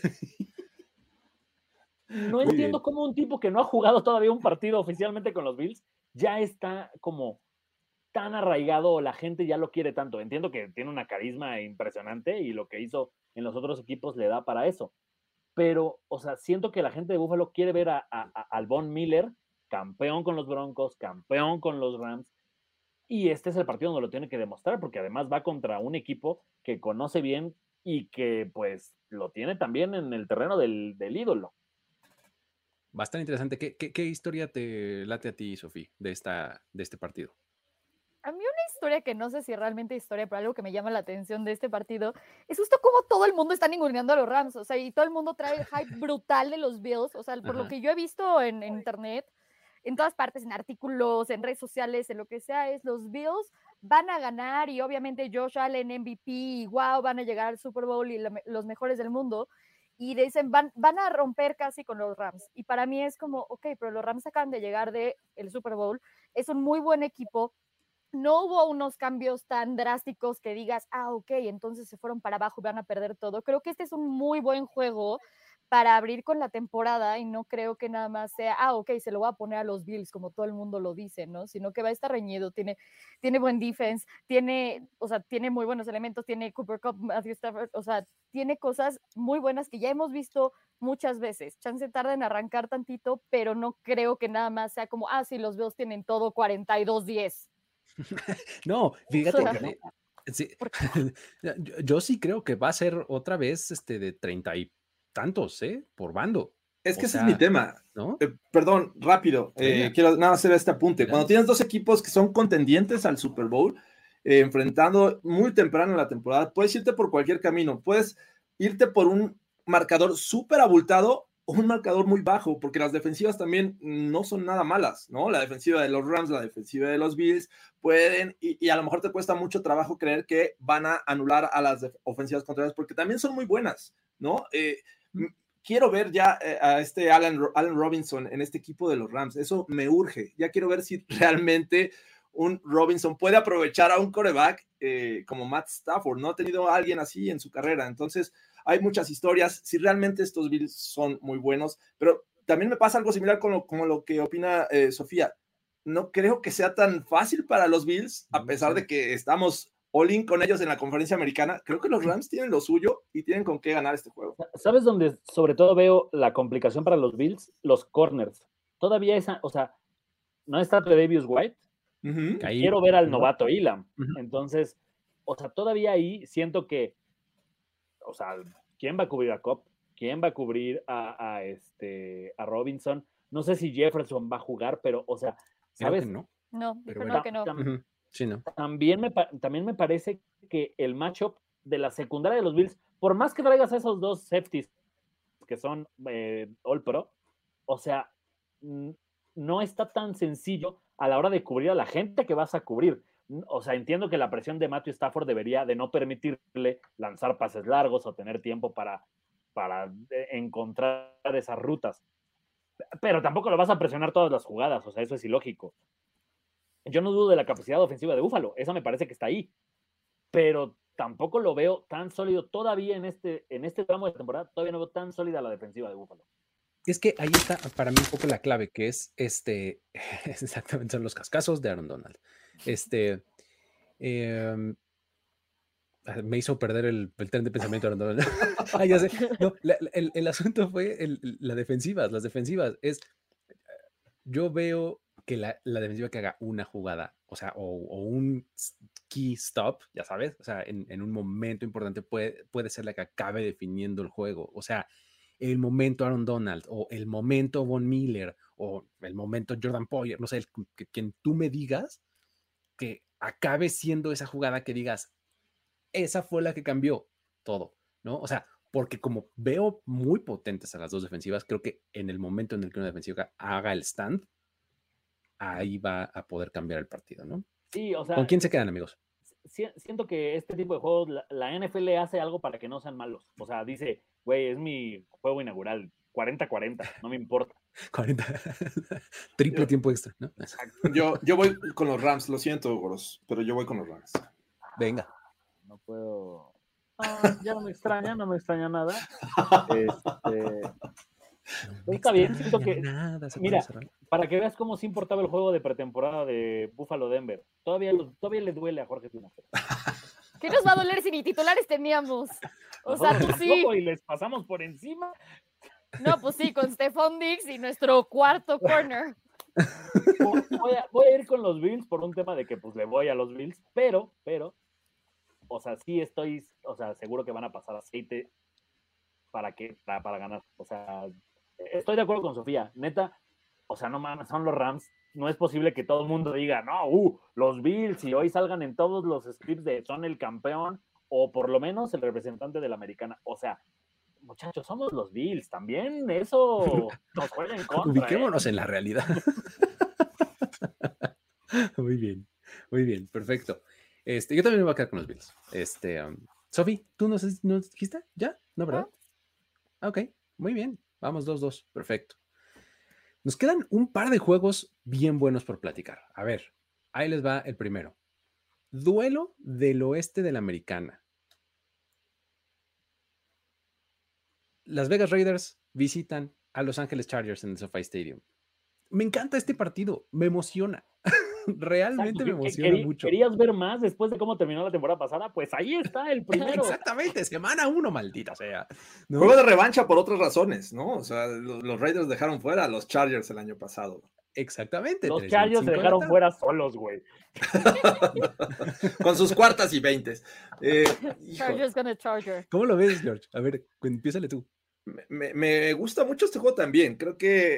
no entiendo cómo un tipo que no ha jugado todavía un partido oficialmente con los Bills ya está como tan arraigado o la gente ya lo quiere tanto. Entiendo que tiene una carisma impresionante y lo que hizo en los otros equipos le da para eso. Pero, o sea, siento que la gente de Buffalo quiere ver al Von Miller campeón con los Broncos, campeón con los Rams, y este es el partido donde lo tiene que demostrar, porque además va contra un equipo que conoce bien y que pues lo tiene también en el terreno del ídolo. Bastante interesante. ¿Qué historia te late a ti, Sofía, de este partido? A mí una historia que no sé si realmente es historia, pero algo que me llama la atención de este partido es justo cómo todo el mundo está ninguneando a los Rams, o sea, y todo el mundo trae el hype brutal de los Bills, o sea, por lo que yo he visto en internet, en todas partes, en artículos, en redes sociales, en lo que sea, es los Bills van a ganar y obviamente Josh Allen MVP, y wow, van a llegar al Super Bowl y los mejores del mundo, y dicen, van a romper casi con los Rams, y para mí es como, ok, pero los Rams acaban de llegar del Super Bowl, es un muy buen equipo, no hubo unos cambios tan drásticos que digas, ok, entonces se fueron para abajo y van a perder todo. Creo que este es un muy buen juego para abrir con la temporada y no creo que nada más sea, ok, se lo voy a poner a los Bills, como todo el mundo lo dice, ¿no? Sino que va a estar reñido, tiene buen defense, tiene muy buenos elementos, tiene Cooper Kupp, Matthew Stafford, o sea, tiene cosas muy buenas que ya hemos visto muchas veces. Chance tarda en arrancar tantito, pero no creo que nada más sea como, sí, los Bills tienen todo 42-10. No, fíjate, sí, yo sí creo que va a ser otra vez de 30 y tantos, por bando. Es que ese es mi tema, ¿no? Perdón, rápido, quiero nada hacer este apunte. Cuando tienes dos equipos que son contendientes al Super Bowl, enfrentando muy temprano en la temporada, puedes irte por cualquier camino, puedes irte por un marcador súper abultado o un marcador muy bajo, porque las defensivas también no son nada malas, ¿no? La defensiva de los Rams, la defensiva de los Bills, pueden, y a lo mejor te cuesta mucho trabajo creer que van a anular a las ofensivas contrarias, porque también son muy buenas, ¿no? Quiero ver ya a este Allen Robinson en este equipo de los Rams, eso me urge, ya quiero ver si realmente un Robinson puede aprovechar a un quarterback como Matt Stafford, no ha tenido a alguien así en su carrera, entonces hay muchas historias, si realmente estos Bills son muy buenos, pero también me pasa algo similar como lo que opina Sofía, no creo que sea tan fácil para los Bills, a pesar de que estamos all-in con ellos en la conferencia americana, creo que los Rams tienen lo suyo y tienen con qué ganar este juego. ¿Sabes dónde sobre todo veo la complicación para los Bills? Los corners. Todavía o sea, no está Tre'Davious White. Quiero ver al novato Elam. Entonces, o sea, todavía ahí siento que, o sea, ¿quién va a cubrir a Kupp? ¿Quién va a cubrir a Robinson? No sé si Jefferson va a jugar, pero, o sea, ¿sabes? No, pero bueno. que no. Sí, no. También me parece que el matchup de la secundaria de los Bills, por más que traigas a esos dos safeties que son All Pro, o sea, no está tan sencillo a la hora de cubrir a la gente que vas a cubrir. O sea, entiendo que la presión de Matthew Stafford debería de no permitirle lanzar pases largos o tener tiempo para encontrar esas rutas. Pero tampoco lo vas a presionar todas las jugadas, o sea, eso es ilógico. Yo no dudo de la capacidad ofensiva de Buffalo, esa me parece que está ahí, pero tampoco lo veo tan sólido todavía en este tramo de temporada, todavía no veo tan sólida la defensiva de Buffalo. Es que ahí está para mí un poco la clave, que es exactamente son los cascazos de Aaron Donald. Me hizo perder el tren de pensamiento de Aaron Donald. Ya sé. No, el asunto fue las defensivas. Yo veo que la defensiva que haga una jugada, o sea, o un key stop, ya sabes, o sea, en un momento importante puede ser la que acabe definiendo el juego. O sea, el momento Aaron Donald, o el momento Von Miller, o el momento Jordan Poyer, no sé, quien tú me digas, que acabe siendo esa jugada que digas, esa fue la que cambió todo, ¿no? O sea, porque como veo muy potentes a las dos defensivas, creo que en el momento en el que una defensiva haga el stand, ahí va a poder cambiar el partido, ¿no? Sí, o sea, ¿con quién se quedan, amigos? Siento que este tipo de juegos, la NFL hace algo para que no sean malos. O sea, dice, güey, es mi juego inaugural, 40-40, no me importa. 40. Triple tiempo extra, ¿no? Yo voy con los Rams, lo siento, Goros, pero yo voy con los Rams. Venga. No puedo. Ya no me extraña nada. Pues está bien, siento que... Mira, para que veas cómo sí importaba el juego de pretemporada de Buffalo Denver. Todavía le duele a Jorge Tinajero. ¿Qué nos va a doler si ni titulares teníamos? O sea, tú sí. Y les pasamos por encima. No, pues sí, con Stephon Diggs y nuestro cuarto corner. Voy a ir con los Bills por un tema de que pues le voy a los Bills, pero, o sea, sí estoy, o sea, seguro que van a pasar aceite para ganar. O sea, estoy de acuerdo con Sofía, neta, o sea, no mames, son los Rams. No es posible que todo el mundo diga, no, los Bills, y hoy salgan en todos los scripts de son el campeón, o por lo menos el representante de la americana. O sea, muchachos, somos los Bills, también eso nos juega en contra. Ubiquémonos en la realidad. Muy bien, perfecto. Yo también me voy a quedar con los Bills. Sofi, ¿tú nos dijiste? ¿Ya? ¿No, verdad? Ok, muy bien. Vamos 2-2, perfecto. Nos quedan un par de juegos bien buenos por platicar. A ver, ahí les va el primero. Duelo del oeste de la americana. Las Vegas Raiders visitan a Los Ángeles Chargers en el SoFi Stadium. Me encanta este partido, me emociona. Realmente me emociona mucho. ¿Querías ver más después de cómo terminó la temporada pasada? Pues ahí está el primero. Exactamente, semana 1, maldita sea. ¿No? Juego de revancha por otras razones, ¿no? O sea, los Raiders dejaron fuera a los Chargers el año pasado. Exactamente. Los Chargers se dejaron fuera solos, güey. Con sus cuartas y 20. Chargers gonna Charger. ¿Cómo lo ves, George? A ver, empiézale tú. Me gusta mucho este juego también. Creo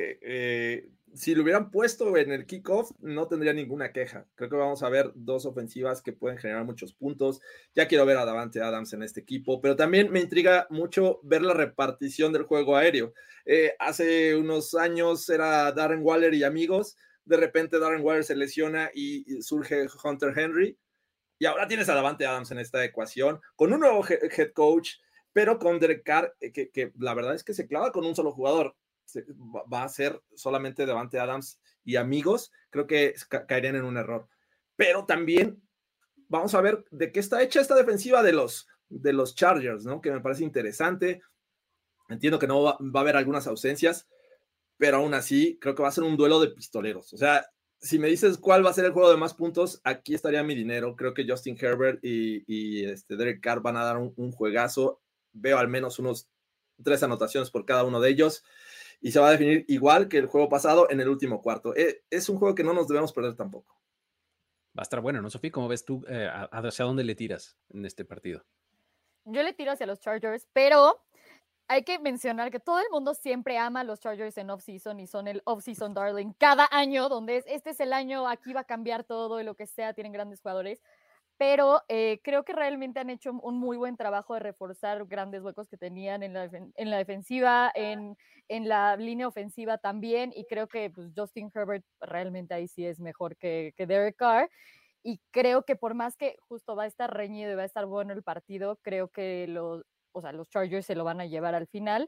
que si lo hubieran puesto en el kickoff, no tendría ninguna queja. Creo que vamos a ver dos ofensivas que pueden generar muchos puntos. Ya quiero ver a Davante Adams en este equipo, pero también me intriga mucho ver la repartición del juego aéreo. Hace unos años era Darren Waller y amigos. De repente Darren Waller se lesiona y surge Hunter Henry. Y ahora tienes a Davante Adams en esta ecuación, con un nuevo head coach, pero con Derek Carr, que la verdad es que se clava con un solo jugador. Va a ser solamente Davante Adams y amigos. Creo que caerían en un error. Pero también vamos a ver de qué está hecha esta defensiva de los Chargers, ¿no? Que me parece interesante. Entiendo que no va a haber algunas ausencias, pero aún así creo que va a ser un duelo de pistoleros. O sea, si me dices cuál va a ser el juego de más puntos, aquí estaría mi dinero. Creo que Justin Herbert y Derek Carr van a dar un juegazo. Veo al menos unos 3 anotaciones por cada uno de ellos. Y se va a definir igual que el juego pasado en el último cuarto. Es un juego que no nos debemos perder tampoco. Va a estar bueno, ¿no, Sofía? ¿Cómo ves tú? ¿Hacia dónde le tiras en este partido? Yo le tiro hacia los Chargers, pero hay que mencionar que todo el mundo siempre ama a los Chargers en off-season y son el off-season darling cada año, donde este es el año, aquí va a cambiar todo y lo que sea, tienen grandes jugadores. Pero creo que realmente han hecho un muy buen trabajo de reforzar grandes huecos que tenían en la defensiva, en la línea ofensiva también, y creo que pues, Justin Herbert realmente ahí sí es mejor que Derek Carr, y creo que por más que justo va a estar reñido y va a estar bueno el partido, creo que los Chargers se lo van a llevar al final,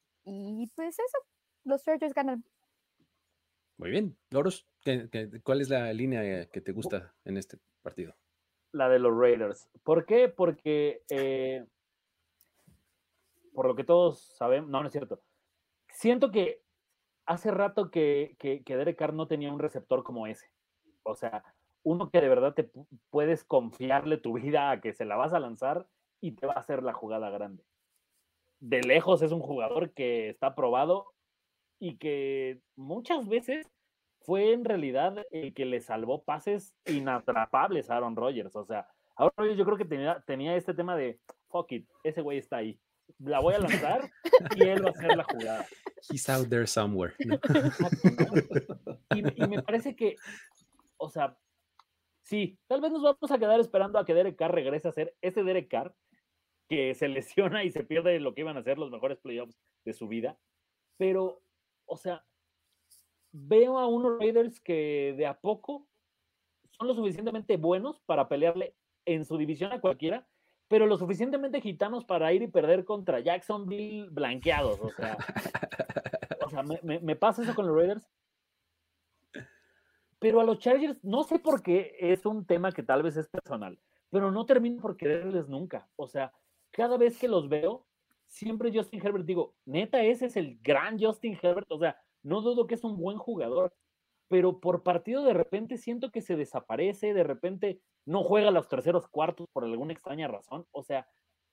y pues eso, los Chargers ganan. Muy bien. Loros, ¿cuál es la línea que te gusta en este partido? La de los Raiders. ¿Por qué? Porque por lo que todos sabemos, no es cierto. Siento que hace rato que Derek Carr no tenía un receptor como ese. O sea, uno que de verdad te puedes confiarle tu vida a que se la vas a lanzar y te va a hacer la jugada grande. De lejos es un jugador que está probado y que muchas veces fue en realidad el que le salvó pases inatrapables a Aaron Rodgers. O sea, Aaron Rodgers yo creo que tenía este tema de fuck it, ese güey está ahí. La voy a lanzar y él va a hacer la jugada. He's out there somewhere, ¿no? Exacto, ¿no? Y me parece que, o sea, sí, tal vez nos vamos a quedar esperando a que Derek Carr regrese a ser ese Derek Carr que se lesiona y se pierde lo que iban a ser los mejores playoffs de su vida. Pero, o sea, veo a unos Raiders que de a poco son lo suficientemente buenos para pelearle en su división a cualquiera, pero lo suficientemente gitanos para ir y perder contra Jacksonville blanqueados. O sea me pasa eso con los Raiders. Pero a los Chargers, no sé por qué, es un tema que tal vez es personal, pero no termino por quererles nunca. O sea, cada vez que los veo, siempre Justin Herbert, digo, neta, ese es el gran Justin Herbert, o sea, no dudo que es un buen jugador, pero por partido de repente siento que se desaparece, de repente no juega los terceros cuartos por alguna extraña razón, o sea,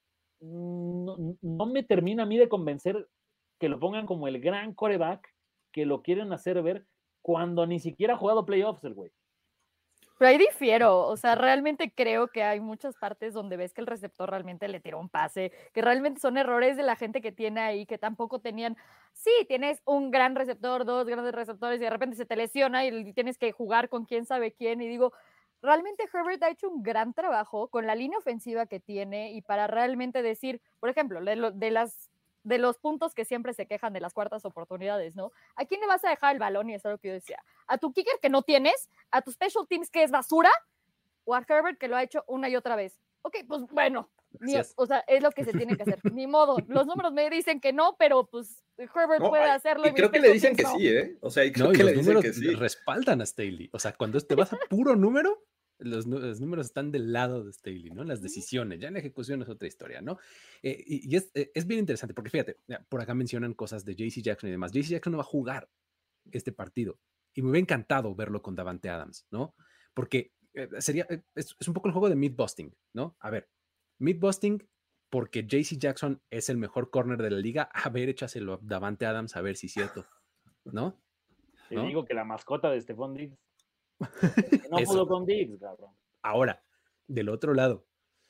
no me termina a mí de convencer que lo pongan como el gran quarterback que lo quieren hacer ver cuando ni siquiera ha jugado playoffs el güey. Pero ahí difiero, o sea, realmente creo que hay muchas partes donde ves que el receptor realmente le tiró un pase, que realmente son errores de la gente que tiene ahí, que tampoco tenían, sí, tienes un gran receptor, dos grandes receptores y de repente se te lesiona y tienes que jugar con quién sabe quién y digo, realmente Herbert ha hecho un gran trabajo con la línea ofensiva que tiene y para realmente decir, por ejemplo, de los puntos que siempre se quejan de las cuartas oportunidades, ¿no? ¿A quién le vas a dejar el balón? Y eso es lo que yo decía. ¿A tu kicker que no tienes? ¿A tu special teams que es basura? ¿O a Herbert que lo ha hecho una y otra vez? Ok, pues bueno, o sea, es lo que se tiene que hacer. Ni modo, los números me dicen que no, pero pues Herbert puede hacerlo. Y creo que le dicen que sí, ¿eh? O sea, y creo que los le dicen que sí. Respaldan a Staley. O sea, cuando te vas a puro número, los números están del lado de Staley, ¿no? Las decisiones, ya en ejecución es otra historia, ¿no? Y es bien interesante, porque fíjate, por acá mencionan cosas de JC Jackson y demás. JC Jackson no va a jugar este partido, y me hubiera encantado verlo con Davante Adams, ¿no? Porque es un poco el juego de myth-busting, ¿no? A ver, myth-busting porque JC Jackson es el mejor corner de la liga, a ver, échaselo a Davante Adams a ver si es cierto, ¿no? Te digo que la mascota de Stephon Diggs no pudo con Diggs, cabrón. Ahora, del otro lado,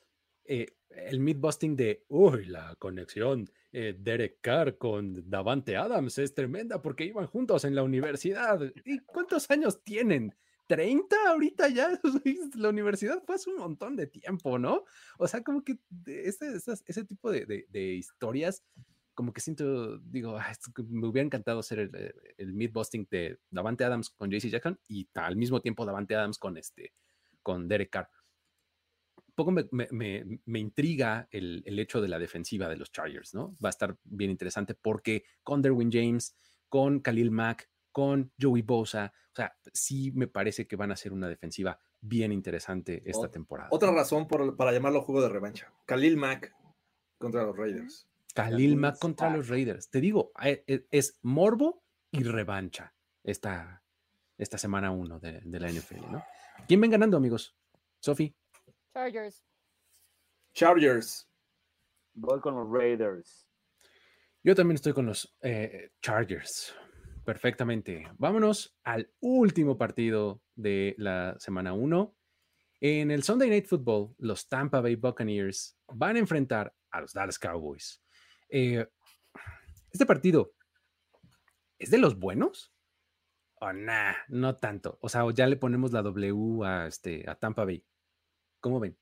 el myth-busting de la conexión Derek Carr con Davante Adams es tremenda porque iban juntos en la universidad. ¿Y cuántos años tienen? ¿30 ahorita ya? La universidad fue hace un montón de tiempo, ¿no? O sea, como que ese tipo de historias, como que siento, digo, me hubiera encantado hacer el myth-busting de Davante Adams con JC Jackson y al mismo tiempo Davante Adams con Derek Carr. Un poco me intriga el hecho de la defensiva de los Chargers, ¿no? Va a estar bien interesante porque con Derwin James, con Khalil Mack, con Joey Bosa, o sea, sí me parece que van a ser una defensiva bien interesante esta temporada. Otra razón para llamarlo juego de revancha. Khalil Mack contra los Raiders. Khalil Mack contra los Raiders. Te digo, es morbo y revancha esta semana 1 de la NFL, ¿no? ¿Quién ven ganando, amigos? Sofi. Chargers. Voy con los Raiders. Yo también estoy con los Chargers. Perfectamente. Vámonos al último partido de la semana 1. En el Sunday Night Football, los Tampa Bay Buccaneers van a enfrentar a los Dallas Cowboys. Este partido, ¿es de los buenos? O no tanto. O sea, ya le ponemos la W a Tampa Bay. ¿Cómo ven?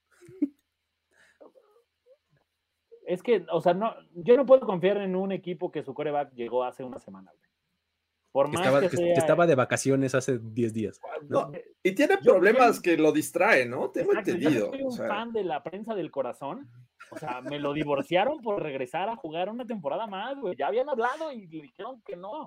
Es que, o sea, yo no puedo confiar en un equipo que su quarterback llegó hace una semana, güey. Por más que estaba de vacaciones hace 10 días. ¿no? Y tiene problemas que lo distraen, ¿no? Tengo entendido. Yo soy un fan de la prensa del corazón. O sea, me lo divorciaron por regresar a jugar una temporada más, güey. Ya habían hablado y le dijeron que no.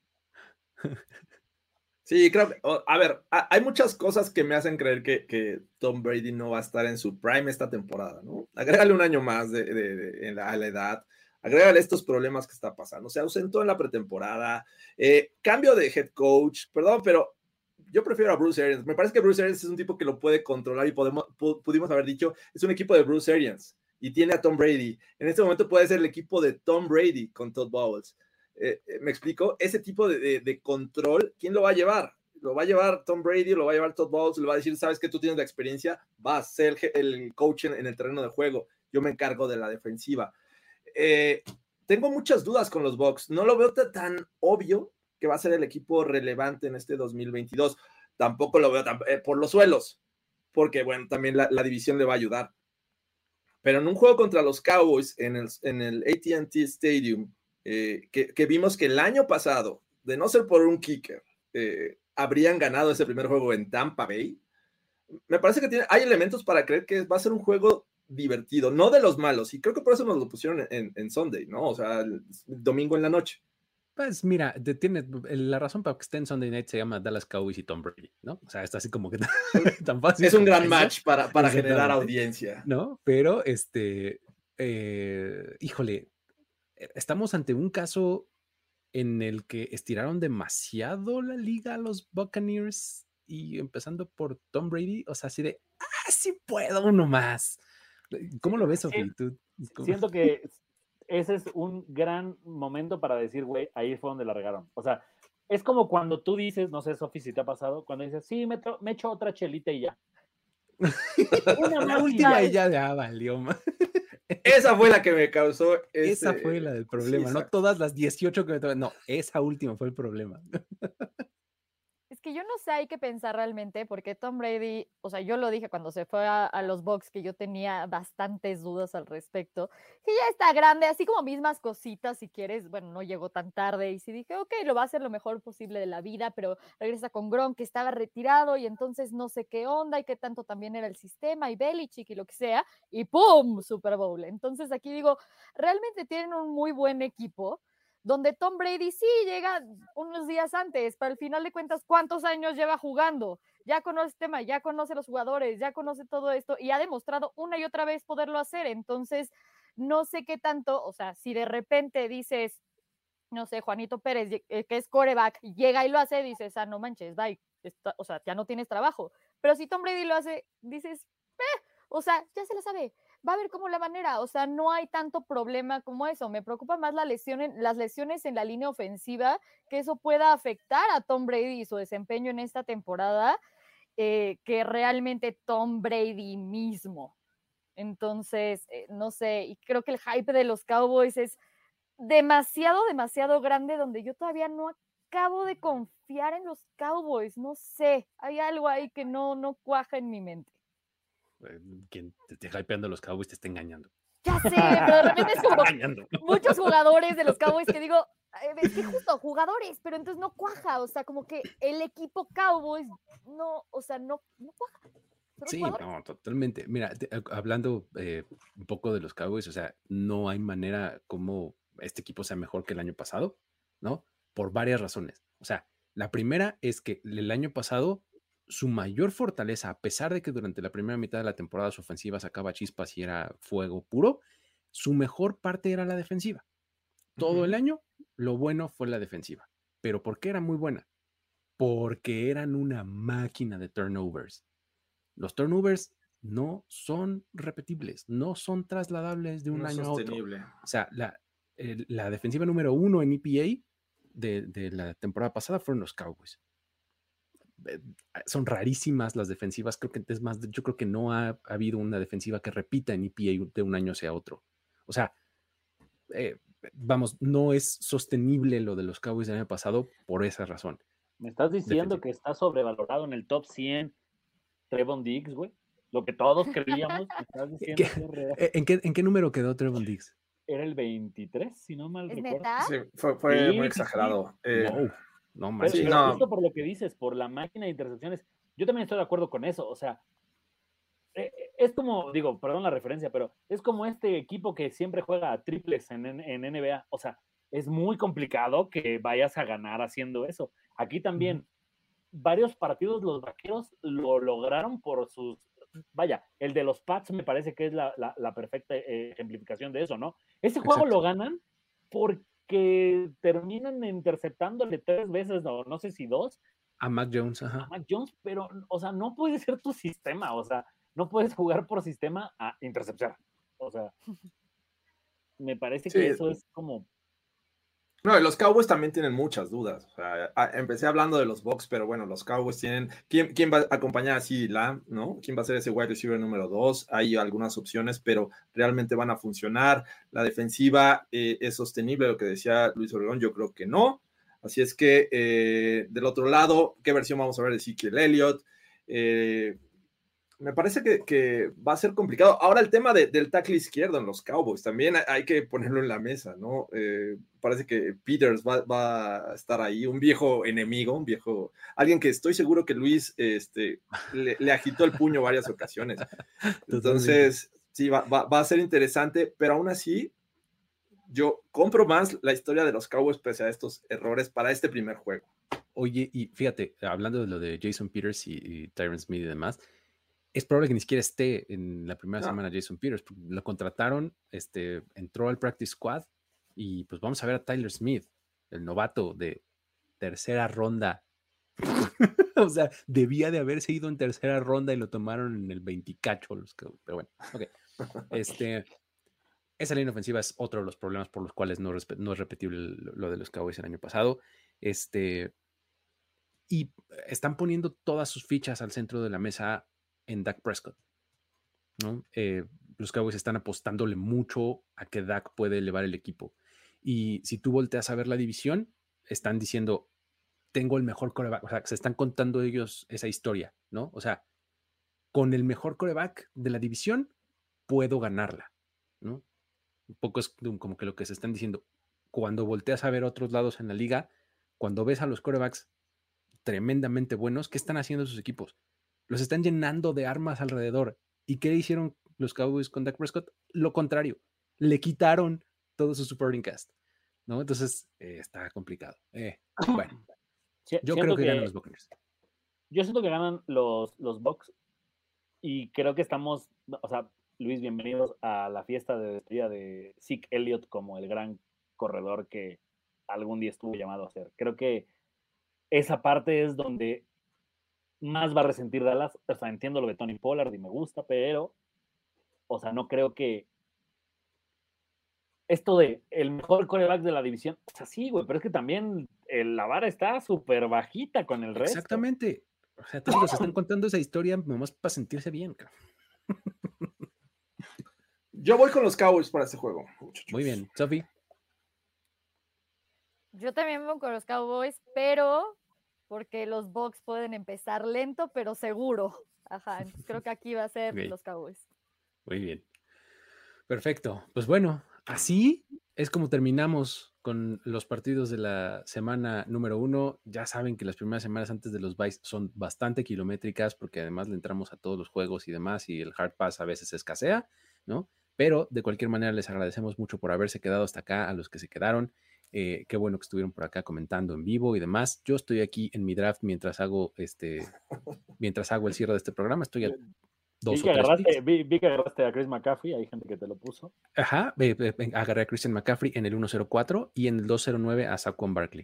Sí, creo. A ver, hay muchas cosas que me hacen creer que Tom Brady no va a estar en su prime esta temporada, ¿no? Agrégale un año más a la edad. Agrégale estos problemas que está pasando. Se ausentó en la pretemporada. Cambio de head coach. Perdón, pero yo prefiero a Bruce Arians. Me parece que Bruce Arians es un tipo que lo puede controlar y pudimos haber dicho, es un equipo de Bruce Arians y tiene a Tom Brady. En este momento puede ser el equipo de Tom Brady con Todd Bowles. ¿Me explico? Ese tipo de control, ¿quién lo va a llevar? ¿Lo va a llevar Tom Brady? ¿Lo va a llevar Todd Bowles? ¿Le va a decir, sabes que tú tienes la experiencia? Vas a ser el coach en el terreno de juego. Yo me encargo de la defensiva. Tengo muchas dudas con los Bucs. No lo veo tan obvio que va a ser el equipo relevante en este 2022. Tampoco lo veo por los suelos, porque bueno, también la división le va a ayudar. Pero en un juego contra los Cowboys en el AT&T Stadium, que vimos que el año pasado, de no ser por un kicker, habrían ganado ese primer juego en Tampa Bay, me parece que hay elementos para creer que va a ser un juego divertido, no de los malos, y creo que por eso nos lo pusieron en Sunday, ¿no? O sea, el domingo en la noche. Pues mira, la razón para que esté en Sunday Night se llama Dallas Cowboys y Tom Brady, ¿no? O sea, está así como que tan fácil. Es un gran match para generar audiencia. ¿No? Pero, híjole, estamos ante un caso en el que estiraron demasiado la liga a los Buccaneers y empezando por Tom Brady, o sea, así de, sí puedo, uno más. ¿Cómo lo ves, Sofi? Siento que ese es un gran momento para decir, güey, ahí fue donde la regaron. O sea, es como cuando tú dices, no sé, Sofi, si te ha pasado, cuando dices, sí, me echo otra chelita y ya. La última y ya valió. Esa fue la que me causó. Esa fue la del problema, sí, no todas las 18 que me toman. No, esa última fue el problema. Es que yo no sé, hay que pensar realmente, porque Tom Brady, o sea, yo lo dije cuando se fue a los Bucs, que yo tenía bastantes dudas al respecto, que ya está grande, así como mismas cositas, si quieres, bueno, no llegó tan tarde, y sí dije, ok, lo va a hacer lo mejor posible de la vida, pero regresa con Gronk, que estaba retirado, y entonces no sé qué onda, y qué tanto también era el sistema, y Belichick, y lo que sea, y ¡pum! Super Bowl. Entonces aquí digo, realmente tienen un muy buen equipo, donde Tom Brady sí llega unos días antes, pero al final de cuentas, ¿cuántos años lleva jugando? Ya conoce el tema, ya conoce los jugadores, ya conoce todo esto y ha demostrado una y otra vez poderlo hacer. Entonces, no sé qué tanto, o sea, si de repente dices, no sé, Juanito Pérez, que es quarterback, llega y lo hace, dices, no manches, bye, o sea, ya no tienes trabajo. Pero si Tom Brady lo hace, dices, o sea, ya se la sabe, va a ver cómo la manera, o sea, no hay tanto problema como eso. Me preocupa más las lesiones en la línea ofensiva, que eso pueda afectar a Tom Brady y su desempeño en esta temporada, que realmente Tom Brady mismo. Entonces, no sé, y creo que el hype de los Cowboys es demasiado grande, donde yo todavía no acabo de confiar en los Cowboys, no sé, hay algo ahí que no cuaja en mi mente. Quien te esté hypeando los Cowboys te está engañando. Ya sé, pero de repente es como muchos jugadores de los Cowboys que digo, es que justo jugadores, pero entonces no cuaja, o sea, como que el equipo Cowboys no, o sea, no cuaja. Sí, no, totalmente. Mira, hablando un poco de los Cowboys, o sea, no hay manera como este equipo sea mejor que el año pasado, ¿no? Por varias razones. O sea, la primera es que el año pasado su mayor fortaleza, a pesar de que durante la primera mitad de la temporada su ofensiva sacaba chispas y era fuego puro, su mejor parte era la defensiva. Todo el año, lo bueno fue la defensiva. ¿Pero por qué era muy buena? Porque eran una máquina de turnovers. Los turnovers no son repetibles, no son trasladables de un año a otro. O sea, la defensiva número 1 en EPA de la temporada pasada fueron los Cowboys. Son rarísimas las defensivas, creo que es más, yo creo que no ha habido una defensiva que repita en EPA de un año hacia otro. O sea, vamos, no es sostenible lo de los Cowboys del año pasado por esa razón. ¿Me estás diciendo que está sobrevalorado en el top 100 Trevon Diggs, güey? Lo que todos creíamos. ¿Me estás diciendo ¿En qué número quedó Trevon Diggs? Era el 23, si no mal recuerdo. ¿Neta? Sí, fue muy exagerado. No manches. Pero justo por lo que dices, por la máquina de intercepciones, yo también estoy de acuerdo con eso. O sea, es como, digo, perdón la referencia, pero es como este equipo que siempre juega a triples en NBA. O sea, es muy complicado que vayas a ganar haciendo eso. Aquí también, varios partidos los Vaqueros lo lograron por sus... Vaya, el de los Pats me parece que es la perfecta ejemplificación de eso, ¿no? Ese juego lo ganan porque terminan interceptándole 3 veces, no sé si 2. A Mac Jones, ajá. A Mac Jones, pero, o sea, no puede ser tu sistema, o sea, no puedes jugar por sistema a interceptar. O sea, me parece que eso es como... No, los Cowboys también tienen muchas dudas. O sea, empecé hablando de los Bucs, pero bueno, los Cowboys tienen... ¿Quién va a acompañar a CeeDee Lamb, no? ¿Quién va a ser ese wide receiver número 2? Hay algunas opciones, pero realmente van a funcionar. La defensiva es sostenible, lo que decía Luis Obregón, yo creo que no. Así es que, del otro lado, ¿qué versión vamos a ver de Ezekiel Elliott? Me parece que va a ser complicado. Ahora el tema del tackle izquierdo en los Cowboys, también hay que ponerlo en la mesa, ¿no? Parece que Peters va a estar ahí, un viejo enemigo, alguien que estoy seguro que Luis le agitó el puño varias ocasiones. Entonces, sí, va a ser interesante, pero aún así, yo compro más la historia de los Cowboys pese a estos errores para este primer juego. Oye, y fíjate, hablando de lo de Jason Peters y Tyron Smith y demás, es probable que ni siquiera esté en la primera semana Jason Peters. Lo contrataron, entró al practice squad, Y pues vamos a ver a Tyler Smith, el novato de tercera ronda. O sea, debía de haberse ido en tercera ronda y lo tomaron en el 20cacho. Pero bueno, ok. Esa línea ofensiva es otro de los problemas por los cuales no es repetible lo de los Cowboys el año pasado. Y están poniendo todas sus fichas al centro de la mesa en Dak Prescott, ¿no? Los Cowboys están apostándole mucho a que Dak puede elevar el equipo. Y si tú volteas a ver la división, están diciendo, tengo el mejor quarterback. O sea, se están contando ellos esa historia, ¿no? O sea, con el mejor quarterback de la división, puedo ganarla, ¿no? Un poco es como que lo que se están diciendo. Cuando volteas a ver otros lados en la liga, cuando ves a los quarterbacks tremendamente buenos, ¿qué están haciendo sus equipos? Los están llenando de armas alrededor. ¿Y qué hicieron los Cowboys con Dak Prescott? Lo contrario. Le quitaron todo su supporting cast, ¿no? Entonces, está complicado. Bueno, yo creo que ganan los Buccaneers. Yo siento que ganan los Bucs y creo que estamos, o sea, Luis, bienvenidos a la fiesta de despedida de Zeke Elliott como el gran corredor que algún día estuvo llamado a ser. Creo que esa parte es donde más va a resentir Dallas. O sea, entiendo lo de Tony Pollard y me gusta, pero, o sea, no creo que esto de el mejor quarterback de la división, o sea, sí, güey, pero es que también la vara está súper bajita con el resto. Exactamente. O sea, todos están contando esa historia nomás para sentirse bien, cabrón. Yo voy con los Cowboys para este juego, muchachos. Muy bien, Sofi. Yo también voy con los Cowboys, pero porque los Bucs pueden empezar lento, pero seguro. Ajá, entonces creo que aquí va a ser los Cowboys. Muy bien. Perfecto. Pues bueno, así es como terminamos con los partidos de la semana número 1. Ya saben que las primeras semanas antes de los byes son bastante kilométricas porque además le entramos a todos los juegos y demás y el Hard Pass a veces escasea, ¿no? Pero de cualquier manera les agradecemos mucho por haberse quedado hasta acá, a los que se quedaron. Qué bueno que estuvieron por acá comentando en vivo y demás. Yo estoy aquí en mi draft mientras hago el cierre de este programa. Estoy a vi que agarraste a Chris McCaffrey, hay gente que te lo puso. Ajá, agarré a Christian McCaffrey en el 104 y en el 209 a Saquon Barkley.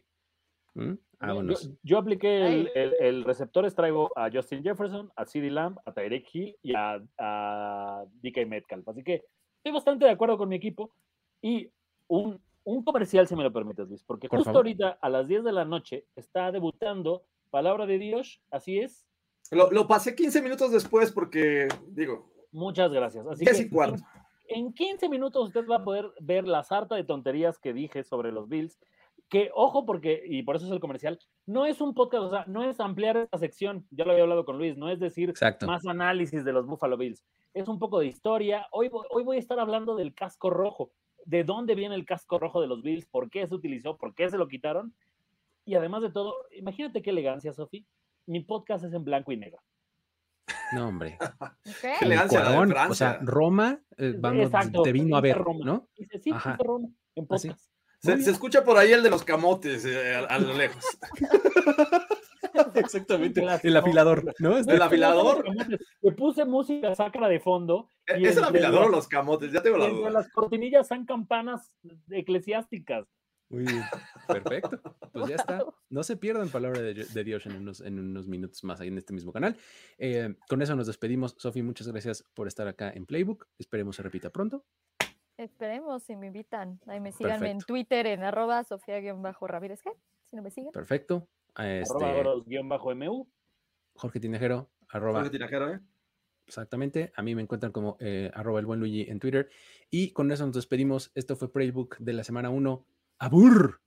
Yo apliqué el receptores, traigo a Justin Jefferson, a CeeDee Lamb, a Tyreek Hill y a DK Metcalf. Así que estoy bastante de acuerdo con mi equipo. Y un comercial, si me lo permites, Luis, porque justo ahorita a las 10 de la noche está debutando Palabra de Dios, así es. Lo pasé 15 minutos después porque, digo... Muchas gracias. Así 10 y cuarto. En 15 minutos usted va a poder ver la sarta de tonterías que dije sobre los Bills, que, ojo, porque, y por eso es el comercial, no es un podcast, o sea, no es ampliar esta sección, ya lo había hablado con Luis, no es decir más análisis de los Buffalo Bills, es un poco de historia. Hoy voy a estar hablando del casco rojo, de dónde viene el casco rojo de los Bills, por qué se utilizó, por qué se lo quitaron, y además de todo, imagínate qué elegancia, Sofi, mi podcast es en blanco y negro. No, hombre. Qué elegancia de Francia. O sea, Roma, te vino a ver, Roma, ¿no? Dice, sí, Roma, en podcast. Se escucha por ahí el de los camotes a lo lejos. Exactamente. El afilador, ¿no? El afilador. Le puse música sacra de fondo. ¿Es el afilador o los camotes? Ya tengo la duda. Las cortinillas son campanas eclesiásticas. Muy bien, perfecto. Pues ya está. No se pierdan Palabra de Dios en unos minutos más ahí en este mismo canal. Con eso nos despedimos. Sofi, muchas gracias por estar acá en Playbook. Esperemos se repita pronto. Esperemos, si me invitan. Ahí me síganme en Twitter en @Sofía_Ramírez, si no me siguen. Perfecto. @Goros_MU. Jorge Tinajero. Jorge Tinajero, Exactamente. A mí me encuentran como @elbuenluigi en Twitter. Y con eso nos despedimos. Esto fue Playbook de la semana 1. ¡Abur!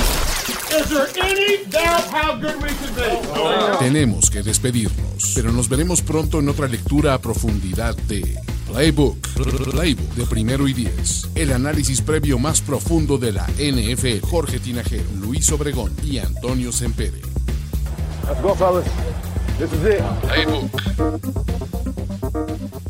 Tenemos que despedirnos, pero nos veremos pronto en otra lectura a profundidad de Playbook de Primero y 10. El análisis previo más profundo de la NFL. Jorge Tinajero, Luis Obregón y Antonio Sempere. Let's go, fellas. This is it. Playbook.